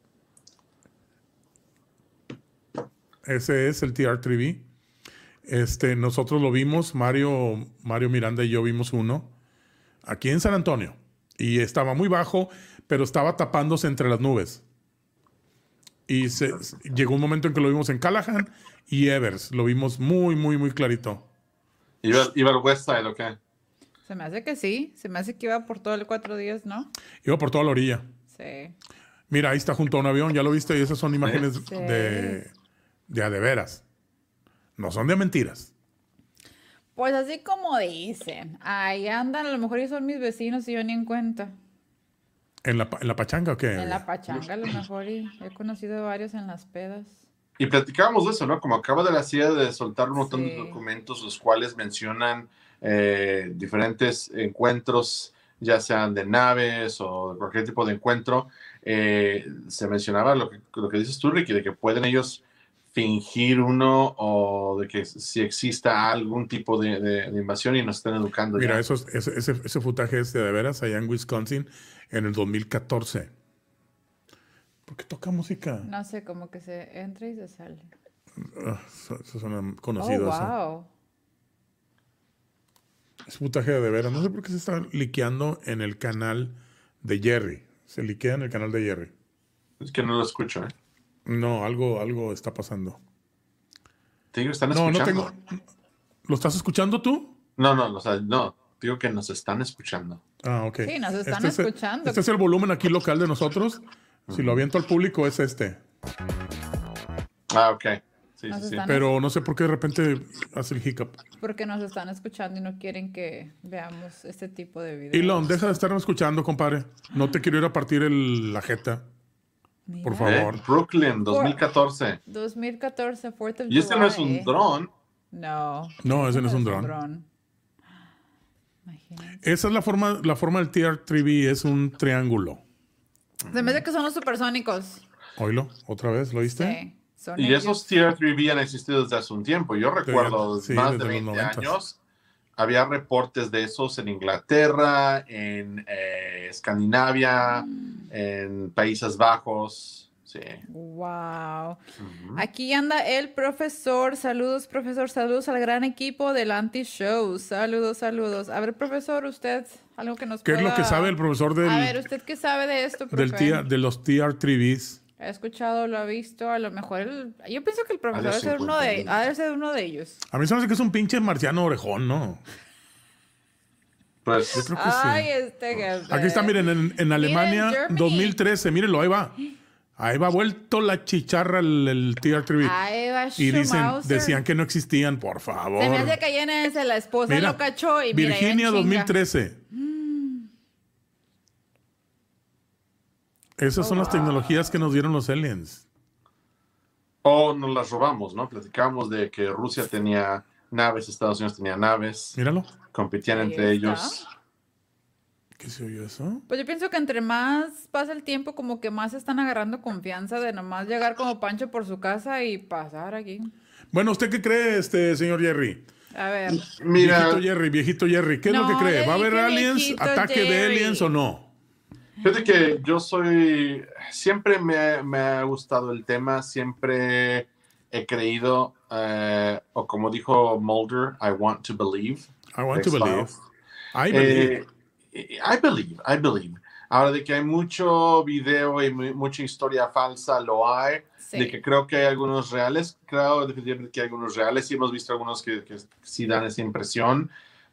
Ese es el TR3B. Nosotros lo vimos, Mario Miranda y yo vimos uno aquí en San Antonio. Y estaba muy bajo, pero estaba tapándose entre las nubes. Y llegó un momento en que lo vimos en Callahan y Evers. Lo vimos muy, muy, muy clarito. ¿Iba al West Side o qué? Se me hace que sí. Se me hace que iba por todo el 4 días, ¿no? Iba por toda la orilla. Sí. Mira, ahí está junto a un avión, ya lo viste, y esas son imágenes Sí. de a de veras. No son de mentiras. Pues así como dicen. Ahí andan, a lo mejor ellos son mis vecinos y yo ni en cuenta. ¿En la pachanga o qué? En la pachanga a lo mejor y he conocido varios en las pedas. Y platicábamos de eso, ¿no? Como acaba de la CIA de soltar un montón de Sí. documentos, los cuales mencionan diferentes encuentros, ya sean de naves o de cualquier tipo de encuentro. Se mencionaba lo que dices tú, Ricky, de que pueden ellos fingir uno o de que si exista algún tipo de invasión y nos estén educando. Mira, ya. ese footage es de veras allá en Wisconsin en el 2014. ¿Por qué toca música? No sé, como que se entra y se sale. Eso suena conocido. Oh, eso. wow. Es footage de veras. No sé por qué se está liqueando en el canal de Jerry. Se liquea en el canal de Jerry. Es que no lo escucho, ¿eh? No, algo está pasando. Te digo, están No, escuchando. no tengo. ¿Lo estás escuchando tú? No, o sea, no. Digo que nos están escuchando. Ah, ok. Sí, nos están Este escuchando. Este es el volumen aquí local de nosotros. Si lo aviento al público es este. Ah, ok. Sí, Nos sí, sí. están- Pero no sé por qué de repente hace el hiccup. Porque nos están escuchando y no quieren que veamos este tipo de videos. Elon, deja de estarme escuchando, compadre. No te quiero ir a partir la jeta. Mira. Por favor. Brooklyn, 2014. 2014, 4th of Y este no es July. un dron. No. No, ese no es un dron. Imagínate. Esa es la forma del TR-3B, es un triángulo. Se me hace que son los supersónicos. Oílo, otra vez, ¿lo viste? Sí. Son Y ellos. esos Tier 3B han existido desde hace un tiempo. Yo recuerdo Sí, más de desde los 20 noventas. años. Había reportes de esos en Inglaterra, en Escandinavia, en Países Bajos. Sí. Wow. Ujú. Aquí anda el profesor. Saludos, profesor. Saludos al gran equipo del Anti-Show. Saludos, saludos. A ver, profesor, usted, algo que nos ¿Qué es lo que sabe el profesor A ver, ¿usted qué sabe de esto, profe? de los TR-3Bs? ¿Ha escuchado, lo ha visto? A lo mejor yo pienso que el profesor Vale, debe ser ha de ser uno de ellos. A mí se me hace que es un pinche marciano orejón, ¿no? Pues, Yo creo que Ay, sí. este jefe. Aquí está, miren, en Alemania, Germany. 2013, mírenlo, ahí va. Ahí va vuelto la chicharra el TR-3B. Ahí va Y Schumauser. decían que no existían, por favor. Se me hace que ahí en ese la esposa Mira, lo cachó y mira, Virginia ya en chinga. 2013. Esas son las tecnologías que nos dieron los aliens. o nos las robamos, ¿no? Platicábamos de que Rusia tenía naves, Estados Unidos tenía naves, Míralo. competían Ahí entre está. ellos. ¿Qué se oyó eso? Pues yo pienso que entre más pasa el tiempo, como que más están agarrando confianza de nomás llegar como Pancho por su casa y pasar aquí. Bueno, ¿usted qué cree, señor Jerry? A ver. Mira, Viejito Jerry, ¿qué es lo No, que cree? le ¿Va a haber dije aliens, viejito ataque de Jerry. aliens o no? fíjate que yo siempre me ha gustado el tema, siempre he creído, o como dijo Mulder, I want to believe. I want to believe. X-Files. I believe. I believe. Ahora de que hay mucho video y mucha historia falsa, lo hay. Sí. De que creo que hay algunos reales, creo definitivamente que hay algunos reales. Sí hemos visto algunos que sí dan esa impresión.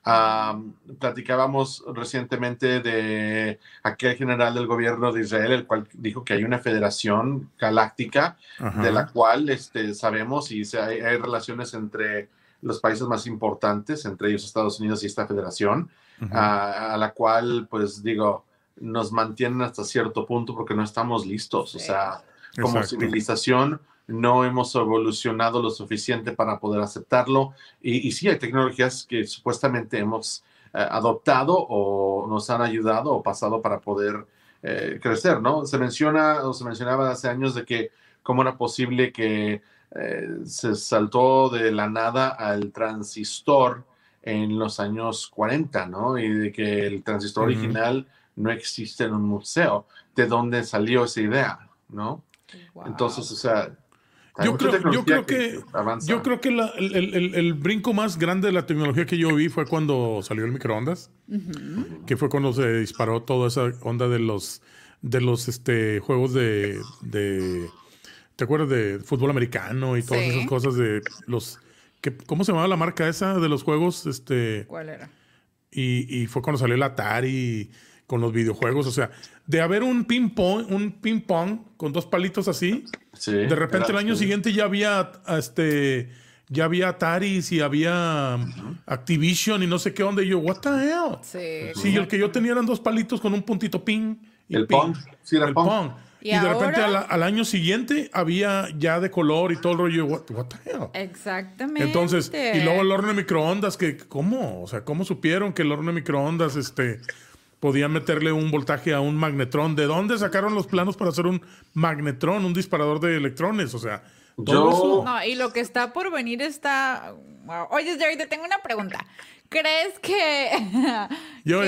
Platicábamos recientemente de aquel general del gobierno de Israel, el cual dijo que hay una federación galáctica Ajá. de la cual sabemos y hay relaciones entre los países más importantes, entre ellos Estados Unidos y esta federación, Ujú. a la cual, pues digo, nos mantienen hasta cierto punto porque no estamos listos. O Sí. sea, como Exacto. civilización no hemos evolucionado lo suficiente para poder aceptarlo. Y sí, hay tecnologías que supuestamente hemos adoptado o nos han ayudado o pasado para poder crecer, ¿no? Se mencionaba hace años de que cómo era posible que se saltó de la nada al transistor en los años 40, ¿no? Y de que el transistor Ujú. original no existe en un museo. ¿De dónde salió esa idea, no? Wow. Entonces, o sea, hay Yo mucha creo tecnología que avanza. Yo creo que el brinco más grande de la tecnología que yo vi fue cuando salió el microondas, que fue cuando se disparó toda esa onda de los juegos de ¿te acuerdas de fútbol americano y todas Sí. esas cosas de los ¿cómo se llamaba la marca esa de los juegos? ¿Cuál era? Y fue cuando salió el Atari con los videojuegos, o sea, de haber un ping pong con dos palitos así, Sí, de repente el era- año sí. siguiente ya había Ataris y había Activision y no sé qué onda. Y yo, what the hell? Sí. Sí, el que yo tenía eran dos palitos con un puntito ping. Y El ping. Pong, sí, era El Pong. Pong. ¿Y Y de repente ahora? al año siguiente había ya de color y todo el rollo. What the hell? Exactamente. Entonces, y luego el horno de microondas, que ¿cómo? O sea, ¿cómo supieron que el horno de microondas podía meterle un voltaje a un magnetrón? ¿De dónde sacaron los planos para hacer un magnetrón, un disparador de electrones? O sea, todo Yo- eso. No, y lo que está por venir está... Wow. Oye, Jerry, te tengo una pregunta. ¿Crees que... Yo.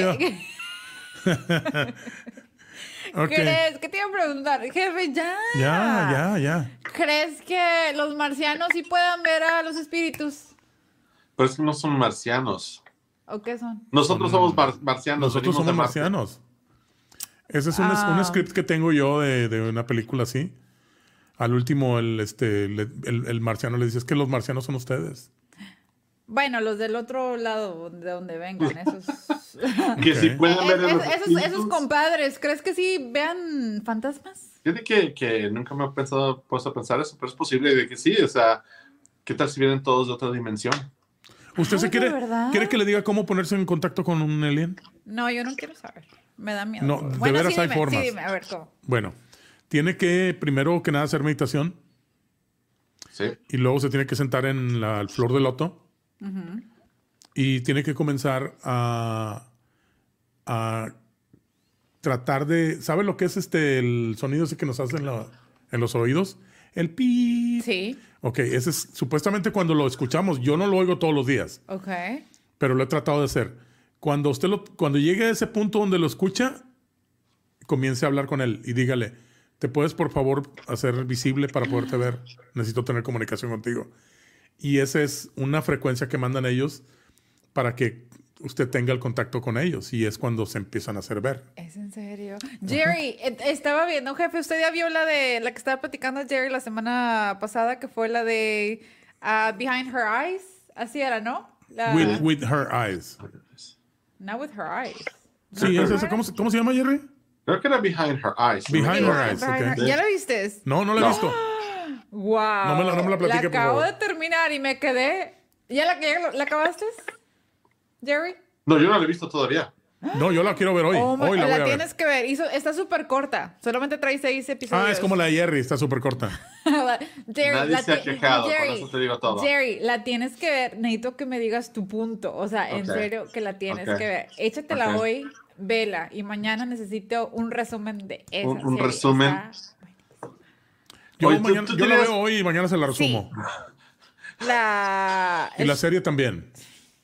Ok. ¿Crees? ¿Qué te iba a preguntar? Jefe, ya. Ya. ¿Crees que los marcianos sí puedan ver a los espíritus? Pero es que no son marcianos. ¿O qué son? Nosotros somos marcianos. Nosotros venimos somos de Marte. marcianos. Ese es un script que tengo yo de una película así. Al último, el marciano le dice, es que los marcianos son ustedes. Bueno, los del otro lado, de donde vengan, esos... Que si pueden ver esos compadres, ¿crees que sí vean fantasmas? Fíjate que nunca me he puesto a pensar eso, pero es posible de que sí. O sea, ¿qué tal si vienen todos de otra dimensión? ¿Usted Ay, ¿de verdad? quiere que le diga cómo ponerse en contacto con un alien? No, yo no quiero saber. Me da miedo. No, de veras hay formas. Sí, dime, a ver, ¿cómo? Bueno, tiene que primero que nada hacer meditación. Sí. Y luego se tiene que sentar en la flor de loto. Y tiene que comenzar a tratar de... ¿Sabe lo que es el sonido ese que nos hacen en los oídos? El pi. Sí. Ok, ese es supuestamente cuando lo escuchamos. Yo no lo oigo todos los días. Ok. Pero lo he tratado de hacer. Cuando llegue a ese punto donde lo escucha, comience a hablar con él y dígale, ¿te puedes por favor hacer visible para poderte ver? Necesito tener comunicación contigo. Y esa es una frecuencia que mandan ellos para que usted tenga el contacto con ellos. Y es cuando se empiezan a hacer ver. ¿Es en serio? Jerry, estaba viendo, jefe, usted ya vio la que estaba platicando Jerry la semana pasada, que fue la de Behind Her Eyes. Así era, ¿no? With Her Eyes. Not with her eyes. Sí, es eso. ¿Cómo se llama, Jerry? Creo que era Behind Her Eyes. Behind Her Eyes, ok. ¿Ya la viste? No la he visto. Wow. No me la platique, por acabo favor. de terminar y me quedé. ¿Ya la acabaste, Jerry? No, yo no la he visto todavía. No, yo la quiero ver hoy. Hoy la voy a ver. Tienes que ver. Está súper corta. Solamente trae 6 episodios. Es como la de Jerry, está súper corta. Jerry, Nadie se ha quejado, Jerry, con eso te digo todo. Jerry, la tienes que ver. Necesito que me digas tu punto. O sea, en Ok. serio que la tienes Ok. que ver. Échatela Ok. hoy, vela. Y mañana necesito un resumen de esa Un serie. resumen. Yo, Oye, mañana, tú yo la tenías- veo hoy y mañana se la resumo. Y la serie también.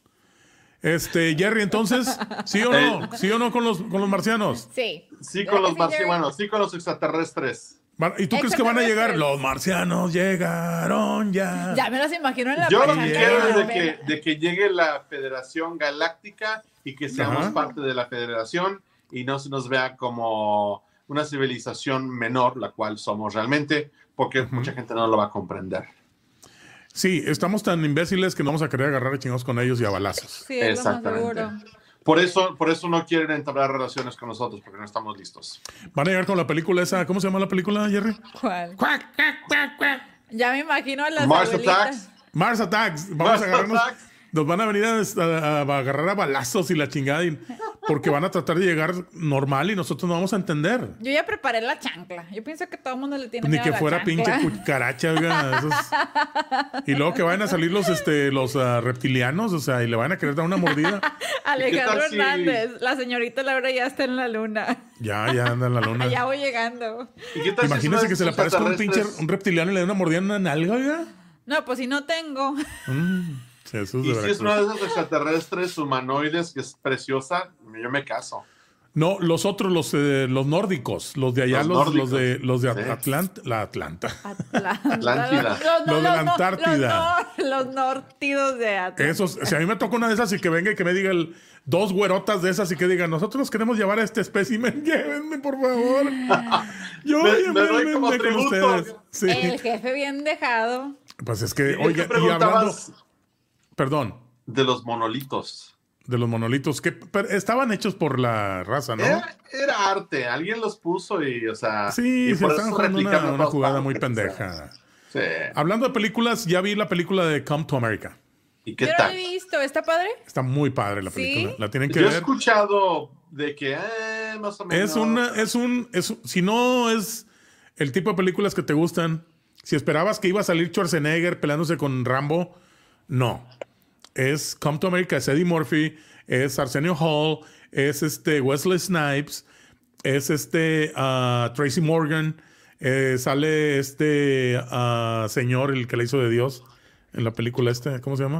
Jerry, entonces, ¿sí o no? ¿Sí o no con los marcianos? Sí. Sí con los ¿Verdad que sí, Jerry? marcianos, sí con los extraterrestres. ¿Y tú crees que van a llegar? Extraterrestres. Los marcianos llegaron ya. Ya me las imagino en la Yo lo pantalla. que quiero es de que llegue la Federación Galáctica y que seamos Ajá. parte de la Federación y no se nos vea como una civilización menor, la cual somos realmente, porque mucha gente no lo va a comprender. Sí, estamos tan imbéciles que no vamos a querer agarrar a chingados con ellos y a balazos. Sí, es lo más Exactamente. seguro. Por eso no quieren entablar relaciones con nosotros, porque no estamos listos. Van a llegar con la película esa. ¿Cómo se llama la película, Jerry? ¿Cuál? Ya me imagino a las Mars abuelitas. Attacks. Mars Attacks. Vamos Mars a agarrarnos. Attacks. Nos van a venir a agarrar a balazos y la chingada. Porque van a tratar de llegar normal y nosotros no vamos a entender. Yo ya preparé la chancla. Yo pienso que todo el mundo le tiene Ni miedo que a la fuera pinche chancla. cucaracha, oiga, esos. Y luego que vayan a salir los reptilianos, o sea, y le van a querer dar una mordida. Alejandro ¿Qué tal si- Hernández, la señorita Laura ya está en la luna. Ya anda en la luna. Ya voy llegando. ¿Y qué tal si Imagínese son que se le aparezca un reptiliano y le dé una mordida en una nalga, oiga. No, pues si no tengo. Jesús Y de si es una Veracruz. de esas extraterrestres humanoides que es preciosa, yo me caso. No, los otros, los nórdicos, los de allá, Los los de Sí. Atlanta. Atlántida. Los de la Antártida. Los nortidos de Atlanta. Esos, si a mí me toca una de esas y que venga y que me diga dos güerotas de esas y que digan, nosotros nos queremos llevar a este espécimen, llévenme, por favor. Yo Me doy como con tributo. ustedes. Sí. El jefe bien dejado. Pues es que, Y oiga, tú y hablando, preguntabas perdón, de los monolitos. de los monolitos, que estaban hechos por la raza, ¿no? Era arte, alguien los puso y, o sea... Sí, y se por están eso jugando replican una todas jugada partes, muy o sea, pendeja. Sí. Hablando de películas, ya vi la película de Come to America. ¿Y qué Yo no tal? lo he visto. ¿Está padre? Está muy padre la ¿Sí? película. La tienen que Yo he ver. escuchado de que, más o menos... Si no es el tipo de películas que te gustan, si esperabas que iba a salir Schwarzenegger peleándose con Rambo, no. Es Come to America, es Eddie Murphy, es Arsenio Hall, es Wesley Snipes, es Tracy Morgan, sale señor, el que le hizo de Dios en la película ¿cómo se llama?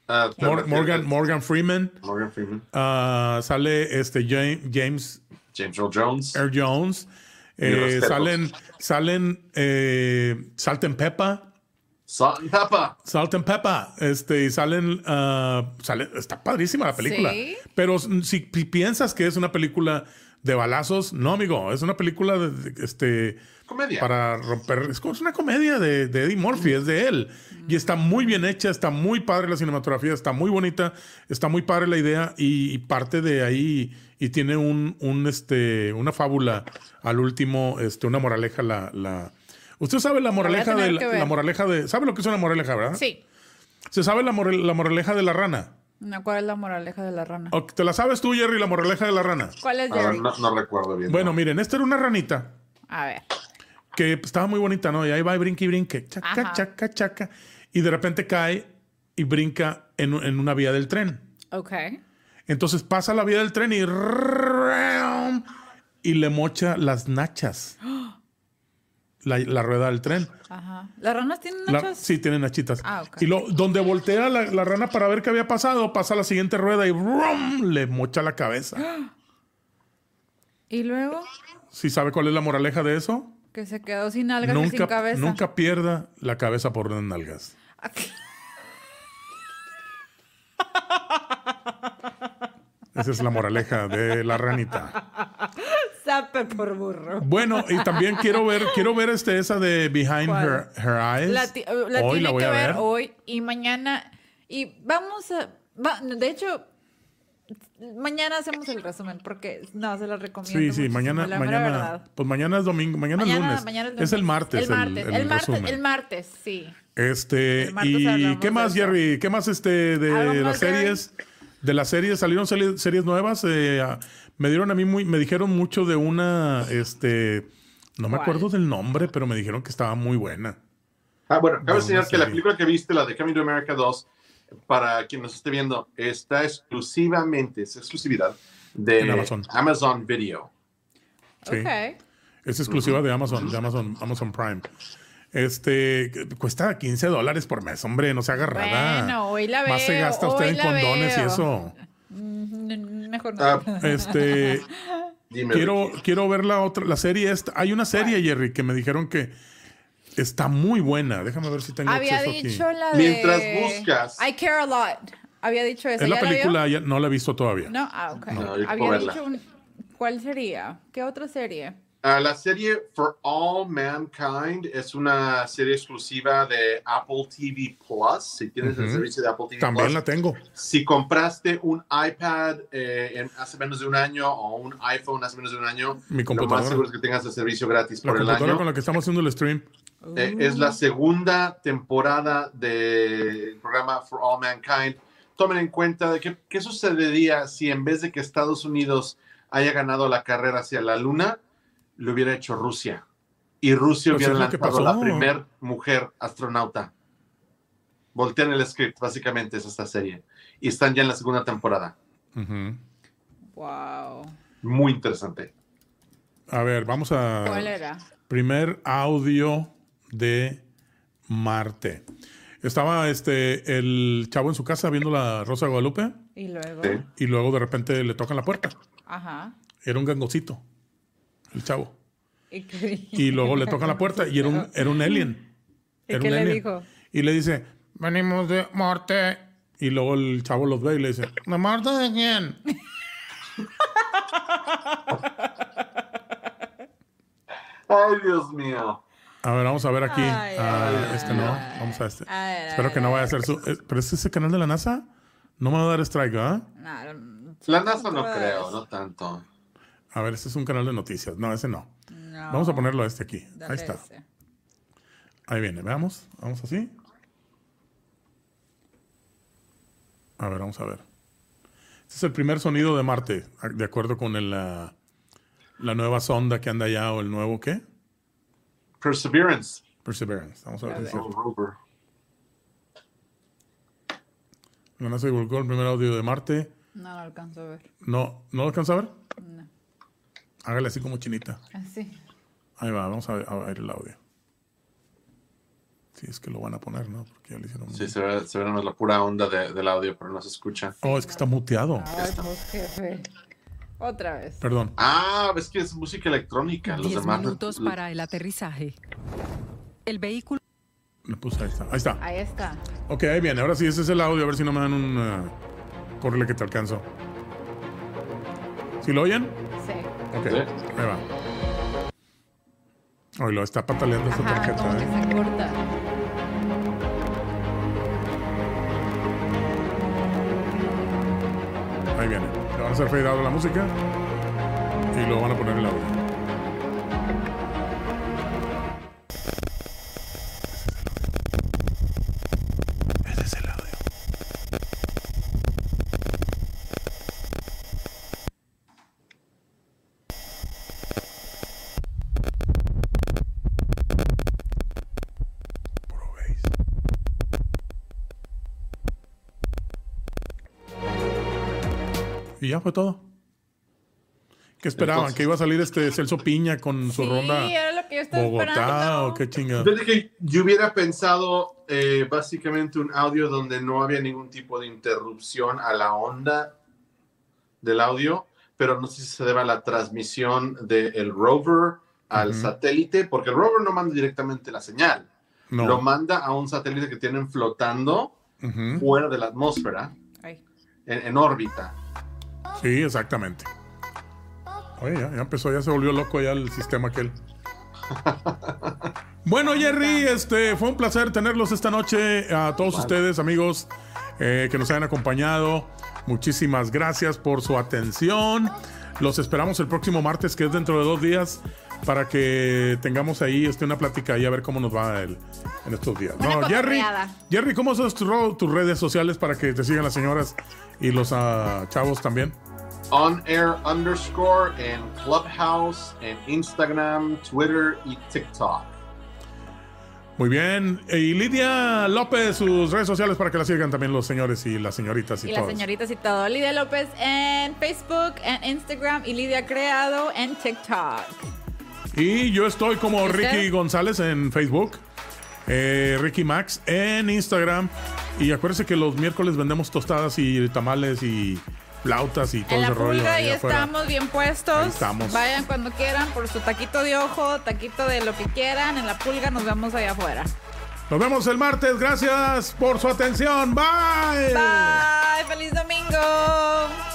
Morgan Freeman. Morgan Freeman. Sale James James Earl Jones. Earl Jones. Mis respetos. Salen Salt and Pepper. Salt and Pepper. Salt and Pepper. Y salen, está padrísima la película. Sí. Pero si piensas que es una película de balazos, no, amigo. Es una película Comedia. para romper. Es una comedia de Eddie Murphy, es de él. Y está muy bien hecha, está muy padre la cinematografía, está muy bonita, está muy padre la idea y parte de ahí y tiene una fábula al último, una moraleja. Usted sabe la moraleja tener que ver. la moraleja de. ¿Sabe lo que es una moraleja, verdad? Sí. ¿Se sabe la moraleja de la rana? No, ¿cuál es la moraleja de la rana? ¿Te la sabes tú, Jerry, la moraleja de la rana? ¿Cuál es A ver, Jerry? no recuerdo bien. Bueno, no. miren, esta era una ranita A ver. que estaba muy bonita, ¿no? Y ahí va y brinque, chaca, Ajá. chaca, chaca. Y de repente cae y brinca en una vía del tren. Ok. Entonces pasa la vía del tren y le mocha las nachas. La rueda del tren. Ajá. ¿Las ranas tienen nachas? Sí, tienen nachitas. Ah, ok. Y donde voltea la rana para ver qué había pasado, pasa la siguiente rueda y ¡brum! Le mocha la cabeza. ¿Y luego? ¿Sí sabe cuál es la moraleja de eso? Que se quedó sin algas y sin cabeza. Nunca pierda la cabeza por unas nalgas. Esa es la moraleja de la ranita. Sape por burro. Bueno, y también quiero ver esa de Behind ¿Cuál? Her Eyes. La Hoy tiene la voy que a ver ver. hoy y mañana. Y vamos a... de hecho, mañana hacemos el resumen porque no, se lo recomiendo. Sí, muchísimo, mañana, la mera verdad. pues mañana es domingo, mañana es lunes. Mañana Es el martes. El resumen. martes, sí. El martes hablamos ¿y qué más, de eso. Jerry? ¿Qué más de ¿Algo las más, series? De las series, salieron series nuevas. Me dieron a mí me dijeron mucho de una, no me ¿Cuál? acuerdo del nombre, pero me dijeron que estaba muy buena. Bueno, cabe Bueno, enseñar sí. que la película que viste, la de Coming to America 2, para quien nos esté viendo, está es exclusividad de En Amazon. Amazon Video. Sí. Ok. Es exclusiva de Amazon Prime. Cuesta $15 por mes, hombre, no se haga rara. Bueno, hoy la Más se veo, gasta usted hoy en la condones y veo. eso. Mejor no. Ah, dime. Quiero ver la serie esta. Hay una serie, Jerry, que me dijeron que está muy buena. Déjame ver si tengo Había acceso dicho aquí. la de... Mientras buscas. I Care a Lot. Había dicho eso. Es la ¿Ya película, no la he visto todavía. No, ok. No, yo puedo Había verla. dicho ¿Cuál sería? ¿Qué otra serie? La serie For All Mankind es una serie exclusiva de Apple TV Plus. Si tienes el servicio de Apple TV También Plus. la tengo. Si compraste un iPad hace menos de un año o un iPhone hace menos de un año, Mi lo computadora. más seguro es que tengas el servicio gratis La por el computadora año. con la que estamos haciendo el stream. Es la segunda temporada del programa For All Mankind. Tomen en cuenta de qué sucedería si en vez de que Estados Unidos haya ganado la carrera hacia la Luna, lo hubiera hecho Rusia. Y Rusia Pues hubiera es lo que lanzado pasó. la primer mujer astronauta. Voltean el script, básicamente es esta serie. Y están ya en la segunda temporada. Ujú. Wow. Muy interesante. A ver, vamos a... ¿Cuál era? Primer audio de Marte. Estaba el chavo en su casa viendo la Rosa de Guadalupe Y luego. Sí. y luego de repente le tocan la puerta. Ajá. Era un gangocito, el chavo. ¿Y qué Y luego le tocan la puerta y era un alien. ¿Y Era qué un le alien. dijo? Y le dice, venimos de Marte. Y luego el chavo los ve y le dice, ¿de Marte de quién? Ay, Dios mío. A ver, vamos a ver aquí. Ay, No, ay, vamos a este. ay, Espero ay, que no ay, vaya a ser su... ¿Pero es ese canal de la NASA? No me va a dar strike, ¿ah? No, La NASA no Pues. creo, no tanto. A ver, este es un canal de noticias. No, ese no. no. Vamos a ponerlo a este aquí. Dale Ahí está. ese. Ahí viene, veamos. Vamos así. A ver, vamos a ver. Este es el primer sonido de Marte, de acuerdo con la nueva sonda que anda allá, o el nuevo, ¿qué? Perseverance. Perseverance. Vamos a ver si es Oh, cierto. rover. La NASA divulgó el primer audio de Marte. No lo alcanzo a ver. ¿No lo alcanza a ver? No. Hágale así como chinita. Así. Ahí va, vamos a ver el audio. Sí, es que lo van a poner, ¿no? Porque ya le hicieron... Sí, se ve nada más la pura onda del audio, pero no se escucha. Oh, es que está muteado. Ay, pues jefe. Otra vez. Perdón. Ah, ves que es música electrónica. Los 10 demás. minutos para el aterrizaje. El vehículo Le puse, ahí está. Ahí está. Ahí está. Ok, ahí viene. Ahora sí, ese es el audio. A ver si no me dan un... córrele que te alcanzo. ¿Sí lo oyen? Sí. Ok, ahí va. Hoy lo está pataleando esta Ajá, tarjeta. como que se corta. Ahí viene. Le van a hacer fade out a la música y lo van a poner el audio. Ese es el audio. Puro bass. Y ya fue todo. ¿Qué esperaban? Entonces, ¿Que iba a salir Celso Piña con su ronda Sí, era lo que yo estaba Bogotá esperando. o qué chingado? Fíjate que yo hubiera pensado básicamente un audio donde no había ningún tipo de interrupción a la onda del audio, pero no sé si se debe a la transmisión del rover al satélite, porque el rover no manda directamente la señal, No. lo manda a un satélite que tienen flotando fuera de la atmósfera, Ay. en órbita. Sí, exactamente. Oye, ya empezó, ya se volvió loco ya el sistema aquel. Bueno, Jerry, fue un placer tenerlos esta noche. A todos ustedes, amigos, que nos hayan acompañado. Muchísimas gracias por su atención. Los esperamos el próximo martes, que es dentro de 2 días, para que tengamos ahí una plática y a ver cómo nos va en estos días. Una Jerry, cotorreada. Jerry, ¿cómo son tus redes sociales para que te sigan las señoras y los chavos también? On Air _ en Clubhouse, en Instagram, Twitter y TikTok. Muy bien. Y Lidia López, sus redes sociales para que la sigan también los señores y las señoritas y Y todos. las señoritas y todo. Lidia López en Facebook, en Instagram y Lidia Creado en TikTok. Y yo estoy como ¿Usted? Ricky González en Facebook, Ricky Max en Instagram. Y acuérdense que los miércoles vendemos tostadas y tamales y flautas y todo En la ese rollo. pulga ahí ahí afuera. estamos bien puestos. Ahí estamos. Vayan cuando quieran por su taquito de ojo, taquito de lo que quieran. En la pulga nos vemos allá afuera. Nos vemos el martes. Gracias por su atención. Bye. Bye. Feliz domingo.